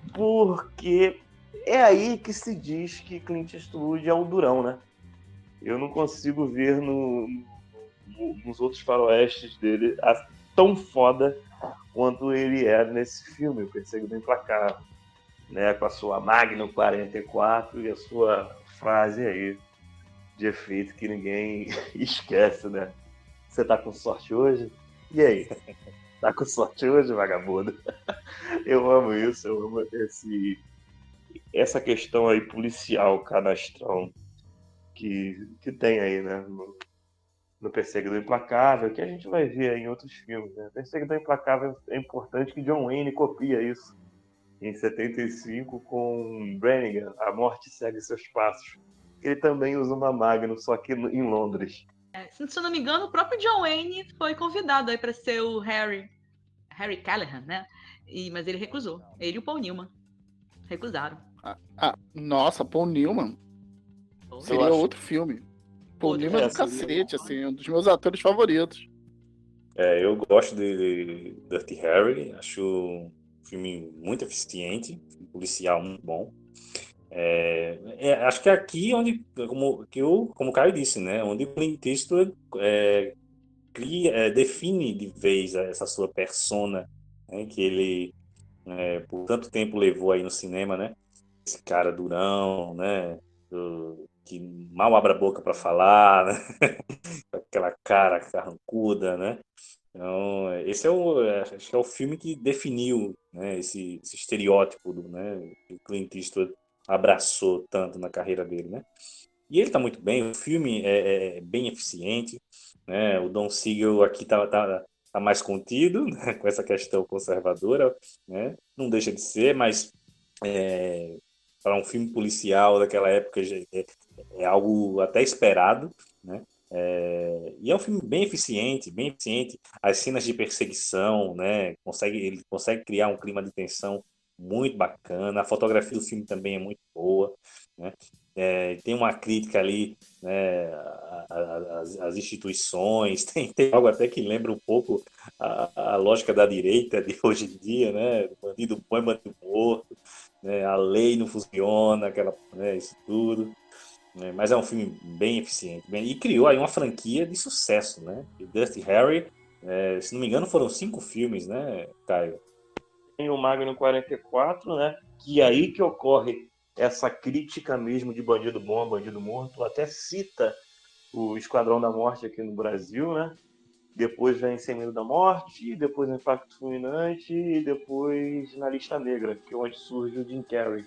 [SPEAKER 3] porque é aí que se diz que Clint Eastwood é o durão, né. Eu não consigo ver no, no, nos outros faroestes dele a, tão foda quanto ele é nesse filme, O Perseguidor Implacável, né, com a sua Magnum quarenta e quatro e a sua frase aí de efeito que ninguém esquece, né? Você tá com sorte hoje? E aí? Tá com sorte hoje, vagabundo? Eu amo isso, eu amo esse, essa questão aí policial, canastrão, que, que tem aí, né? No, no Perseguidor Implacável, que a gente vai ver aí em outros filmes, né? Perseguidor Implacável é importante que John Wayne copia isso em setenta e cinco com Brannigan, A Morte Segue Seus Passos. Ele também usa uma Magnum, só que em Londres.
[SPEAKER 2] É, se eu não me engano, o próprio John Wayne foi convidado aí para ser o Harry, Harry Callahan, né? E, mas ele recusou. Ele e o Paul Newman recusaram.
[SPEAKER 4] Ah, ah, nossa, Paul Newman
[SPEAKER 2] Paul
[SPEAKER 4] seria
[SPEAKER 3] acho-
[SPEAKER 4] outro filme. Paul
[SPEAKER 2] Outro
[SPEAKER 4] Newman é do
[SPEAKER 3] filme.
[SPEAKER 4] cacete, assim, um dos meus atores favoritos.
[SPEAKER 1] É, eu gosto de, de Dirty Harry, acho um filme muito eficiente, um policial muito bom. É, é, acho que é aqui onde, como, que eu, como o Caio disse, né, onde o Clint Eastwood é, cria, é, define de vez essa sua persona, né, que ele é, por tanto tempo levou aí no cinema, né, esse cara durão, né, do- que mal abre a boca para falar, né, com aquela cara carrancuda, né. Então, esse é o, é, acho que é o filme que definiu, né, esse, esse estereótipo do, né, que o Clint Eastwood abraçou tanto na carreira dele, né? E ele está muito bem, o filme é, é bem eficiente, né? O Don Siegel aqui tá, tá, tá mais contido, né, com essa questão conservadora, né? Não deixa de ser, mas é, para um filme policial daquela época já é, é algo até esperado, né? É, e é um filme bem eficiente, bem eficiente. As cenas de perseguição, né? Consegue, ele consegue criar um clima de tensão muito bacana. A fotografia do filme também é muito boa, né? É, tem uma crítica ali, né, às, às instituições. Tem, tem algo até que lembra um pouco a, a lógica da direita de hoje em dia, né? Bandido bom é bandido morto, né? A lei não funciona, aquela, né, isso tudo. Né? Mas é um filme bem eficiente. Bem, e criou aí uma franquia de sucesso, né? E Dirty Harry, é, se não me engano, foram cinco filmes, né, Caio?
[SPEAKER 3] Tem o Magnum quarenta e quatro, né? Que é aí que ocorre essa crítica mesmo de bandido bom, bandido morto. Até cita o Esquadrão da Morte aqui no Brasil, né? depois vem Sem Medo da Morte, depois Impacto Fulminante e depois Na Lista Negra, que é onde surge o Jim Carrey.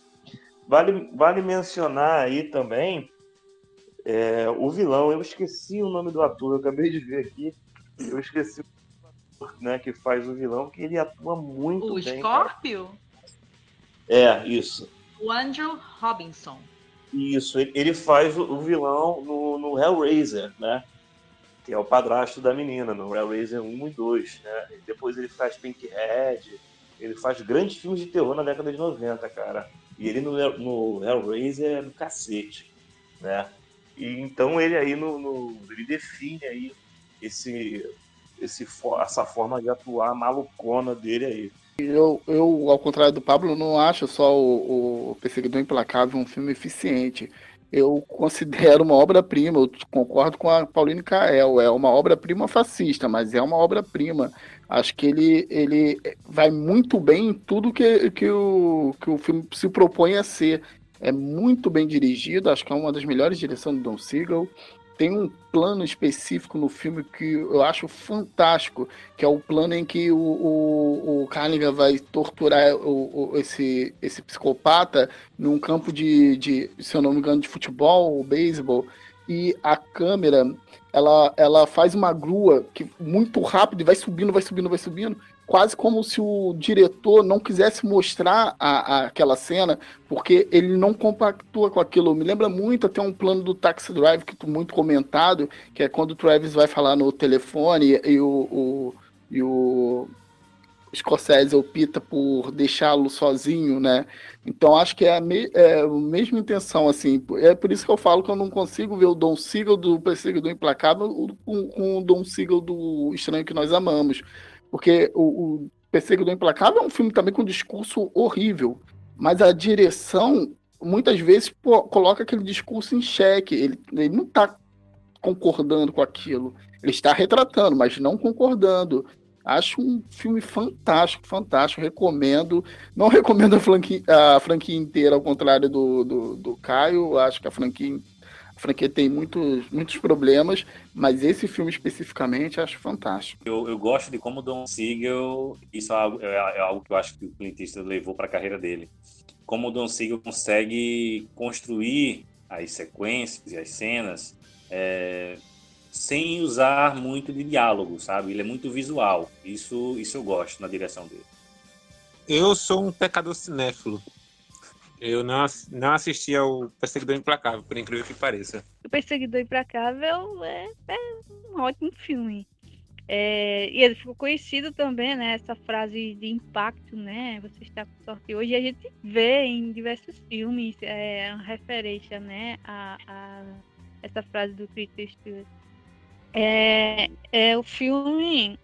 [SPEAKER 3] Vale, vale mencionar aí também é, o vilão. Eu esqueci o nome do ator, eu acabei de ver aqui. Eu esqueci o ator, né, que faz o vilão, que ele atua muito
[SPEAKER 2] O
[SPEAKER 3] bem.
[SPEAKER 2] Scorpio?
[SPEAKER 3] Cara. É, isso.
[SPEAKER 2] O Andrew Robinson.
[SPEAKER 3] Isso, ele, ele faz o, o vilão no, no Hellraiser, né? Que é o padrasto da menina, no Hellraiser um e dois, né? E depois ele faz Pinkhead, ele faz grandes filmes de terror na década de noventa, cara. E ele no, no Hellraiser é do cacete, né? E então ele aí no, no ele define aí esse, esse, essa forma de atuar malucona dele aí.
[SPEAKER 4] Eu, eu, ao contrário do Pablo, não acho só o, o Perseguidor Implacável um filme eficiente. Eu considero uma obra-prima, eu concordo com a Pauline Kael, é uma obra-prima fascista, mas é uma obra-prima. Acho que ele, ele vai muito bem em tudo que, que, o, que o filme se propõe a ser. É muito bem dirigido, acho que é uma das melhores direções do Don Siegel. Tem um plano específico no filme que eu acho fantástico, que é o plano em que o, o, o Carnigan vai torturar o, o, esse, esse psicopata num campo de, de, se eu não me engano, de futebol ou beisebol, e a câmera, ela, ela faz uma grua que muito rápido e vai subindo, vai subindo, vai subindo, quase como se o diretor não quisesse mostrar a, a, aquela cena, porque ele não compactua com aquilo. Me lembra muito até um plano do Taxi Drive, que muito comentado, que é quando o Travis vai falar no telefone e, e o, o, e o Scorsese opta por deixá-lo sozinho, né? Então acho que é a, me, é a mesma intenção, assim. É por isso que eu falo que eu não consigo ver o Don Siegel do Perseguidor Implacável com, com o Don Siegel do Estranho que Nós Amamos. Porque o, o Perseguidor Implacável é um filme também com um discurso horrível, mas a direção, muitas vezes, pô, coloca aquele discurso em xeque. Ele, ele não está concordando com aquilo. Ele está retratando, mas não concordando. Acho um filme fantástico, fantástico. Recomendo. Não recomendo a franquia, a franquia inteira, ao contrário do, do, do Caio. Acho que a franquia... A franquia tem muitos, muitos problemas, mas esse filme especificamente acho fantástico.
[SPEAKER 1] Eu, eu gosto de como o Don Siegel, isso é algo, é algo que eu acho que o Clint Eastwood levou para a carreira dele, como o Don Siegel consegue construir as sequências e as cenas é, sem usar muito de diálogo, sabe? Ele é muito visual, isso, isso eu gosto na direção dele.
[SPEAKER 8] Eu sou um pecador cinéfilo. Eu não, não assisti ao Perseguidor Implacável, por incrível que pareça.
[SPEAKER 5] O Perseguidor Implacável é, é um ótimo filme. É, e ele ficou conhecido também, né? Essa frase de impacto, né? Você está com sorte hoje. E a gente vê em diversos filmes é, uma referência, né? A, a essa frase do Clint Eastwood. É, é o filme...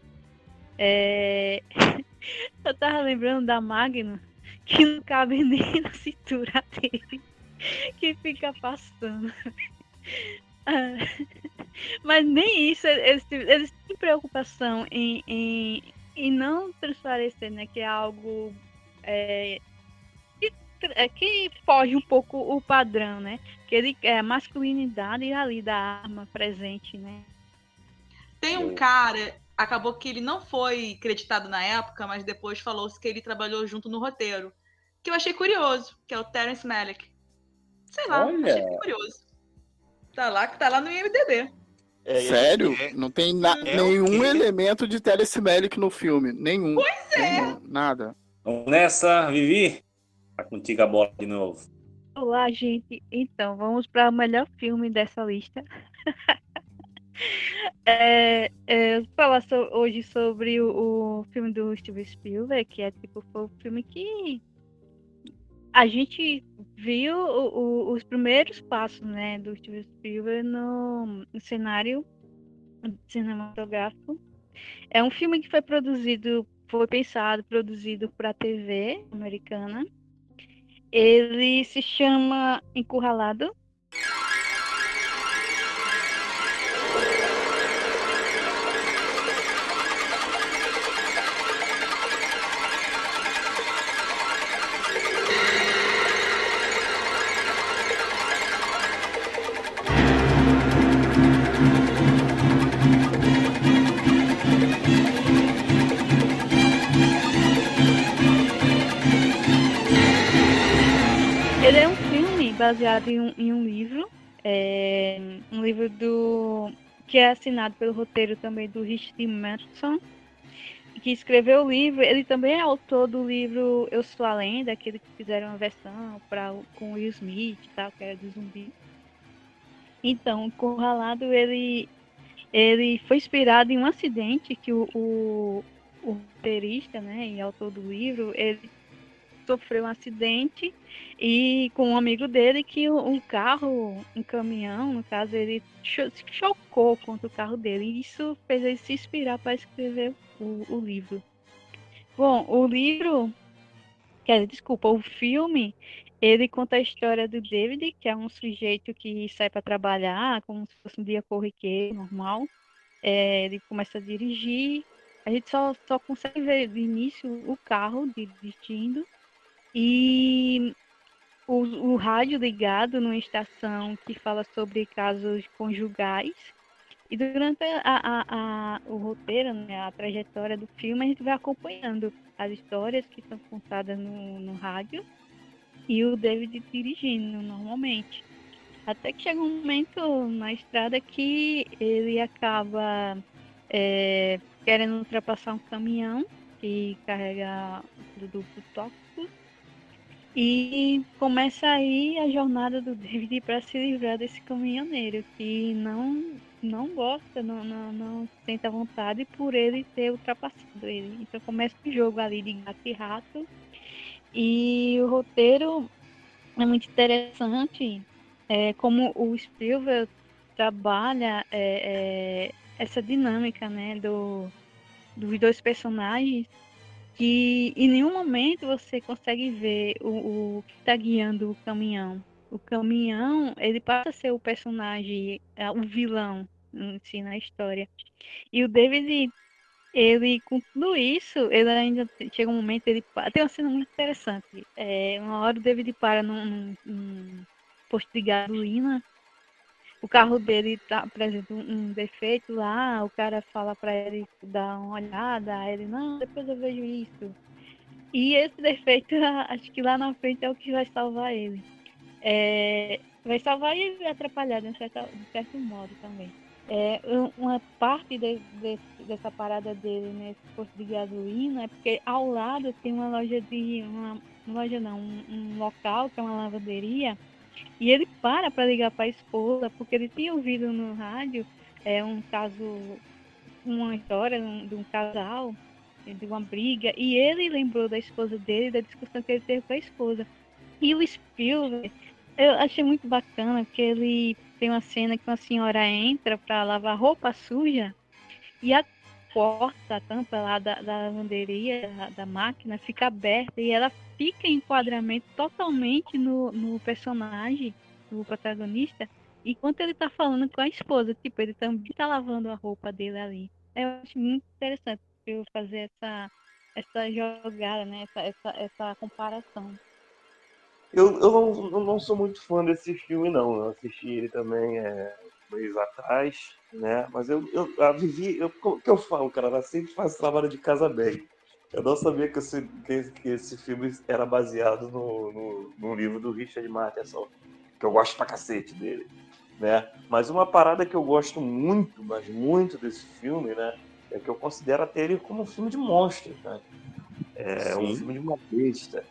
[SPEAKER 5] É... Eu tava lembrando da Magnum, que não cabe nem na cintura dele, que fica passando. Ah, mas nem isso, eles, eles têm preocupação em, em, em não transparecer, né, que é algo é, que, é, que foge um pouco o padrão, né? Que ele é a masculinidade ali da arma presente, né?
[SPEAKER 2] Tem um cara, acabou que ele não foi creditado na época, mas depois falou-se que ele trabalhou junto no roteiro, que eu achei curioso, que é o Terence Malick. Sei lá,
[SPEAKER 3] Olha.
[SPEAKER 2] achei curioso. Tá lá, tá lá no I M D B.
[SPEAKER 3] É,
[SPEAKER 4] Sério?
[SPEAKER 8] é-
[SPEAKER 4] Não tem na-
[SPEAKER 8] é
[SPEAKER 4] nenhum
[SPEAKER 8] o quê?
[SPEAKER 4] elemento de Terence Malick no filme. Nenhum.
[SPEAKER 2] Pois é.
[SPEAKER 4] Nenhum, nada.
[SPEAKER 1] Vamos nessa, Vivi? Tá contigo a bola de novo.
[SPEAKER 5] Olá, gente. Então, vamos para o melhor filme dessa lista. É, é, vou falar so- hoje sobre o, o filme do Steven Spielberg, que é tipo, foi o filme que a gente viu o- o- os primeiros passos, né, do Steven Spielberg no, no cenário cinematográfico. É um filme que foi produzido, foi pensado, produzido para a T V americana. Ele se chama Encurralado. Ele é um filme baseado em um, em um livro, é, um livro do que é assinado pelo roteiro também do Richard Matheson, que escreveu o livro. Ele também é autor do livro Eu Sou a Lenda, aquele que fizeram uma versão pra, com Will Smith e tal, que era do zumbi. Então, o Corralado, ele, ele foi inspirado em um acidente que o, o, o roteirista, né, e autor do livro, ele sofreu um acidente e com um amigo dele que um carro, um caminhão, no caso, ele cho- se chocou contra o carro dele. E isso fez ele se inspirar para escrever o, o livro. Bom, o livro, quer dizer, desculpa, o filme, ele conta a história do David, que é um sujeito que sai para trabalhar como se fosse um dia corriqueiro, normal. É, ele começa a dirigir, a gente só, só consegue ver de início o carro dirigindo. E o, o rádio ligado numa estação que fala sobre casos conjugais. E durante a, a, a, o roteiro, né, a trajetória do filme, a gente vai acompanhando as histórias que são contadas no, no rádio e o David dirigindo normalmente. Até que chega um momento na estrada que ele acaba é, querendo ultrapassar um caminhão que carrega produto tóxico. E começa aí a jornada do David para se livrar desse caminhoneiro que não, não gosta, não, não, não sente a vontade por ele ter ultrapassado ele. Então começa o jogo ali de gato e rato. E o roteiro é muito interessante, é, como o Spielberg trabalha é, é, essa dinâmica, né, do, dos dois personagens, que em nenhum momento você consegue ver o, o que está guiando o caminhão. O caminhão, ele passa a ser o personagem, é, o vilão em si na história. E o David, ele, com tudo isso, ele ainda chega um momento, ele pa- tem uma cena muito interessante. É, uma hora o David para num, num- num posto de gasolina, o carro dele tá apresenta um, um defeito lá, o cara fala para ele dar uma olhada, aí ele, não, depois eu vejo isso. E esse defeito, acho que lá na frente é o que vai salvar ele. É, vai salvar e vai atrapalhar de um certo, de certo modo também. É, um- uma parte de- de- dessa parada dele nesse posto de gasolina é porque ao lado tem uma loja de. Uma, uma loja não, um, um local que é uma lavanderia. E ele para para ligar para a esposa, porque ele tinha ouvido no rádio é, um caso, uma história de um, de um casal, de uma briga, e ele lembrou da esposa dele, da discussão que ele teve com a esposa. E o Spielberg, eu achei muito bacana, porque ele tem uma cena que uma senhora entra para lavar roupa suja, e a porta, a tampa lá da, da lavanderia, da, da máquina, fica aberta, e ela fica em enquadramento totalmente no, no personagem, no protagonista, enquanto ele tá falando com a esposa, tipo, ele também tá lavando a roupa dele ali. Eu acho muito interessante eu fazer essa, essa jogada, né? Essa, essa, essa comparação.
[SPEAKER 3] Eu, eu, não, eu não sou muito fã desse filme, não. Eu assisti ele também é, um mês atrás, né? Mas eu, eu a Vivi, eu, o que eu falo, cara, ela sempre faz trabalho de casa bem. Eu não sabia que esse, que, que esse filme era baseado no, no, no livro do Richard Matheson, que eu gosto pra cacete dele, né? Mas uma parada que eu gosto muito, mas muito desse filme, né? É que eu considero até ele como um filme de monstro, né? É um
[SPEAKER 1] Sim.
[SPEAKER 3] filme de uma besta.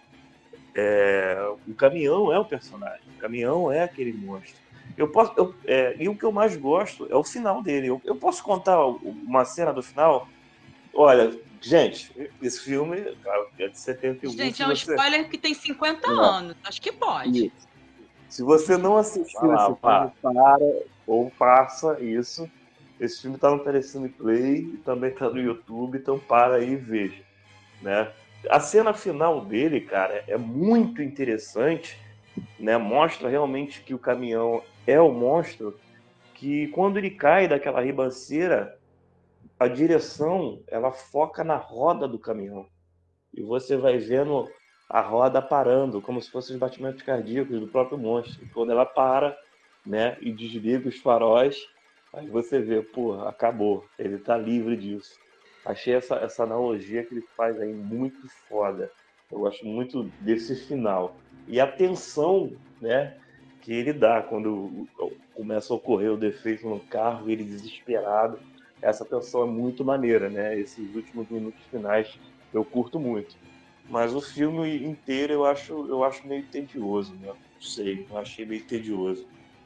[SPEAKER 3] É, o caminhão é o personagem, o caminhão é aquele monstro. Eu posso, eu, é, e o que eu mais gosto é o final dele. Eu, eu posso contar uma cena do final? Olha, gente, esse filme claro, é de setenta e um.
[SPEAKER 2] Gente,
[SPEAKER 3] se
[SPEAKER 2] é um
[SPEAKER 3] você,
[SPEAKER 2] spoiler que tem cinquenta
[SPEAKER 3] É.
[SPEAKER 2] anos. Acho que pode.
[SPEAKER 3] se você não assistiu
[SPEAKER 1] Vai lá,
[SPEAKER 3] esse filme, para ou passa isso. Esse filme está no Telecine Play, também está no YouTube, então para aí e veja, né? A cena final dele, cara, é muito interessante, né? Mostra realmente que o caminhão é o monstro, que quando ele cai daquela ribanceira, a direção, ela foca na roda do caminhão. E você vai vendo a roda parando, como se fossem os batimentos cardíacos do próprio monstro. E quando ela para, né, e desliga os faróis, aí você vê, pô, acabou, ele tá livre disso. Achei essa, essa analogia que ele faz aí muito foda. Eu gosto muito desse final. e a tensão, né, que ele dá quando começa a ocorrer o defeito no carro, ele desesperado. Essa tensão é muito maneira, né? Esses últimos minutos finais eu curto muito. Mas o filme inteiro eu acho, eu acho meio tedioso, né? Não sei, eu achei meio tedioso.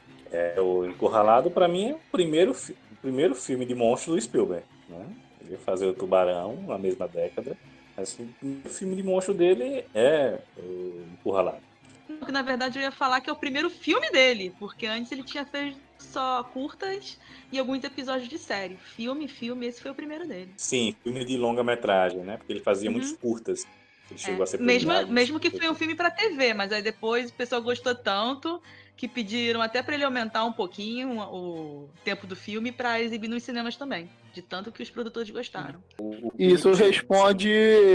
[SPEAKER 1] É, o Encurralado, para mim, é o primeiro, fi- o primeiro filme de monstro do Spielberg, né? Ele ia fazer o Tubarão na mesma década. Mas o primeiro filme de monstro dele é o Encurralado.
[SPEAKER 2] Que, na verdade, eu ia falar que é o primeiro filme dele, porque antes ele tinha feito só curtas e alguns episódios de série. Filme, filme, esse foi o primeiro dele.
[SPEAKER 1] Sim, filme de longa-metragem, né? Porque ele fazia
[SPEAKER 2] Uhum.
[SPEAKER 1] muitos curtas. Ele
[SPEAKER 2] É,
[SPEAKER 1] chegou a ser
[SPEAKER 2] mesmo,
[SPEAKER 1] premiado.
[SPEAKER 2] mesmo que foi um filme pra T V, mas aí depois o pessoal gostou tanto que pediram até pra ele aumentar um pouquinho o tempo do filme pra exibir nos cinemas também, de tanto que os produtores gostaram.
[SPEAKER 4] Isso responde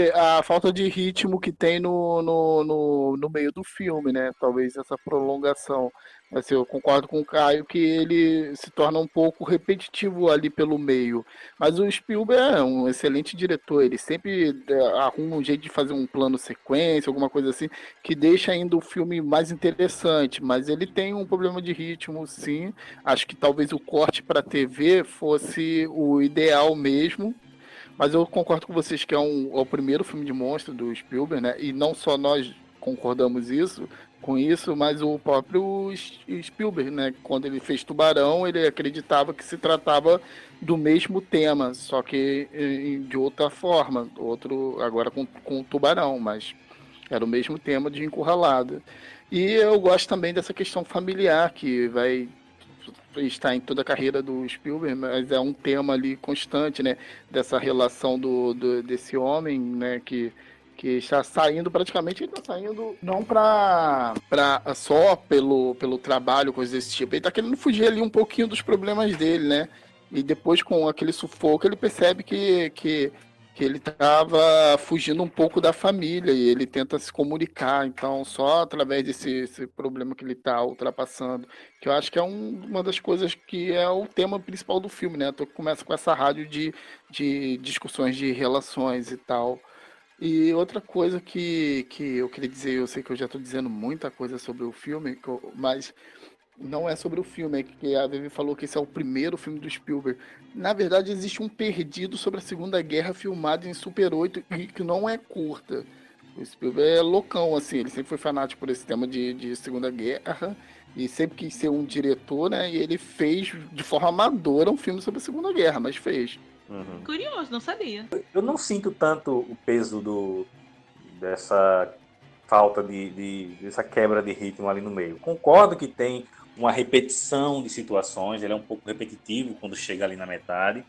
[SPEAKER 4] à falta de ritmo que tem no, no, no, no meio do filme, né? Talvez essa prolongação. Assim, eu concordo com o Caio que ele se torna um pouco repetitivo ali pelo meio. Mas o Spielberg é um excelente diretor. Ele sempre é, arruma um jeito de fazer um plano sequência, alguma coisa assim, que deixa ainda o filme mais interessante. Mas ele tem um problema de ritmo, sim. Acho que talvez o corte para T V fosse o ideal mesmo. Mas eu concordo com vocês que é, um, é o primeiro filme de monstro do Spielberg, né? E não só nós concordamos isso, com isso, mas o próprio Spielberg, né? Quando ele fez Tubarão, ele acreditava que se tratava do mesmo tema, só que de outra forma, outro agora com, com Tubarão, mas era o mesmo tema de Encurralado. E eu gosto também dessa questão familiar que vai está em toda a carreira do Spielberg, mas é um tema ali constante, né, dessa relação do, do desse homem, né, que que está saindo praticamente, ele está saindo não para para só pelo pelo trabalho, coisas desse tipo. Ele está querendo fugir ali um pouquinho dos problemas dele, né? E depois com aquele sufoco ele percebe que que que ele estava fugindo um pouco da família e ele tenta se comunicar, então só através desse esse problema que ele está ultrapassando, que eu acho que é um, uma das coisas que é o tema principal do filme, né? Tô, começa com essa rádio de, de discussões de relações e tal. E outra coisa que, que eu queria dizer, eu sei que eu já estou dizendo muita coisa sobre o filme, que eu- mas não é sobre o filme, é que a Vivi falou que esse é o primeiro filme do Spielberg. Na verdade, existe um perdido sobre a Segunda Guerra filmado em Super oito e que não é curta. O Spielberg é loucão, assim, ele sempre foi fanático por esse tema de, de Segunda Guerra e sempre quis ser um diretor, né? E ele fez de forma amadora um filme sobre a Segunda Guerra, mas fez.
[SPEAKER 1] Uhum.
[SPEAKER 2] Curioso, não sabia.
[SPEAKER 1] Eu não sinto tanto o peso do, dessa falta de, de dessa quebra de ritmo ali no meio. Concordo que tem uma repetição de situações, ele é um pouco repetitivo quando chega ali na metade,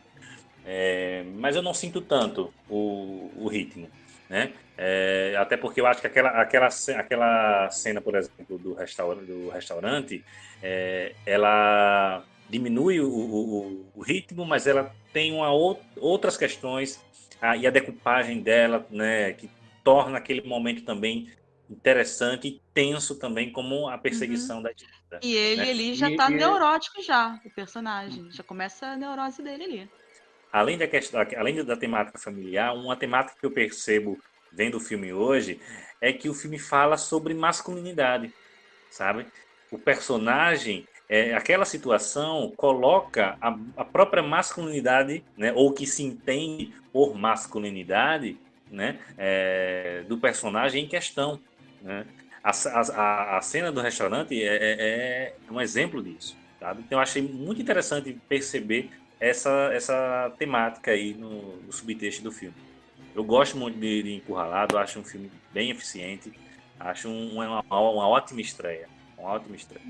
[SPEAKER 1] é, mas eu não sinto tanto o, o ritmo, né? É, até porque eu acho que aquela, aquela, ce- aquela cena, por exemplo, do restaurante, do restaurante é, ela diminui o, o, o ritmo, mas ela tem uma ou- outras questões ah, e a decupagem dela, né, que torna aquele momento também interessante e tenso também, como a perseguição da Dita,
[SPEAKER 2] E ele
[SPEAKER 1] né?
[SPEAKER 2] ali já
[SPEAKER 1] E-
[SPEAKER 2] tá
[SPEAKER 1] e-
[SPEAKER 2] neurótico já, o personagem. Já começa a neurose dele ali.
[SPEAKER 1] além da questão, além da temática familiar, uma temática que eu percebo vendo o filme hoje é que o filme fala sobre masculinidade, sabe? O personagem, é, aquela situação coloca a, a própria masculinidade, né, ou o que se entende por masculinidade, né, é, do personagem em questão, né? A, a, a cena do restaurante é, é, é um exemplo disso, sabe? Então eu achei muito interessante perceber essa, essa temática aí no, no subtexto do filme. Eu gosto muito de, de Encurralado, acho um filme bem eficiente, acho um- uma, uma ótima estreia. Uma ótima estreia.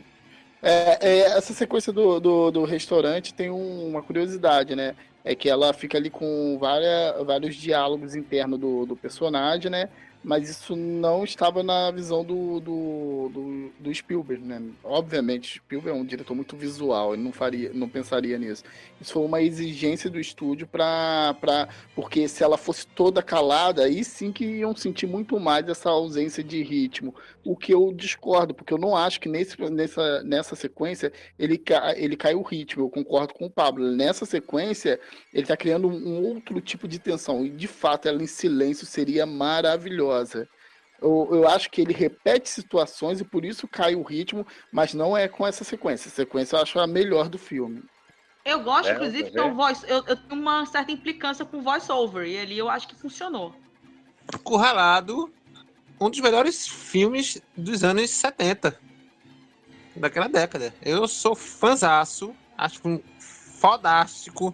[SPEAKER 4] É, é, essa sequência do, do, do restaurante tem um- uma curiosidade, né? É que ela fica ali com várias, vários diálogos internos do, do personagem, né? Mas isso não estava na visão do, do, do, do Spielberg, né? Obviamente, Spielberg é um diretor muito visual, ele não faria, não pensaria nisso. Isso foi uma exigência do estúdio para, para, porque se ela fosse toda calada, aí sim que iam sentir muito mais essa ausência de ritmo. O que eu discordo, porque eu não acho que nesse, nessa, nessa sequência ele, ca, ele cai o ritmo. Eu concordo com o Pablo. Nessa sequência, ele está criando um, um outro tipo de tensão. E de fato, ela em silêncio seria maravilhosa. Eu, eu acho que ele repete situações e por isso cai o ritmo, mas não é com essa sequência. A sequência eu acho a melhor do filme.
[SPEAKER 2] Eu gosto,
[SPEAKER 3] É,
[SPEAKER 2] inclusive,
[SPEAKER 3] tá
[SPEAKER 2] que é um
[SPEAKER 3] vendo?
[SPEAKER 2] voice. Eu, eu tenho uma certa implicância com voice-over, e ali eu acho que funcionou.
[SPEAKER 8] Encurralado, um dos melhores filmes dos anos setenta, daquela década. Eu sou fãzaço, acho um fodástico.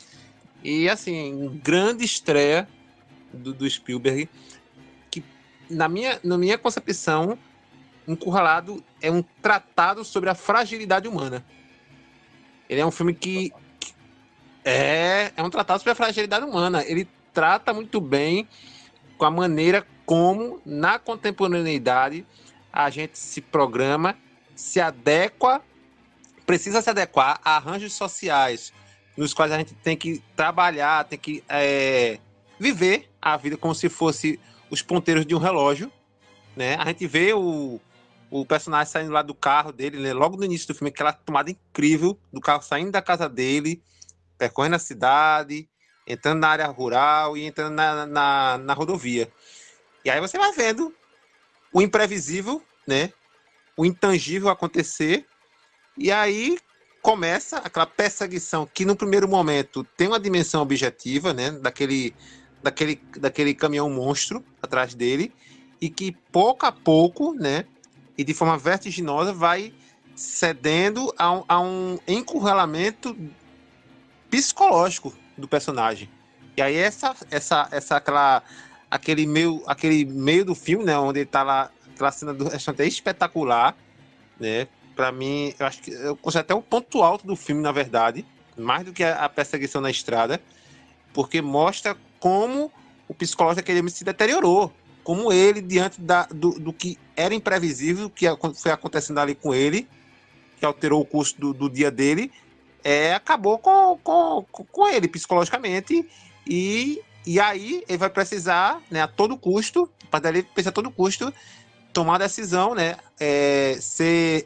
[SPEAKER 8] E assim, grande estreia do, do Spielberg, que na minha, na minha concepção, Encurralado é um tratado sobre a fragilidade humana. Ele é um filme que, que é, é um tratado sobre a fragilidade humana. Ele trata muito bem com a maneira como, na contemporaneidade, a gente se programa, se adequa, precisa se adequar a arranjos sociais nos quais a gente tem que trabalhar, tem que é, viver a vida como se fosse os ponteiros de um relógio, né? A gente vê o, o personagem saindo lá do carro dele, né? Logo no início do filme, aquela tomada incrível do carro saindo da casa dele, percorrendo a cidade, entrando na área rural e entrando na, na, na rodovia. E aí você vai vendo o imprevisível, né? O intangível acontecer, e aí começa aquela perseguição que no primeiro momento tem uma dimensão objetiva, né? Daquele, daquele, daquele caminhão monstro atrás dele, e que pouco a pouco, né? E de forma vertiginosa vai cedendo a um, a um encurralamento psicológico do personagem. E aí essa, essa, essa aquela, aquele meio, aquele meio do filme, né, onde ele tá lá, aquela cena do restaurante é espetacular, né? Para mim, eu acho que eu considero até o ponto alto do filme, na verdade, mais do que a, a perseguição na estrada, porque mostra como o psicológico daquele homem se deteriorou, como ele, diante da, do, do que era imprevisível, que foi acontecendo ali com ele, que alterou o curso do, do dia dele, é, acabou com, com, com ele psicologicamente, e, e aí ele vai precisar, né, a todo custo, para dali precisa a todo custo tomar a decisão, né, é, ser,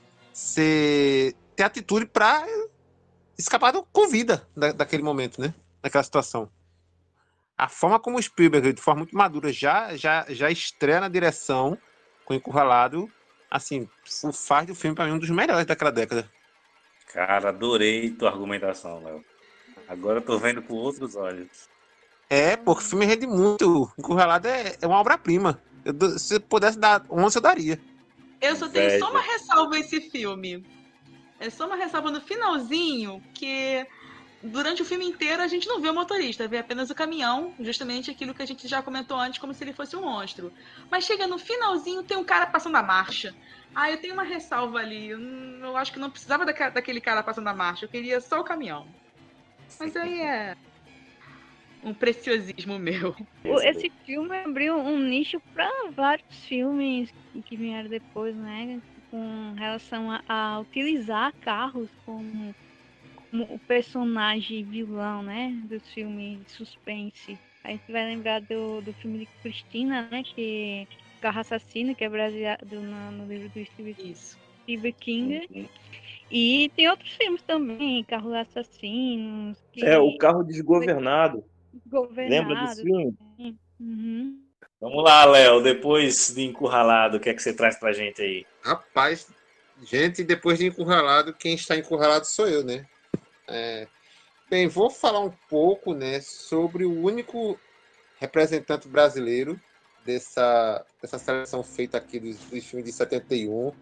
[SPEAKER 8] ser, ter atitude para escapar do, com vida da, daquele momento, né, daquela situação. A forma como o Spielberg, de forma muito madura, já, já, já estreia na direção com Encurralado, assim, faz do filme para mim um dos melhores daquela década.
[SPEAKER 1] Cara, adorei tua argumentação, Léo. Agora eu tô vendo com outros olhos.
[SPEAKER 8] É, porque o filme rende muito. Encurralado é, é uma obra-prima. Eu, se eu pudesse dar onze, eu daria.
[SPEAKER 2] Eu só tenho
[SPEAKER 1] Velho.
[SPEAKER 2] só uma ressalva a esse filme. É só uma ressalva no finalzinho, que durante o filme inteiro a gente não vê o motorista, vê apenas o caminhão, justamente aquilo que a gente já comentou antes, como se ele fosse um monstro. Mas chega no finalzinho, tem um cara passando a marcha. Ah, eu tenho uma ressalva ali. Eu, não- eu acho que não precisava daquela- daquele cara passando a marcha, eu queria só o caminhão. Mas aí é um preciosismo meu.
[SPEAKER 5] O- Esse filme abriu um nicho para vários filmes que vieram depois, né? Com relação a, a utilizar carros como, como o personagem vilão, né? Dos filmes de suspense. A gente vai lembrar do, do filme de Cristina, né? Que Carro Assassino, que é baseado no, no livro do Stephen
[SPEAKER 2] Isso.
[SPEAKER 5] Stephen King. E tem outros filmes também, Carros Assassinos, que
[SPEAKER 3] É, o carro desgovernado. Lembra
[SPEAKER 5] Governado.
[SPEAKER 3] desse filme?
[SPEAKER 5] Uhum.
[SPEAKER 1] Vamos lá, Léo, depois de Encurralado, o que é que você traz pra gente aí?
[SPEAKER 6] Rapaz, gente, depois de encurralado, quem está encurralado sou eu, né? É, bem, vou falar um pouco, né, sobre o único representante brasileiro dessa, dessa seleção feita aqui dos, dos filmes de setenta e um.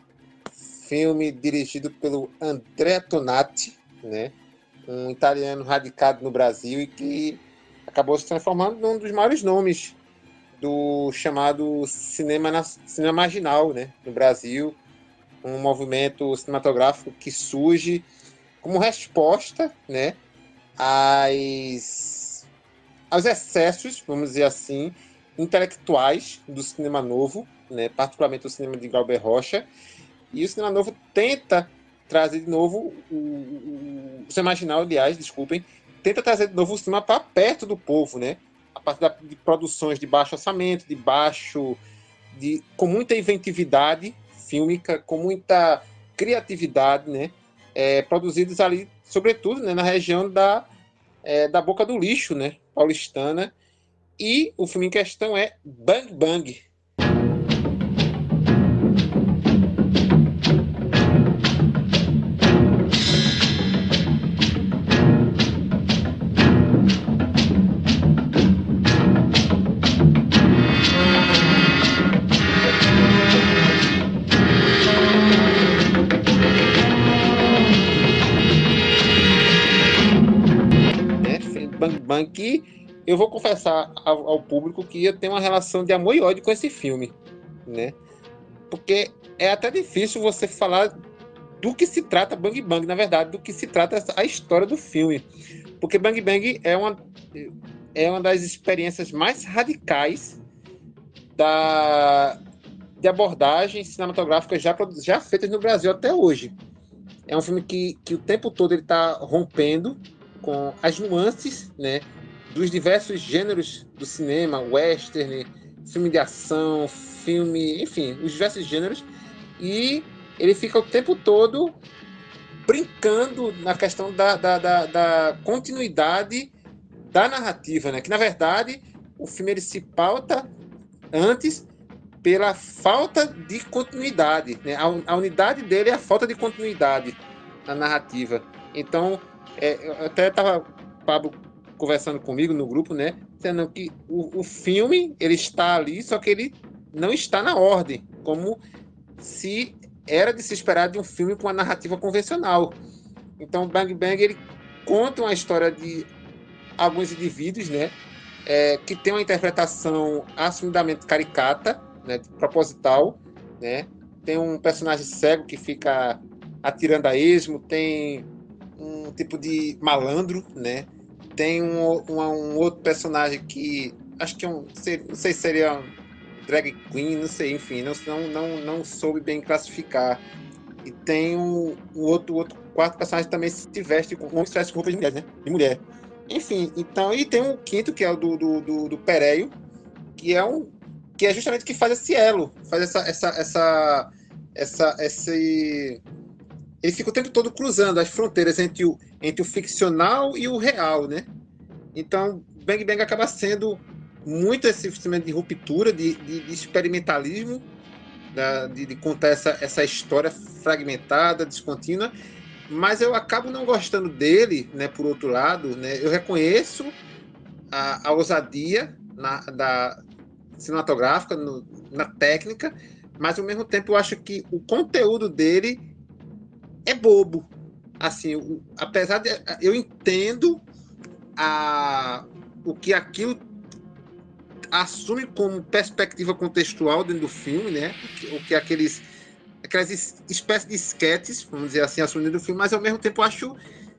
[SPEAKER 6] Filme dirigido pelo Andrea Tonati, né? Um italiano radicado no Brasil e que acabou se transformando num dos maiores nomes do chamado cinema, na- cinema marginal, né, no Brasil, um movimento cinematográfico que surge como resposta, né, às, aos excessos, vamos dizer assim, intelectuais do cinema novo, né, particularmente o cinema de Glauber Rocha, e o cinema novo tenta trazer de novo o, o, o cinema marginal, aliás, desculpem, tenta trazer de novo o cinema para perto do povo, né? A partir da- de produções de baixo orçamento, de baixo, de, com muita inventividade fílmica, com muita criatividade, né? É, produzidos ali, sobretudo, né, na região da, é, da Boca do Lixo, né? Paulistana. E o filme em questão é Bang Bang,
[SPEAKER 8] Bang, que eu vou confessar ao, ao público que eu tenho uma relação de amor e ódio com esse filme, né? Porque é até difícil você falar do que se trata Bang Bang, na verdade, do que se trata a história do filme. Porque Bang Bang é uma, é uma das experiências mais radicais da, de abordagem cinematográfica já, já feitas no Brasil até hoje. É um filme que, que o tempo todo ele está rompendo com as nuances, né, dos diversos gêneros do cinema, western, filme de ação, filme, enfim, os diversos gêneros, e ele fica o tempo todo brincando na questão da, da, da, da continuidade da narrativa, né? Que, na verdade, o filme ele se pauta antes pela falta de continuidade, né? A, a unidade dele é a falta de continuidade na narrativa. Então, é, eu até estava Pablo conversando comigo no grupo, né? Dizendo que o, o filme ele está ali, só que ele não está na ordem, como se era de se esperar de um filme com uma narrativa convencional. Então, Bang Bang ele conta uma história de alguns indivíduos, né, é, que tem uma interpretação assumidamente caricata, né, proposital, né. Tem um personagem cego que fica atirando a esmo, tem um tipo de malandro, né. Tem um, um, um outro personagem que acho que é um, não sei se seria um drag queen, não sei, enfim, não, não, não, não soube bem classificar. E tem um, um outro, outro quarto personagem também se veste com, se veste com roupa de mulher, né? De mulher. Enfim, então, e tem um quinto, que é o do, do, do, do Pereio, que é um que é justamente que faz esse elo, faz essa, essa, essa, essa, esse... Ele fica o tempo todo cruzando as fronteiras entre o, entre o ficcional e o real, né? Então, Bang Bang acaba sendo muito esse sistema de ruptura, de, de, de experimentalismo, da, de, de contar essa, essa história fragmentada, descontínua, mas eu acabo não gostando dele, né, por outro lado, né, eu reconheço a, a ousadia na, da cinematográfica, no, na técnica, mas ao mesmo tempo eu acho que o conteúdo dele é bobo. Assim, o, apesar de eu entendo a, o que aquilo assume como perspectiva contextual dentro do filme, né? O que aqueles aquelas espécies de esquetes, vamos dizer assim, assumindo do filme, mas ao mesmo tempo eu acho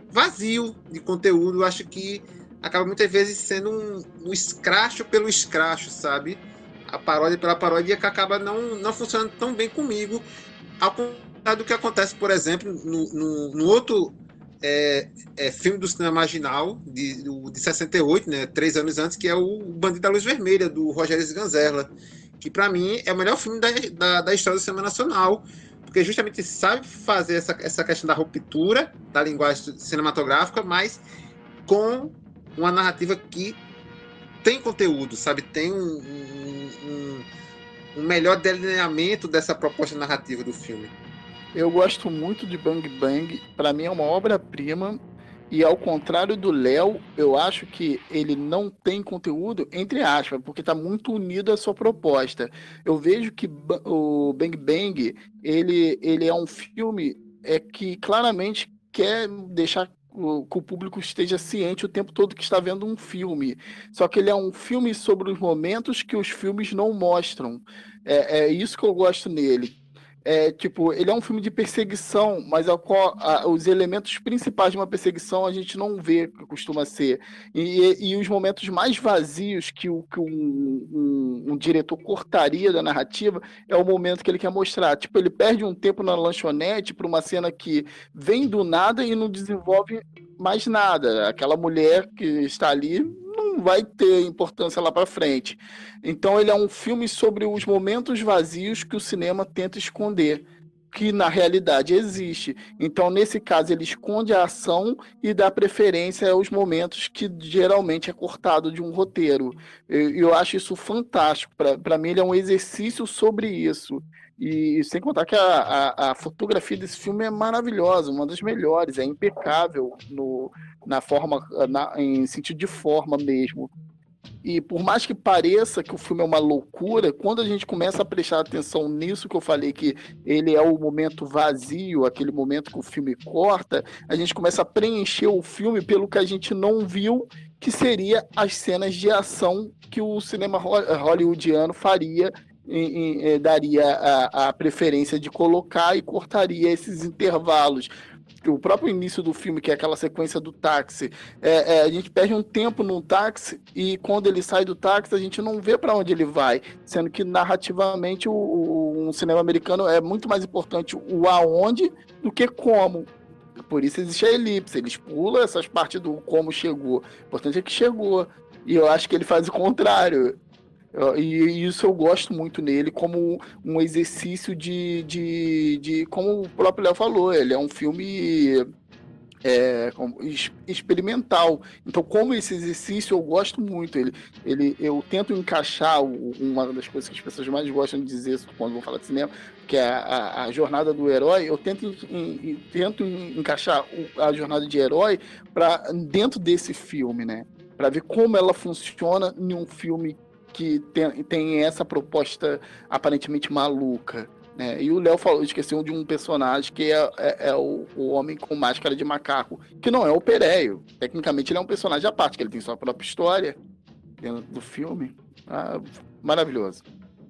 [SPEAKER 8] vazio de conteúdo, eu acho que acaba muitas vezes sendo um, um escracho pelo escracho, sabe? A paródia pela paródia que acaba não, não funcionando tão bem comigo, ao contrário do que acontece, por exemplo, no, no, no outro é, é, filme do cinema marginal de, de sessenta e oito, né, três anos antes, que é o Bandido da Luz Vermelha, do Rogério Sganzerla, que para mim é o melhor filme da, da, da história do cinema nacional, porque justamente sabe fazer essa, essa questão da ruptura da linguagem cinematográfica, mas com uma narrativa que tem conteúdo, sabe? Tem um, um, um, um melhor delineamento dessa proposta narrativa do filme.
[SPEAKER 4] Eu gosto muito de Bang Bang, para mim é uma obra-prima, e ao contrário do Léo, eu acho que ele não tem conteúdo, entre aspas, porque está muito unido à sua proposta. Eu vejo que o Bang Bang, ele, ele é um filme é, que claramente quer deixar que o público esteja ciente o tempo todo que está vendo um filme. Só que ele é um filme sobre os momentos que os filmes não mostram. É, é isso que eu gosto nele. É, tipo, ele é um filme de perseguição, mas a, a, os elementos principais de uma perseguição a gente não vê, que costuma ser. E, e, e os momentos mais vazios que, o, que um, um, um diretor cortaria da narrativa é o momento que ele quer mostrar. Tipo, ele perde um tempo na lanchonete para uma cena que vem do nada e não desenvolve mais nada. Aquela mulher que está ali não vai ter importância lá para frente. Então ele é um filme sobre os momentos vazios que o cinema tenta esconder, que na realidade existe. Então nesse caso ele esconde a ação e dá preferência aos momentos que geralmente é cortado de um roteiro. Eu, eu acho isso fantástico. Para mim ele é um exercício sobre isso. E sem contar que a, a, a fotografia desse filme é maravilhosa, uma das melhores, é impecável no, na forma, na, em sentido de forma mesmo. E por mais que pareça que o filme é uma loucura, quando a gente começa a prestar atenção nisso que eu falei, que ele é o momento vazio, aquele momento que o filme corta, a gente começa a preencher o filme pelo que a gente não viu que seria as cenas de ação que o cinema hollywoodiano faria, e, e, e daria a, a preferência de colocar e cortaria esses intervalos. O próprio início do filme, que é aquela sequência do táxi, é, é, a gente perde um tempo no táxi e quando ele sai do táxi a gente não vê para onde ele vai, sendo que narrativamente o, o um cinema americano é muito mais importante o aonde do que como. Por isso existe a elipse, eles pulam essas partes do como chegou. O importante é que chegou. E eu acho que ele faz o contrário. E isso eu gosto muito nele como um exercício de, de, de como o próprio Léo falou, ele é um filme é, experimental. Então, como esse exercício eu gosto muito. Ele, ele, eu tento encaixar uma das coisas que as pessoas mais gostam de dizer quando vão falar de cinema, que é a, a jornada do herói. Eu tento, em, tento encaixar a jornada de herói para dentro desse filme, né? Para ver como ela funciona em um filme que tem, tem essa proposta aparentemente maluca, né? E o Léo falou, esqueceu de um personagem que é, é, é o, o homem com máscara de macaco, que não é o Péréio. Tecnicamente ele é um personagem à parte, que ele tem sua própria história dentro do filme. Ah, maravilhoso.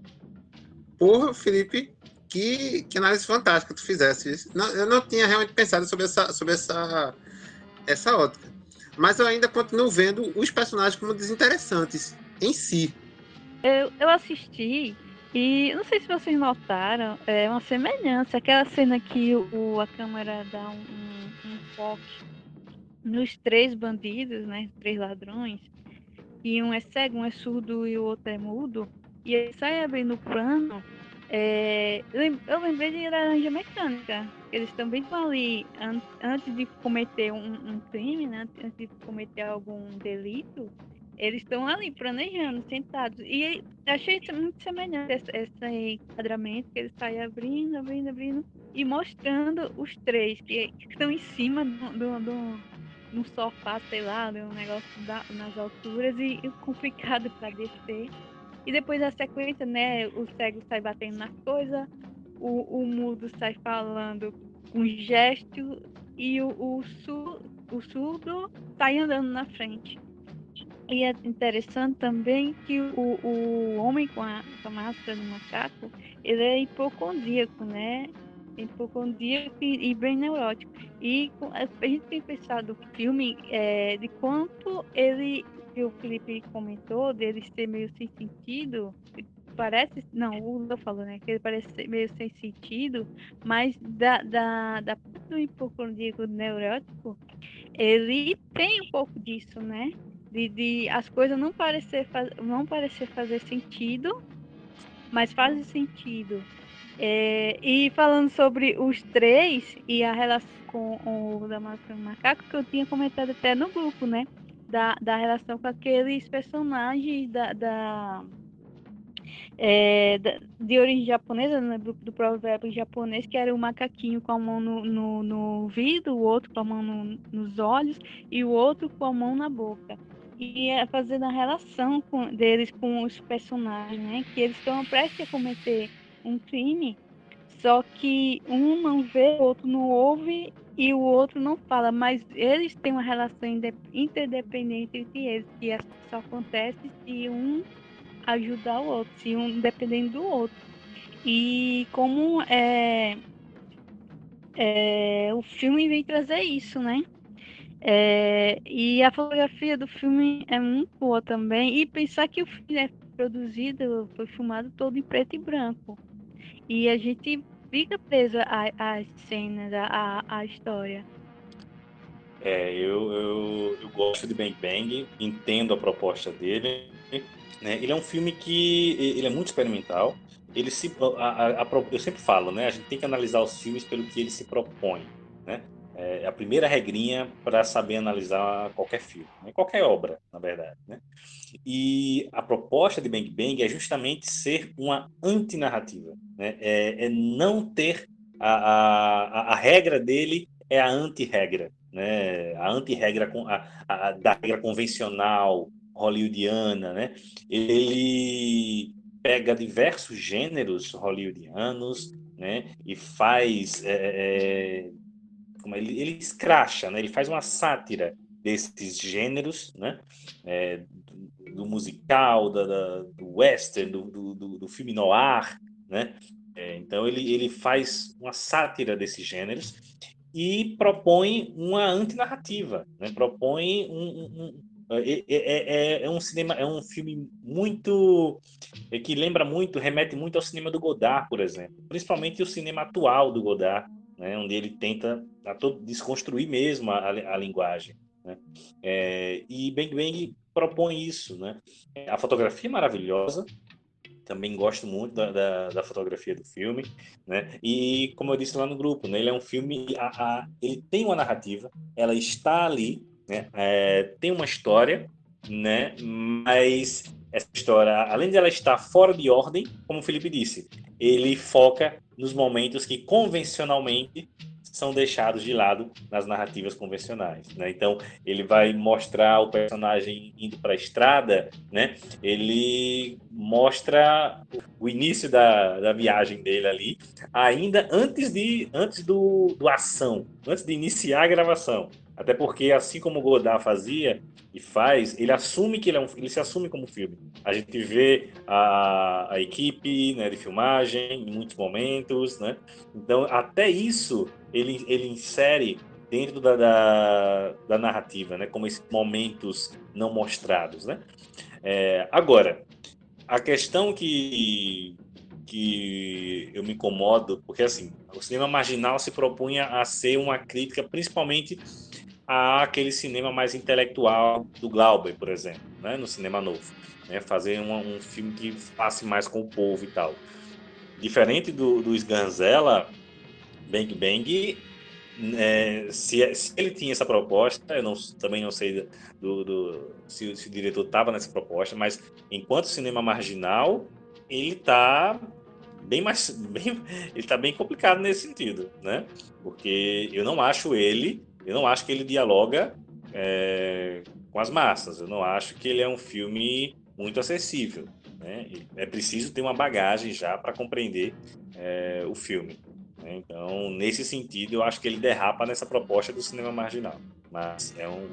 [SPEAKER 6] Porra, Felipe, que, que análise fantástica tu fizesse. Não, eu não tinha realmente pensado sobre essa, sobre essa, essa ótica. Mas eu ainda continuo vendo os personagens como desinteressantes em si.
[SPEAKER 5] Eu, eu assisti e não sei se vocês notaram, é uma semelhança. Aquela cena que o, a câmera dá um, um, um foco nos três bandidos, né? Três ladrões. E um é cego, um é surdo e o outro é mudo. E ele sai abrindo o plano. É, eu lembrei de Laranja Mecânica. Eles também estão ali an, antes de cometer um, um crime, né? Antes de cometer algum delito. Eles estão ali planejando, sentados. E achei muito semelhante esse, esse enquadramento, que eles saem abrindo, abrindo, abrindo e mostrando os três que, que estão em cima do, do, do, do sofá, sei lá, de um negócio da, nas alturas e, e complicado para descer. E depois a sequência, né? O cego sai batendo nas coisas, o, o mudo sai falando com gesto e o, o, sur, o surdo sai andando na frente. E é interessante também que o, o homem com a, com a máscara do macaco, ele é hipocondríaco, né? Hipocondríaco e, e bem neurótico. E a gente tem pensado no filme é, de quanto ele, que o Felipe comentou, dele ser meio sem sentido, parece, não, o Lula falou, né, que ele parece ser meio sem sentido, mas da, da, da parte do hipocondríaco neurótico, ele tem um pouco disso, né? De, de as coisas não parecer, não parecer fazer sentido, mas fazem sentido. É, e falando sobre os três e a relação com o da Máscara do Macaco, que eu tinha comentado até no grupo, né? Da, da relação com aqueles personagens da, da, é, da de origem japonesa, né, do, do provérbio japonês, que era o macaquinho com a mão no, no, no ouvido, o outro com a mão no, nos olhos e o outro com a mão na boca. E é fazendo a relação com, deles com os personagens, né? Que eles estão prestes a cometer um crime, só que um não vê, o outro não ouve e o outro não fala, mas eles têm uma relação interdependente entre eles, que só acontece se um ajudar o outro, se um dependendo do outro. E como é, é, o filme vem trazer isso, né? É, e a fotografia do filme é muito boa também. E pensar que o filme é produzido, foi filmado todo em preto e branco. E a gente fica preso às cenas, à, à história.
[SPEAKER 1] É, eu, eu, eu gosto de Bang Bang, entendo a proposta dele. Né? Ele é um filme que ele é muito experimental. Ele se, a, a, a, eu sempre falo, né? A gente tem que analisar os filmes pelo que ele se propõe, né? É a primeira regrinha para saber analisar qualquer filme, né? Qualquer obra, na verdade, né? E a proposta de Bang Bang é justamente ser uma antinarrativa, né? É, é não ter a, a, a regra dele é a anti-regra, né? A anti-regra a, a, da regra convencional hollywoodiana, né? Ele pega diversos gêneros hollywoodianos, né? E faz é, é, como ele, ele escracha, né? Ele faz uma sátira desses gêneros, né? É, do, do musical, da, da, do western, do, do, do filme noir, né? É, então ele, ele faz uma sátira desses gêneros e propõe uma antinarrativa, né? Propõe um, um, um é, é, é um cinema, é um filme muito é, que lembra muito, remete muito ao cinema do Godard, por exemplo, principalmente o cinema atual do Godard, né? Onde ele tenta a todo, desconstruir mesmo a, a linguagem, né? É, e Bang Bang propõe isso, né? A fotografia é maravilhosa. Também gosto muito da, da, da fotografia do filme, né? E como eu disse lá no grupo, né? Ele é um filme, a, a, ele tem uma narrativa, ela está ali, né? É, tem uma história, né? Mas essa história, além de ela estar fora de ordem, como o Felipe disse, ele foca nos momentos que convencionalmente são deixados de lado nas narrativas convencionais, né? Então ele vai mostrar o personagem indo para a estrada, né? Ele mostra o início da, da viagem dele ali, ainda antes de antes do, do ação, antes de iniciar a gravação. Até porque, assim como o Godard fazia e faz, ele assume que ele é um, ele se assume como filme. A gente vê a, a equipe, né, de filmagem em muitos momentos, né? Então, até isso ele, ele insere dentro da, da, da narrativa, né? Como esses momentos não mostrados, né? É, agora, a questão que que eu me incomodo, porque assim, o cinema marginal se propunha a ser uma crítica, principalmente àquele cinema mais intelectual do Glauber, por exemplo, né, no cinema novo, né, fazer uma, um filme que passe mais com o povo e tal. Diferente do, do Sganzella, Bang Bang, é, se, se ele tinha essa proposta, eu não, também não sei do, do, se, se o diretor estava nessa proposta, mas enquanto cinema marginal, ele está bem mais, bem, ele está bem complicado nesse sentido, né? Porque eu não acho ele, eu não acho que ele dialoga é, com as massas. Eu não acho que ele é um filme muito acessível, né? É preciso ter uma bagagem já para compreender é, o filme, né? Então, nesse sentido, eu acho que ele derrapa nessa proposta do cinema marginal. Mas é um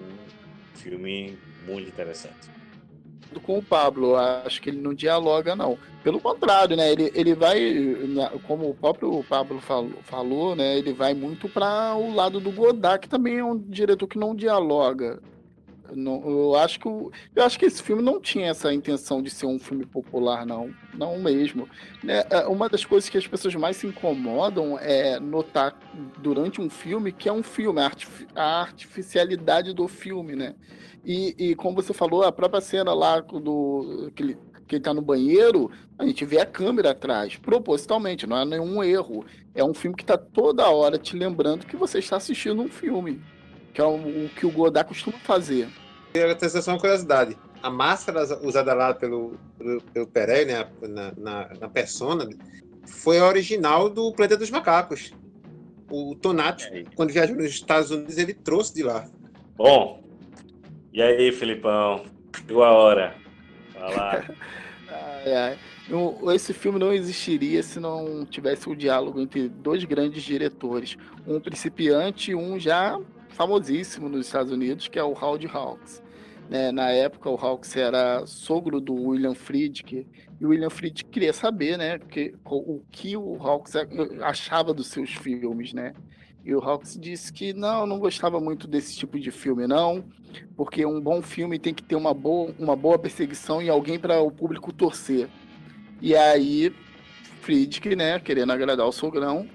[SPEAKER 1] filme muito interessante.
[SPEAKER 4] Com o Pablo, acho que ele não dialoga, não. Pelo contrário, né? Ele, ele vai, como o próprio Pablo falou, falou, né? Ele vai muito para o lado do Godard, que também é um diretor que não dialoga. Não, eu acho que o, eu acho que esse filme não tinha essa intenção de ser um filme popular, não, não mesmo. Né? Uma das coisas que as pessoas mais se incomodam é notar durante um filme que é um filme, a, artific, a artificialidade do filme, né? E, e como você falou, a própria cena lá do que ele, que ele tá no banheiro, a gente vê a câmera atrás, propositalmente, não é nenhum erro. É um filme que está toda hora te lembrando que você está assistindo um filme, que é o, o que o Godard costuma fazer.
[SPEAKER 8] Eu tenho só uma curiosidade. A máscara usada lá pelo, pelo, pelo Perey, né, na, na, na persona, foi a original do Planeta dos Macacos. O Tonato, é. Quando viajou nos Estados Unidos, ele trouxe de lá.
[SPEAKER 1] Bom, e aí, Felipão? Chegou a hora. Vai lá.
[SPEAKER 4] ai, ai. Esse filme não existiria se não tivesse o diálogo entre dois grandes diretores. Um principiante e um já famosíssimo nos Estados Unidos, que é o Howard Hawks. Né? Na época, o Hawks era sogro do William Friedkin, e o William Friedkin queria saber, né, que, o que o Hawks achava dos seus filmes, né? E o Hawks disse que não, não gostava muito desse tipo de filme, não, porque um bom filme tem que ter uma boa, uma boa perseguição e alguém para o público torcer. E aí, Friedkin, né, querendo agradar o sogrão,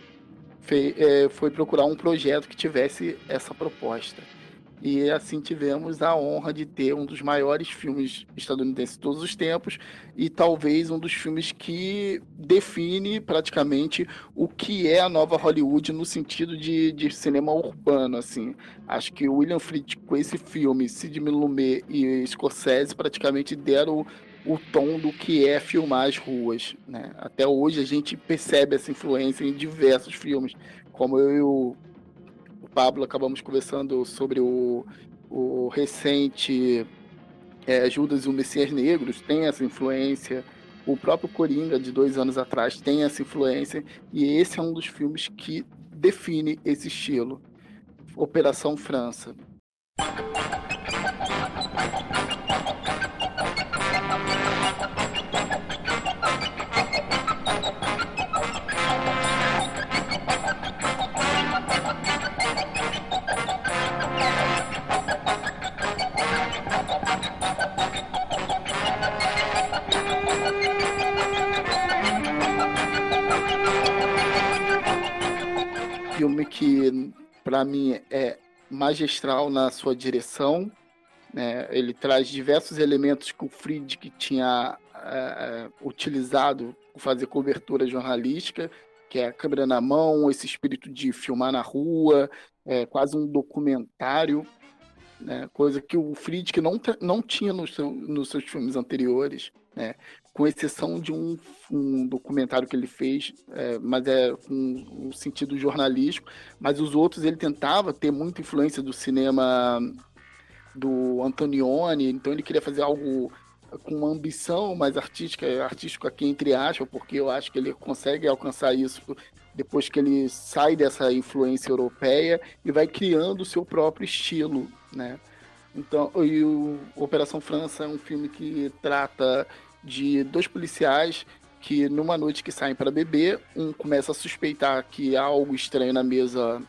[SPEAKER 4] Foi, é, foi procurar um projeto que tivesse essa proposta. E assim tivemos a honra de ter um dos maiores filmes estadunidenses de todos os tempos e talvez um dos filmes que define praticamente o que é a nova Hollywood no sentido de, de cinema urbano. Assim. Acho que o William Friedkin, com esse filme, Sidney Lumet e Scorsese praticamente deram o tom do que é filmar as ruas, né? Até hoje a gente percebe essa influência em diversos filmes, como eu e o, o Pablo acabamos conversando sobre o, o recente é, Judas e o Messias Negros, tem essa influência, o próprio Coringa de dois anos atrás tem essa influência, e esse é um dos filmes que define esse estilo. Operação França. Filme que, para mim, é magistral na sua direção, né? Ele traz diversos elementos que o Friedkin tinha é, utilizado para fazer cobertura jornalística, que é a câmera na mão, esse espírito de filmar na rua, é, quase um documentário, né? Coisa que o Friedkin não, não tinha no seu, nos seus filmes anteriores, né? Com exceção de um, um documentário que ele fez, é, mas é com um, um sentido jornalístico, mas os outros ele tentava ter muita influência do cinema do Antonioni, então ele queria fazer algo com uma ambição mais artística, artístico aqui entre aspas, porque eu acho que ele consegue alcançar isso depois que ele sai dessa influência europeia e vai criando o seu próprio estilo, né? Então, e o Operação França é um filme que trata de dois policiais que numa noite que saem para beber, um começa a suspeitar que há algo estranho na mesa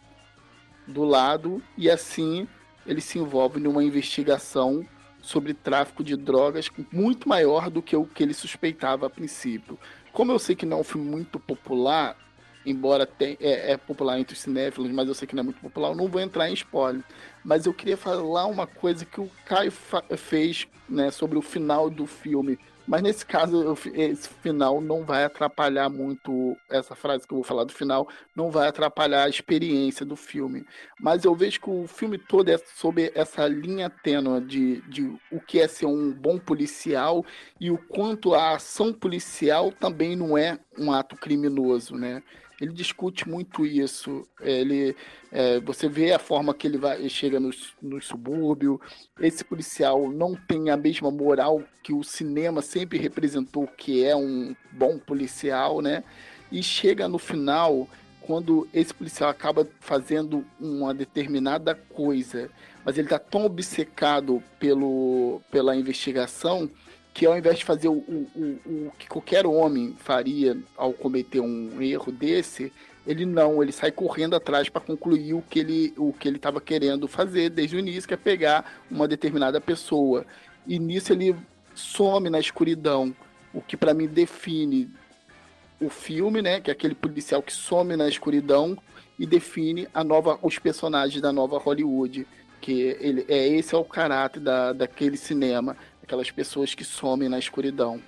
[SPEAKER 4] do lado e assim ele se envolve numa investigação sobre tráfico de drogas muito maior do que o que ele suspeitava a princípio. Como eu sei que não é um filme muito popular, embora tenha, é, é popular entre os cinéfilos, mas eu sei que não é muito popular, eu não vou entrar em spoiler. Mas eu queria falar uma coisa que o Caio fez, né, sobre o final do filme. Mas nesse caso, eu, esse final não vai atrapalhar muito, essa frase que eu vou falar do final, não vai atrapalhar a experiência do filme. Mas eu vejo que o filme todo é sobre essa linha tênue de, de o que é ser um bom policial e o quanto a ação policial também não é um ato criminoso, né? Ele discute muito isso. Ele, é, você vê a forma que ele vai, chega nos, nos subúrbios. Esse policial não tem a mesma moral que o cinema sempre representou, que é um bom policial, né? E chega no final, quando esse policial acaba fazendo uma determinada coisa, mas ele está tão obcecado pelo, pela investigação que ao invés de fazer o, o, o, o que qualquer homem faria ao cometer um erro desse, ele não, ele sai correndo atrás para concluir o que ele o que ele estava querendo fazer desde o início, que é pegar uma determinada pessoa. E nisso ele some na escuridão, o que para mim define o filme, né, que é aquele policial que some na escuridão e define a nova, os personagens da nova Hollywood, que ele, é, esse é o caráter da, daquele cinema, aquelas pessoas que somem na escuridão.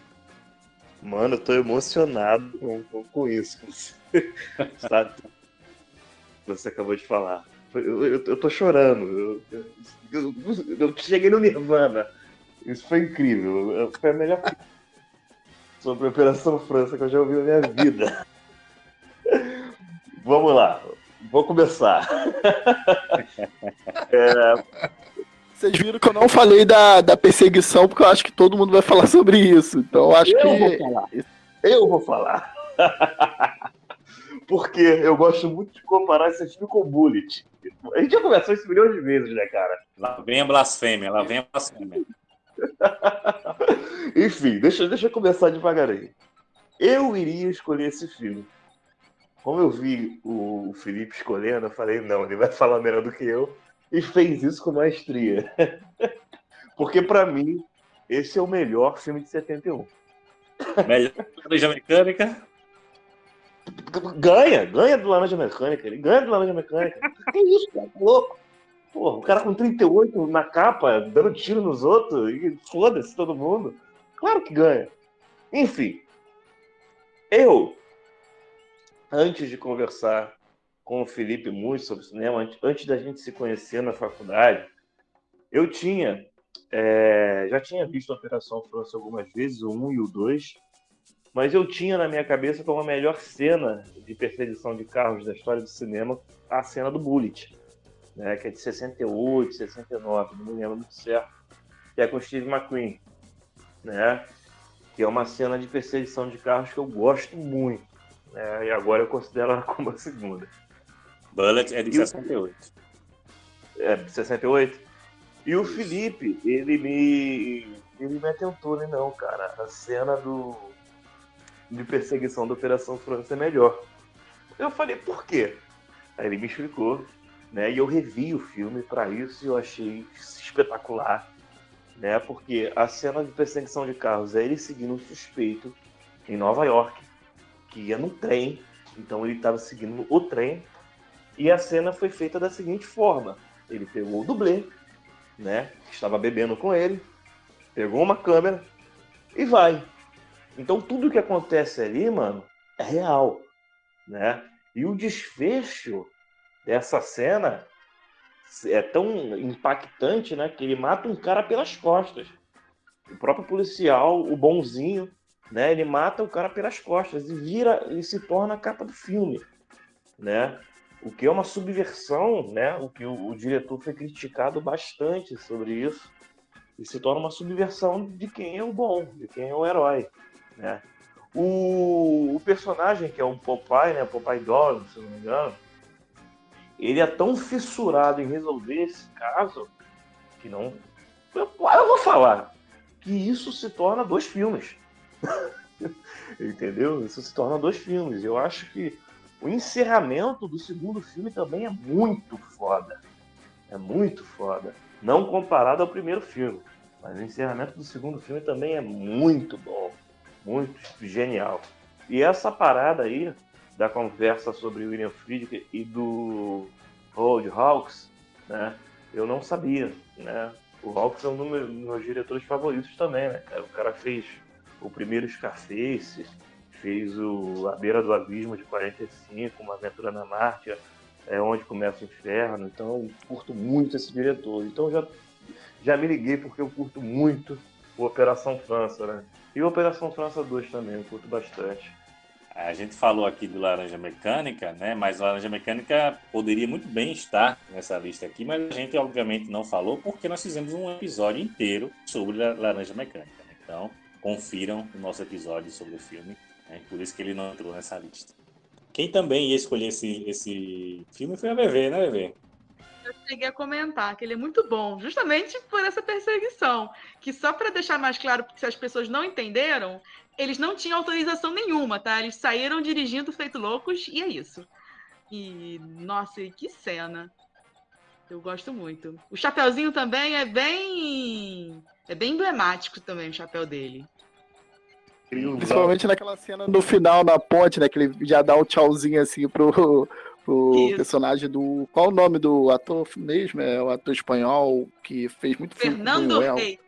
[SPEAKER 3] Mano, eu tô emocionado com, com, com isso. Sabe? Você acabou de falar. Eu, eu, eu tô chorando. Eu, eu, eu, eu cheguei no Nirvana. Isso foi incrível. Foi a melhor sobre a Operação França que eu já ouvi na minha vida. Vamos lá. Vou começar. é...
[SPEAKER 4] Vocês viram que eu não falei da, da perseguição, porque eu acho que todo mundo vai falar sobre isso. Então eu acho
[SPEAKER 3] eu
[SPEAKER 4] que...
[SPEAKER 3] Vou falar. Eu vou falar. Porque eu gosto muito de comparar esse filme com o Bullet. A gente já conversou isso milhões de vezes, né, cara?
[SPEAKER 1] Lá vem a blasfêmia, lá vem a blasfêmia.
[SPEAKER 3] Enfim, deixa, deixa eu começar devagarinho. Eu iria escolher esse filme. Como eu vi o Felipe escolhendo, eu falei, não, ele vai falar melhor do que eu. E fez isso com maestria. Porque, pra mim, esse é o melhor filme de setenta e um.
[SPEAKER 1] Melhor que Laranja Mecânica?
[SPEAKER 3] Ganha, ganha do Laranja Mecânica. Ele ganha do Laranja Mecânica. Que isso, cara? Tá louco? Porra, o cara com trinta e oito na capa, dando tiro nos outros, e foda-se todo mundo. Claro que ganha. Enfim. Eu, antes de conversar com o Felipe muito sobre cinema, antes da gente se conhecer na faculdade, eu tinha, é, já tinha visto a Operação França algumas vezes, o um e o dois, mas eu tinha na minha cabeça como a melhor cena de perseguição de carros da história do cinema a cena do Bullet, né, que é de sessenta e oito, sessenta e nove, não me lembro muito certo, que é com Steve McQueen, né, que é uma cena de perseguição de carros que eu gosto muito, né, e agora eu considero ela como a segunda.
[SPEAKER 1] Bullet é de sessenta e oito.
[SPEAKER 3] É, sessenta e oito. E o Felipe, ele me. Ele me atentou, né? Não, cara, a cena do. de perseguição da Operação França é melhor. Eu falei, por quê? Aí ele me explicou, né? E eu revi o filme pra isso e eu achei espetacular, né? Porque a cena de perseguição de carros é ele seguindo um suspeito em Nova York, que ia no trem, então ele estava seguindo o trem, e a cena foi feita da seguinte forma: ele pegou o dublê, né? Que estava bebendo com ele, pegou uma câmera e vai. Então tudo que acontece ali, mano, é real, né? E o desfecho dessa cena é tão impactante, né? Que ele mata um cara pelas costas. O próprio policial, o bonzinho, né? Ele mata o cara pelas costas e vira e se torna a capa do filme, né? O que é uma subversão, né? O que o, o diretor foi criticado bastante sobre isso. E se torna uma subversão de quem é o bom, de quem é o herói, né? O, o personagem, que é um Popeye, né? Popeye Doyle, se não me engano, ele é tão fissurado em resolver esse caso que não... Eu, eu vou falar que isso se torna dois filmes. Entendeu? Isso se torna dois filmes. Eu acho que o encerramento do segundo filme também é muito foda. É muito foda. Não comparado ao primeiro filme. Mas o encerramento do segundo filme também é muito bom. Muito genial. E essa parada aí, da conversa sobre o William Friedkin e do Howard Hawks, né? Eu não sabia, né? O Hawks é um dos meus, meus diretores favoritos também, né? O cara fez o primeiro Scarface, fez o A Beira do Abismo de quarenta e cinco, Uma Aventura na Marte, é Onde Começa o Inferno. Então eu curto muito esse diretor. Então já, já me liguei porque eu curto muito o Operação França, né? E o Operação França dois também, eu curto bastante.
[SPEAKER 1] A gente falou aqui do Laranja Mecânica, né? Mas Laranja Mecânica poderia muito bem estar nessa lista aqui, mas a gente obviamente não falou porque nós fizemos um episódio inteiro sobre Laranja Mecânica, né? Então, confiram o nosso episódio sobre o filme, né? Por isso que ele não entrou nessa lista. Quem também ia escolher esse, esse filme foi a Bebê, né, Bebê?
[SPEAKER 2] Eu cheguei a comentar que ele é muito bom, justamente por essa perseguição. Que só para deixar mais claro, porque se as pessoas não entenderam, eles não tinham autorização nenhuma, tá? Eles saíram dirigindo feito loucos e é isso. E, nossa, que cena. Eu gosto muito. O chapeuzinho também é bem... É bem emblemático também, o chapéu dele.
[SPEAKER 4] Principalmente naquela cena do final na ponte, né? Que ele já dá um tchauzinho assim pro... O isso. Personagem do... Qual o nome do ator mesmo? É o ator espanhol que fez muito filme.
[SPEAKER 2] Fernando Reis.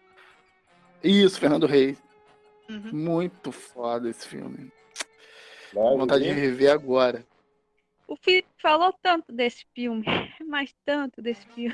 [SPEAKER 4] Isso, Fernando Reis.
[SPEAKER 2] Uhum.
[SPEAKER 4] Muito foda esse filme. Vou vontade de rever agora.
[SPEAKER 5] O Felipe falou tanto desse filme, mas tanto desse filme.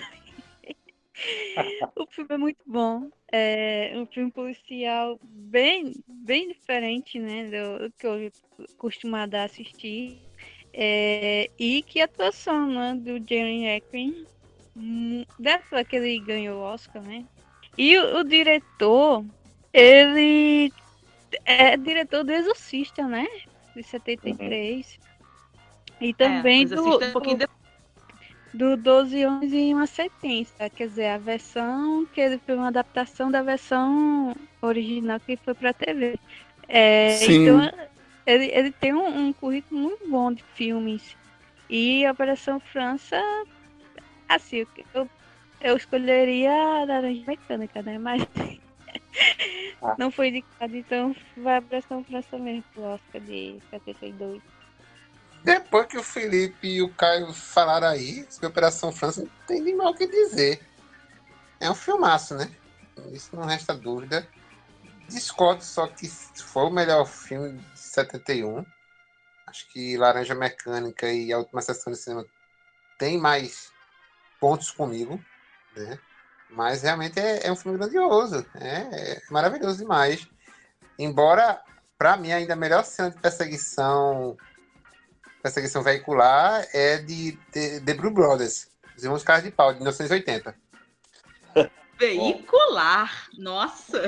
[SPEAKER 5] O filme é muito bom. É um filme policial bem, bem diferente, né? Do, do que eu costumada assistir. É, e que atuação, né, do Jeremy Irons, dessa que ele ganhou o Oscar, né? E o, o diretor, ele é diretor do Exorcista, né? De setenta e três. Uhum. E também é, do, um pouquinho do, do doze Homens e uma Sentença, quer dizer, a versão que ele foi uma adaptação da versão original que foi para a T V. É,
[SPEAKER 4] Sim.
[SPEAKER 5] Então, Ele, ele tem um, um currículo muito bom de filmes. E a Operação França, assim, eu, eu escolheria a Laranja Mecânica, né? Mas ah. não foi indicado, então vai a Operação França mesmo, pro Oscar de setenta e dois.
[SPEAKER 6] Depois que o Felipe e o Caio falaram aí sobre a Operação França, não tem nem mal o que dizer. É um filmaço, né? Isso não resta dúvida. Discordo só que foi o melhor filme de setenta e um. Acho que Laranja Mecânica e A Última Sessão de Cinema tem mais pontos comigo, né? Mas realmente é, é um filme grandioso, é, é maravilhoso demais. Embora, para mim, ainda a melhor cena de perseguição perseguição veicular é de The Blue Brothers, Os Irmãos Caras de Pau, de mil novecentos e oitenta.
[SPEAKER 2] Veicular, nossa!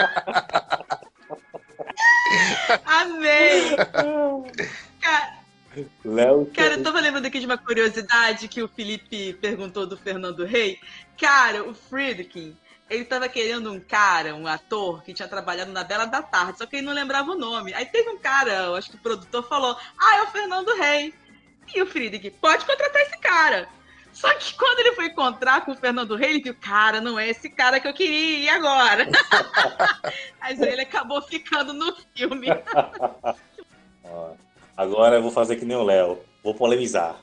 [SPEAKER 2] Amei! Cara,
[SPEAKER 1] Léo.
[SPEAKER 2] Cara, eu tava lembrando aqui de uma curiosidade que o Felipe perguntou do Fernando Rey. Cara, o Friedkin, ele tava querendo um cara, um ator, que tinha trabalhado na Bela da Tarde, só que ele não lembrava o nome. Aí teve um cara, eu acho que o produtor falou, ah, é o Fernando Rey. E o Friedkin, pode contratar esse cara. Só que quando ele foi encontrar com o Fernando Rey, ele viu, cara, não é esse cara que eu queria, e agora? Mas ele acabou ficando no filme.
[SPEAKER 1] Ó, agora eu vou fazer que nem o Léo, vou polemizar.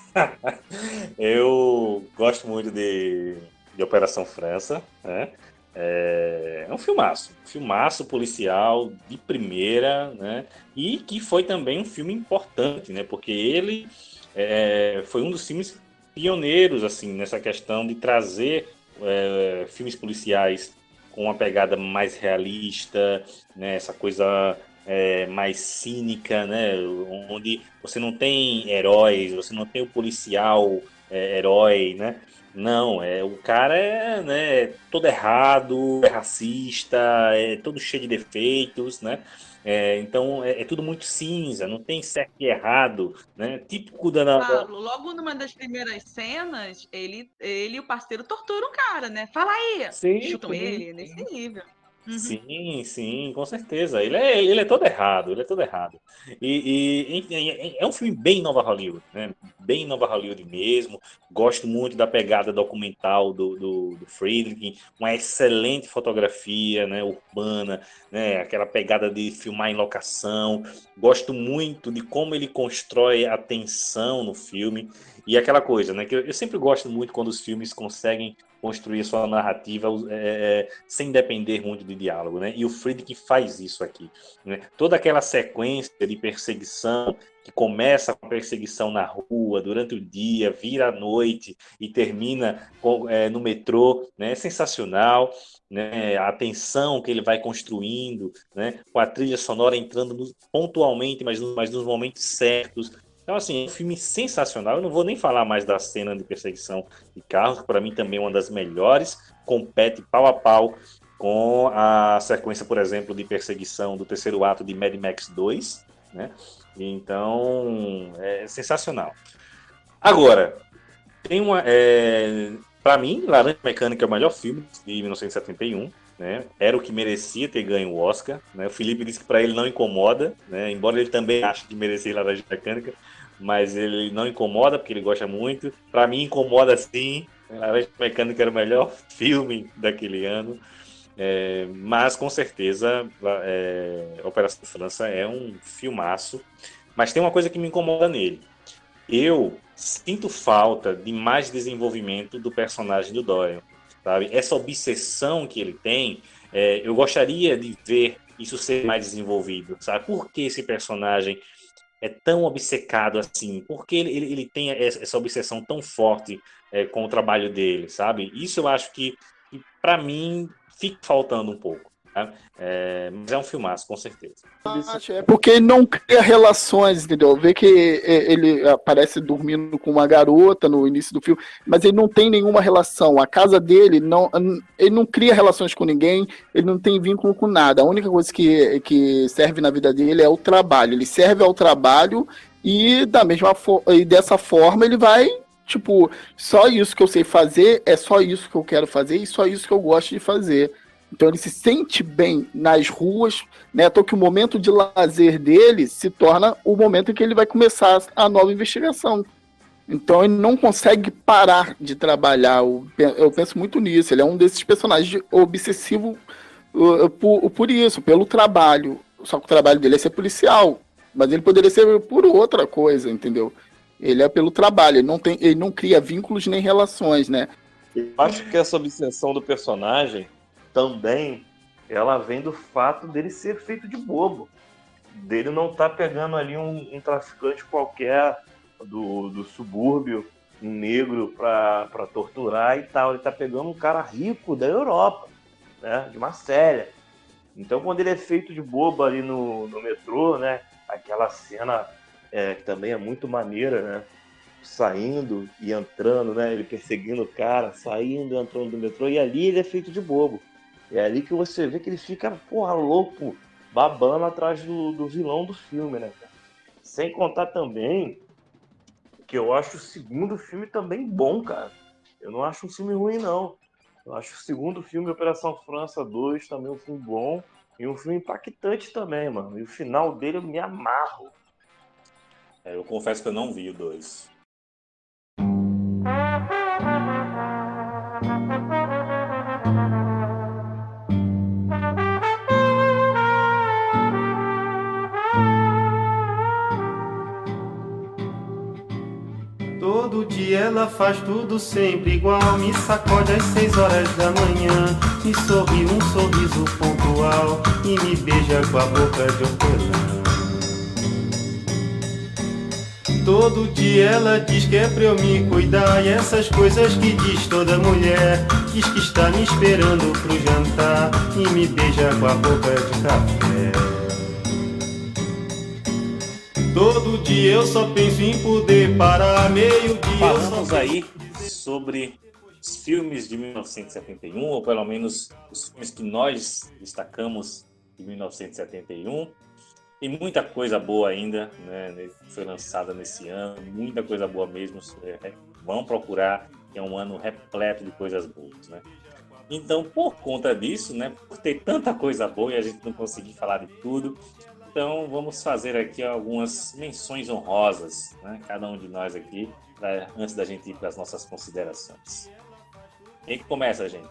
[SPEAKER 1] Eu gosto muito de, de Operação França, né? É, é um filmaço, filmaço policial de primeira, né? E que foi também um filme importante, né? Porque ele é, foi um dos filmes pioneiros assim nessa questão de trazer é, filmes policiais com uma pegada mais realista, né? Essa coisa é, mais cínica, né? Onde você não tem heróis, você não tem o policial é, herói, né? Não, é, o cara é, né, todo errado, é racista, é todo cheio de defeitos, né? É, então é, é tudo muito cinza, não tem certo e errado, né? Típico da... da-
[SPEAKER 2] Pablo, logo numa das primeiras cenas, ele, ele e o parceiro torturam o cara, né? Fala aí!
[SPEAKER 1] Sim,
[SPEAKER 2] Chutam
[SPEAKER 1] sim,
[SPEAKER 2] ele
[SPEAKER 1] sim.
[SPEAKER 2] nesse nível. Uhum.
[SPEAKER 1] Sim, sim, com certeza. Ele é, ele é todo errado, ele é todo errado. E, e- e- é um filme bem Nova Hollywood, né? Bem Nova Hollywood mesmo. Gosto muito da pegada documental do, do, do Friedkin, uma excelente fotografia, né? Urbana, né? Aquela pegada de filmar em locação. Gosto muito de como ele constrói a tensão no filme. E aquela coisa, né? Que eu, eu sempre gosto muito quando os filmes conseguem construir sua narrativa é, sem depender muito de diálogo, né? E o Friedkin faz isso aqui, né? Toda aquela sequência de perseguição que começa com a perseguição na rua, durante o dia, vira à noite e termina com, é, no metrô, né? É sensacional, né? A tensão que ele vai construindo, né? Com a trilha sonora entrando no, pontualmente, mas, no, mas nos momentos certos. Então, assim, é um filme sensacional. Eu não vou nem falar mais da cena de perseguição de carros, que para mim também é uma das melhores. Compete pau a pau com a sequência, por exemplo, de perseguição do terceiro ato de Mad Max dois, né? Então, é sensacional. Agora, tem uma... É, para mim, Laranja Mecânica é o melhor filme de mil novecentos e setenta e um. Né? Era o que merecia ter ganho o Oscar, né? O Felipe disse que para ele não incomoda, né? Embora ele também ache que merecia Laranja Mecânica, mas ele não incomoda porque ele gosta muito. Para mim incomoda sim. Laranja Mecânica era o melhor filme daquele ano, é, mas com certeza é, Operação França é um filmaço. Mas tem uma coisa que me incomoda nele. Eu sinto falta de mais desenvolvimento do personagem do Doyle. Sabe? Essa obsessão que ele tem, é, eu gostaria de ver isso ser mais desenvolvido, sabe? Por que esse personagem é tão obcecado assim? Por que ele, ele, ele tem essa obsessão tão forte é, com o trabalho dele, sabe? Isso eu acho que, que para mim, fica faltando um pouco. Tá? É, mas é um filmaço, com certeza.
[SPEAKER 4] Acho, é porque ele não cria relações, entendeu? Vê que ele aparece dormindo com uma garota no início do filme, mas ele não tem nenhuma relação. A casa dele, não, ele não cria relações com ninguém, ele não tem vínculo com nada. A única coisa que, que serve na vida dele é o trabalho. Ele serve ao trabalho e, da mesma fo- e dessa forma ele vai, tipo, só isso que eu sei fazer, é só isso que eu quero fazer e só isso que eu gosto de fazer. Então ele se sente bem nas ruas, né? Até que o momento de lazer dele se torna o momento em que ele vai começar a nova investigação. Então ele não consegue parar de trabalhar. Eu penso muito nisso. Ele é um desses personagens obsessivo uh, por, por isso, pelo trabalho. Só que o trabalho dele é ser policial, mas ele poderia ser por outra coisa, entendeu? Ele é pelo trabalho, ele não, tem, ele não cria vínculos nem relações, né?
[SPEAKER 3] Eu acho que essa obsessão do personagem também, ela vem do fato dele ser feito de bobo. Dele não tá pegando ali um, um traficante qualquer do, do subúrbio, um negro, pra, pra torturar e tal. Ele tá pegando um cara rico da Europa, né, de Marselha. Então, quando ele é feito de bobo ali no, no metrô, né, aquela cena é, que também é muito maneira, né, saindo e entrando, né, ele perseguindo o cara, saindo e entrando do metrô, e ali ele é feito de bobo. É ali que você vê que ele fica, porra, louco, babando atrás do, do vilão do filme, né, cara? Sem contar também que eu acho o segundo filme também bom, cara. Eu não acho um filme ruim, não. Eu acho o segundo filme, Operação França dois, também um filme bom. E um filme impactante também, mano. E o final dele eu me amarro.
[SPEAKER 1] É, eu confesso que eu não vi o dois.
[SPEAKER 9] Todo dia ela faz tudo sempre igual. Me sacode às seis horas da manhã, me sorri um sorriso pontual e me beija com a boca de hortelã. Todo dia ela diz que é pra eu me cuidar, e essas coisas que diz toda mulher. Diz que está me esperando pro jantar e me beija com a boca de café. Todo dia eu só penso em poder parar, meio dia.
[SPEAKER 1] Falamos aí sobre os filmes de mil novecentos e setenta e um, ou pelo menos os filmes que nós destacamos de mil novecentos e setenta e um. Tem muita coisa boa ainda, né? Foi lançada nesse ano, muita coisa boa mesmo. Vão procurar, que é um ano repleto de coisas boas, né? Então, por conta disso, né? Por ter tanta coisa boa e a gente não conseguir falar de tudo, então vamos fazer aqui algumas menções honrosas, né? Cada um de nós aqui, pra, antes da gente ir para as nossas considerações. Quem que começa, gente?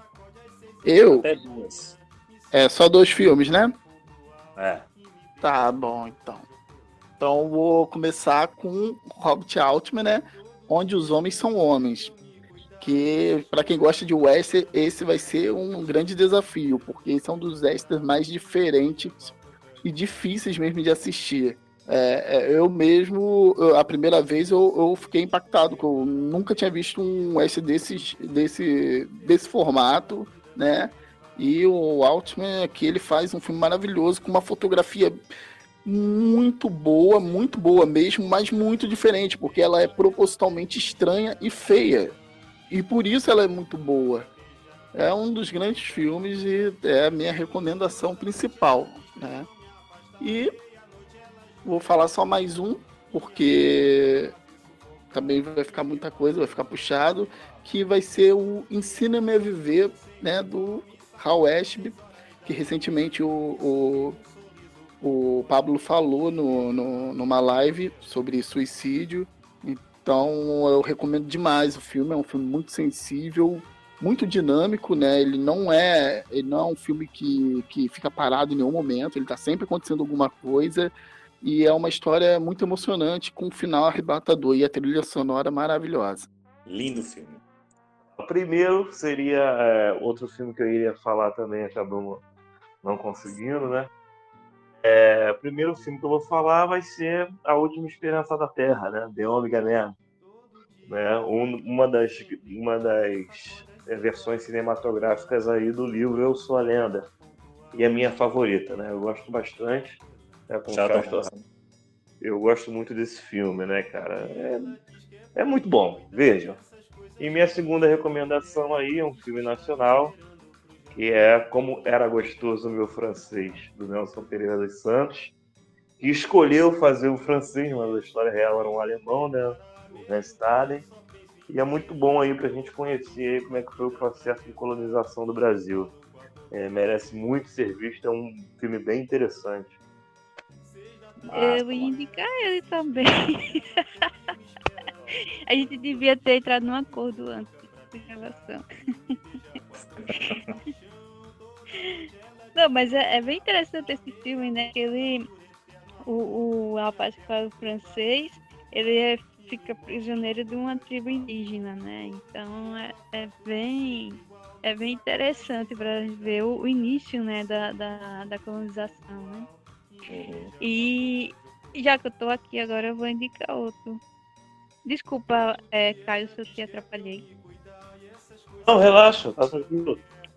[SPEAKER 4] Eu?
[SPEAKER 1] Até duas.
[SPEAKER 4] É, só dois filmes, né?
[SPEAKER 1] É.
[SPEAKER 4] Tá bom, então. Então vou começar com Robert Altman, né? Onde os homens são homens. Que, para quem gosta de western, esse vai ser um grande desafio, porque esse é um dos westerns mais diferentes e difíceis mesmo de assistir. É, eu mesmo, a primeira vez eu, eu fiquei impactado, porque eu nunca tinha visto um western desse, desse, desse formato, né? E o Altman aqui, ele faz um filme maravilhoso, com uma fotografia muito boa, muito boa mesmo, mas muito diferente, porque ela é propositalmente estranha e feia. E por isso ela é muito boa. É um dos grandes filmes e é a minha recomendação principal, né? E vou falar só mais um, porque também vai ficar muita coisa, vai ficar puxado, que vai ser o Ensina-me a Viver, né, do Hal Ashby, que recentemente o, o, o Pablo falou no, no, numa live sobre suicídio. Então eu recomendo demais o filme, é um filme muito sensível, muito dinâmico, né? Ele não é, ele não é um filme que, que fica parado em nenhum momento, ele está sempre acontecendo alguma coisa, e é uma história muito emocionante, com um final arrebatador e a trilha sonora maravilhosa.
[SPEAKER 1] Lindo filme.
[SPEAKER 3] O primeiro seria é, outro filme que eu iria falar também, acabou não conseguindo, né? É, o primeiro filme que eu vou falar vai ser A Última Esperança da Terra, né? The Omega Man. Né? Um, uma das, uma das é, versões cinematográficas aí do livro Eu Sou a Lenda. E a minha favorita, né? Eu gosto bastante. Né? Eu gosto muito desse filme, né, cara? É, é muito bom, vejam. E minha segunda recomendação aí é um filme nacional, que é Como Era Gostoso o Meu Francês, do Nelson Pereira dos Santos, que escolheu fazer o francês, mas a história real era um alemão, né? O Westphalen. E é muito bom aí pra gente conhecer como é que foi o processo de colonização do Brasil. É, merece muito ser visto, é um filme bem interessante.
[SPEAKER 5] Eu ia indicar ele também. A gente devia ter entrado num acordo antes de gravação. Não, mas é, é bem interessante esse filme, né? Ele, o, o rapaz que fala francês, ele é, fica prisioneiro de uma tribo indígena, né? Então é, é bem é bem interessante para ver o, o início, né, da, da, da colonização, né? Uhum. E já que eu tô aqui agora, eu vou indicar outro. Desculpa, é, Caio, se eu te atrapalhei.
[SPEAKER 3] Não, relaxa, tá tranquilo.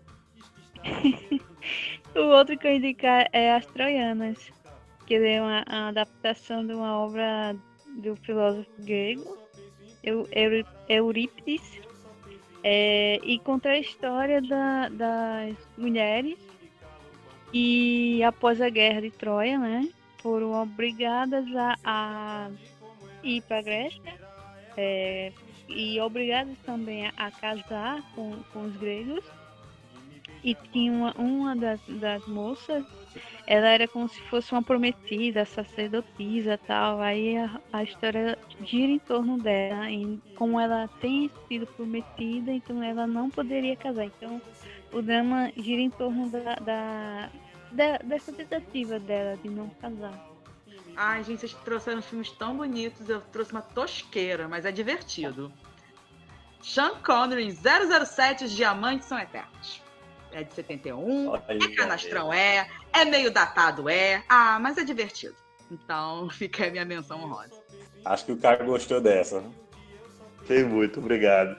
[SPEAKER 5] O outro que eu indicar é As Troianas, que é uma, uma adaptação de uma obra do filósofo grego, Eurípides, é, e conta a história da, das mulheres e após a guerra de Troia, né? foram obrigadas a, a ir para a Grécia é, e obrigadas também a, a casar com, com os gregos. E tinha uma, uma das, das moças, ela era como se fosse uma prometida, sacerdotisa e tal. Aí a, a história gira em torno dela. E como ela tem sido prometida, então ela não poderia casar. Então o drama gira em torno da, da, da, dessa tentativa dela de não casar.
[SPEAKER 2] Ai, gente, vocês trouxeram filmes tão bonitos. Eu trouxe uma tosqueira, mas é divertido. Sean Connery, zero zero sete, Os Diamantes São Eternos. É de setenta e um,
[SPEAKER 1] Olha,
[SPEAKER 2] é canastrão, é, é meio datado, é. Ah, mas é divertido. Então, fica aí a minha menção honrosa.
[SPEAKER 1] Acho que o cara gostou dessa. Né?
[SPEAKER 3] Tem muito, obrigado.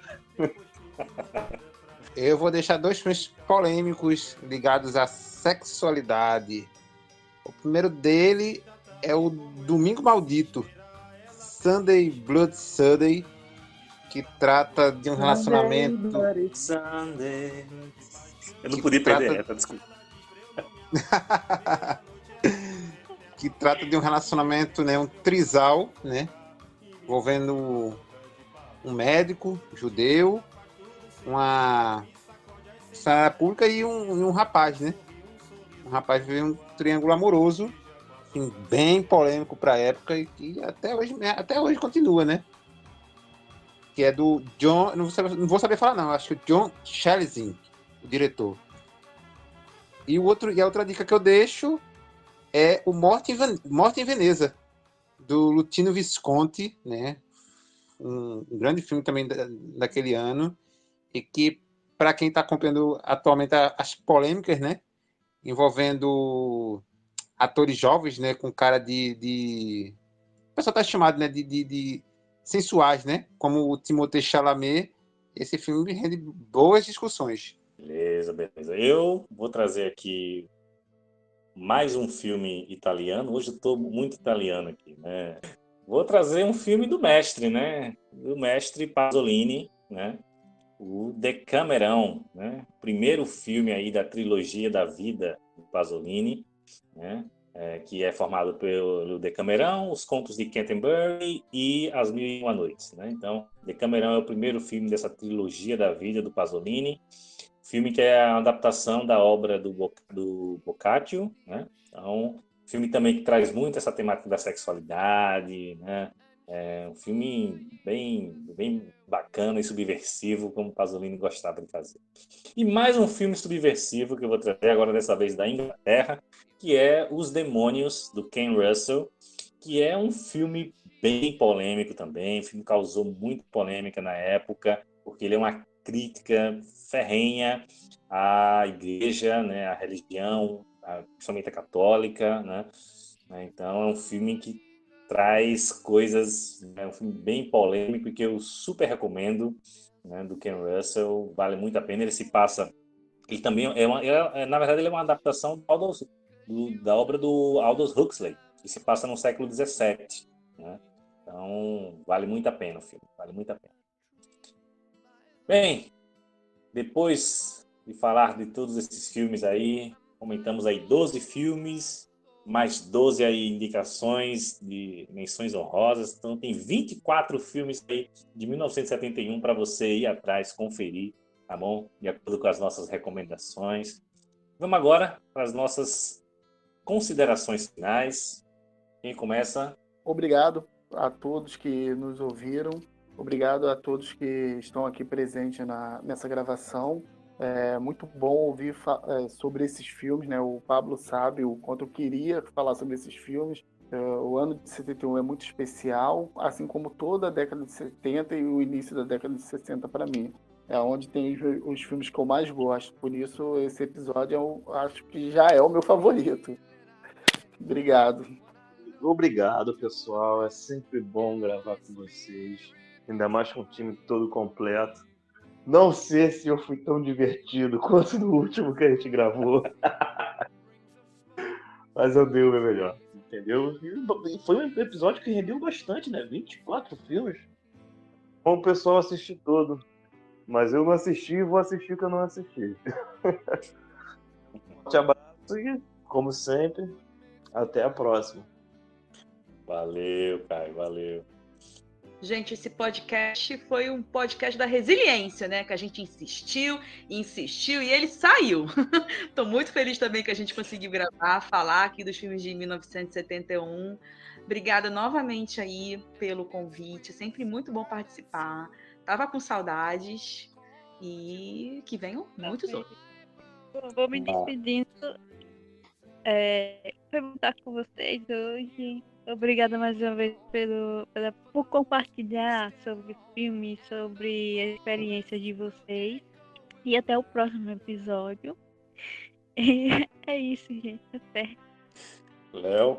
[SPEAKER 8] Eu vou deixar dois filmes polêmicos ligados à sexualidade. O primeiro dele é o Domingo Maldito, Sunday Blood Sunday, que trata de um relacionamento...
[SPEAKER 1] Sunday. Eu não
[SPEAKER 8] Que
[SPEAKER 1] podia perder
[SPEAKER 8] trata-
[SPEAKER 1] essa, desculpa.
[SPEAKER 8] que trata de um relacionamento, né, um trisal, né, envolvendo um médico judeu, uma funcionária pública e um, e um rapaz, né? Um rapaz vive um triângulo amoroso, assim, bem polêmico para a época e que até hoje, até hoje continua, né? Que é do John, não vou saber, não vou saber falar não, acho que o John Schlesing, o diretor. E, o outro, e a outra dica que eu deixo é o Morte em, Ven- Morte em Veneza, do Luchino Visconti, né? Um, um grande filme também da, daquele ano, e que, para quem está acompanhando atualmente a- as polêmicas, né? Envolvendo atores jovens, né? Com cara de... de... O pessoal está chamado, né? De, de, de sensuais, né? Como o Timothée Chalamet. Esse filme rende boas discussões.
[SPEAKER 1] Beleza, beleza. Eu vou trazer aqui mais um filme italiano. Hoje eu estou muito italiano aqui, né? Vou trazer um filme do mestre, né? Do mestre Pasolini, né? O Decamerão, né? Primeiro filme aí da trilogia da vida do Pasolini, né? É, que é formado pelo Decamerão, Os Contos de Canterbury e As Mil e Uma Noites, né? Então, Decamerão é o primeiro filme dessa trilogia da vida do Pasolini. Filme que é a adaptação da obra do, Boc- do Boccaccio, né? Então, filme também que traz muito essa temática da sexualidade, né? É um filme bem, bem bacana e subversivo, como o Pasolini gostava de fazer. E mais um filme subversivo que eu vou trazer agora, dessa vez da Inglaterra, que é Os Demônios, do Ken Russell, que é um filme bem polêmico também. O filme causou muita polêmica na época, porque ele é uma crítica ferrenha à igreja, né, à religião, a, principalmente a católica, né? Então é um filme que traz coisas, é um filme bem polêmico e que eu super recomendo, né, do Ken Russell, vale muito a pena. Ele se passa, ele também é, uma, é na verdade ele é uma adaptação do Aldous, do, da obra do Aldous Huxley, que se passa no século dezessete, né? Então vale muito a pena o filme, vale muito a pena. Bem, depois de falar de todos esses filmes aí, comentamos aí doze filmes, mais doze aí indicações de menções honrosas. Então tem vinte e quatro filmes aí de mil novecentos e setenta e um para você ir atrás, conferir, tá bom? De acordo com as nossas recomendações. Vamos agora para as nossas considerações finais. Quem começa?
[SPEAKER 4] Obrigado a todos que nos ouviram. Obrigado a todos que estão aqui presentes na, nessa gravação. É muito bom ouvir fa- é, sobre esses filmes, né? O Pablo sabe o quanto eu queria falar sobre esses filmes. É, o ano de setenta e um é muito especial, assim como toda a década de setenta e o início da década de sessenta para mim. É onde tem os, os filmes que eu mais gosto. Por isso, esse episódio eu acho que já é o meu favorito. Obrigado.
[SPEAKER 3] Obrigado, pessoal. É sempre bom gravar com vocês. Ainda mais com o time todo completo. Não sei se eu fui tão divertido quanto no último que a gente gravou. Mas eu dei o meu melhor, entendeu? E foi um episódio que rendeu bastante, né? vinte e quatro filmes. Bom, o pessoal assistir todo. Mas eu não assisti e vou assistir o que eu não assisti. Um forte abraço e, como sempre, até a próxima.
[SPEAKER 1] Valeu, Caio, valeu.
[SPEAKER 2] Gente, esse podcast foi um podcast da resiliência, né? Que a gente insistiu, insistiu e ele saiu. Estou muito feliz também que a gente conseguiu gravar, falar aqui dos filmes de mil novecentos e setenta e um. Obrigada novamente aí pelo convite. Sempre muito bom participar. Tava com saudades e que venham muitos outros.
[SPEAKER 5] Vou me despedindo. É, foi bom estar com vocês hoje. Obrigada mais uma vez pelo, pela, por compartilhar sobre o filme, sobre a experiência de vocês. E até o próximo episódio. E é isso, gente. Até.
[SPEAKER 1] Léo.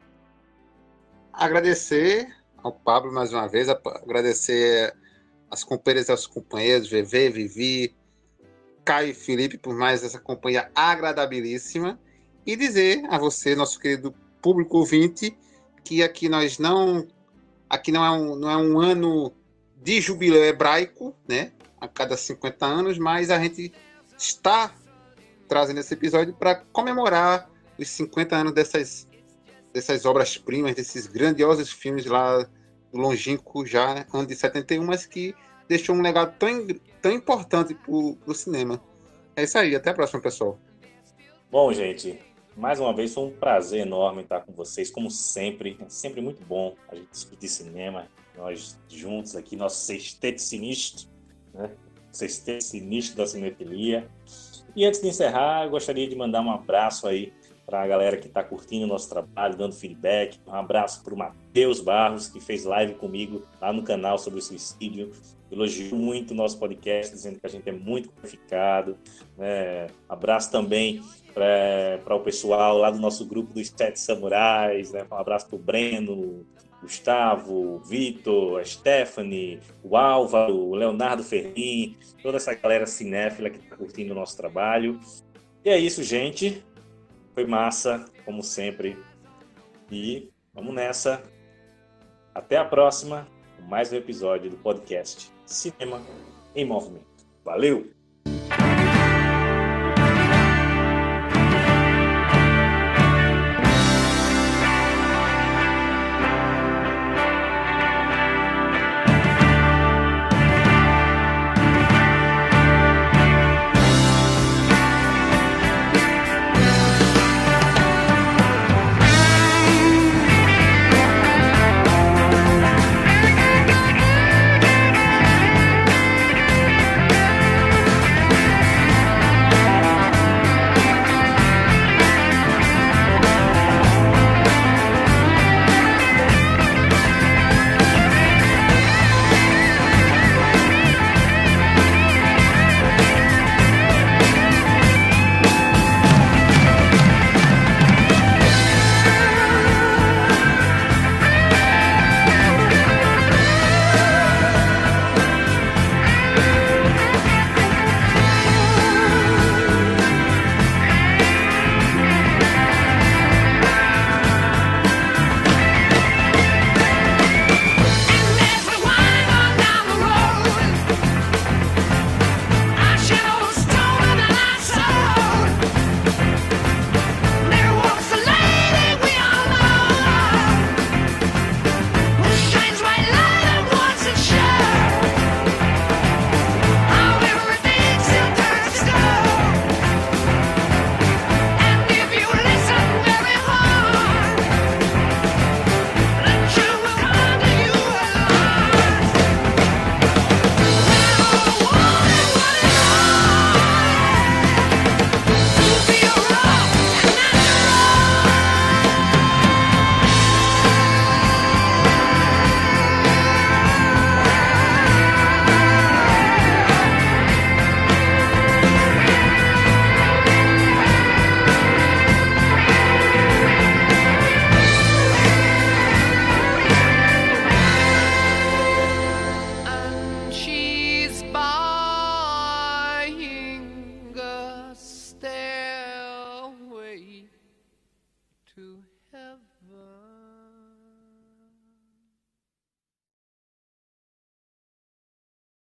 [SPEAKER 8] Agradecer ao Pablo mais uma vez, agradecer as companheiras e aos companheiros, V V, Vivi, Caio e Felipe, por mais essa companhia agradabilíssima. E dizer a você, nosso querido público ouvinte, que aqui nós não aqui não é um, não é um ano de jubileu hebraico, né? A cada cinquenta anos, mas a gente está trazendo esse episódio para comemorar os cinquenta anos dessas, dessas obras-primas, desses grandiosos filmes lá do longínquo já, ano de setenta e um, mas que deixou um legado tão, tão importante para o cinema. É isso aí, até a próxima, pessoal.
[SPEAKER 1] Bom, gente, mais uma vez foi um prazer enorme estar com vocês, como sempre. É sempre muito bom a gente discutir cinema, nós juntos aqui, nosso sexteto sinistro, né? Sexteto sinistro da cinefilia. E antes de encerrar, eu gostaria de mandar um abraço aí para a galera que está curtindo o nosso trabalho, dando feedback. Um abraço para o Matheus Barros, que fez live comigo lá no canal sobre o suicídio. Elogiou muito o nosso podcast, dizendo que a gente é muito qualificado. Né? Abraço também para o pessoal lá do nosso grupo dos Sete Samurais. Né? Um abraço para o Breno, Gustavo, o Vitor, a Stephanie, o Álvaro, o Leonardo Ferrin, toda essa galera cinéfila que está curtindo o nosso trabalho. E é isso, gente. Foi massa, como sempre. E vamos nessa. Até a próxima, com mais um episódio do podcast Cinema em Movimento. Valeu!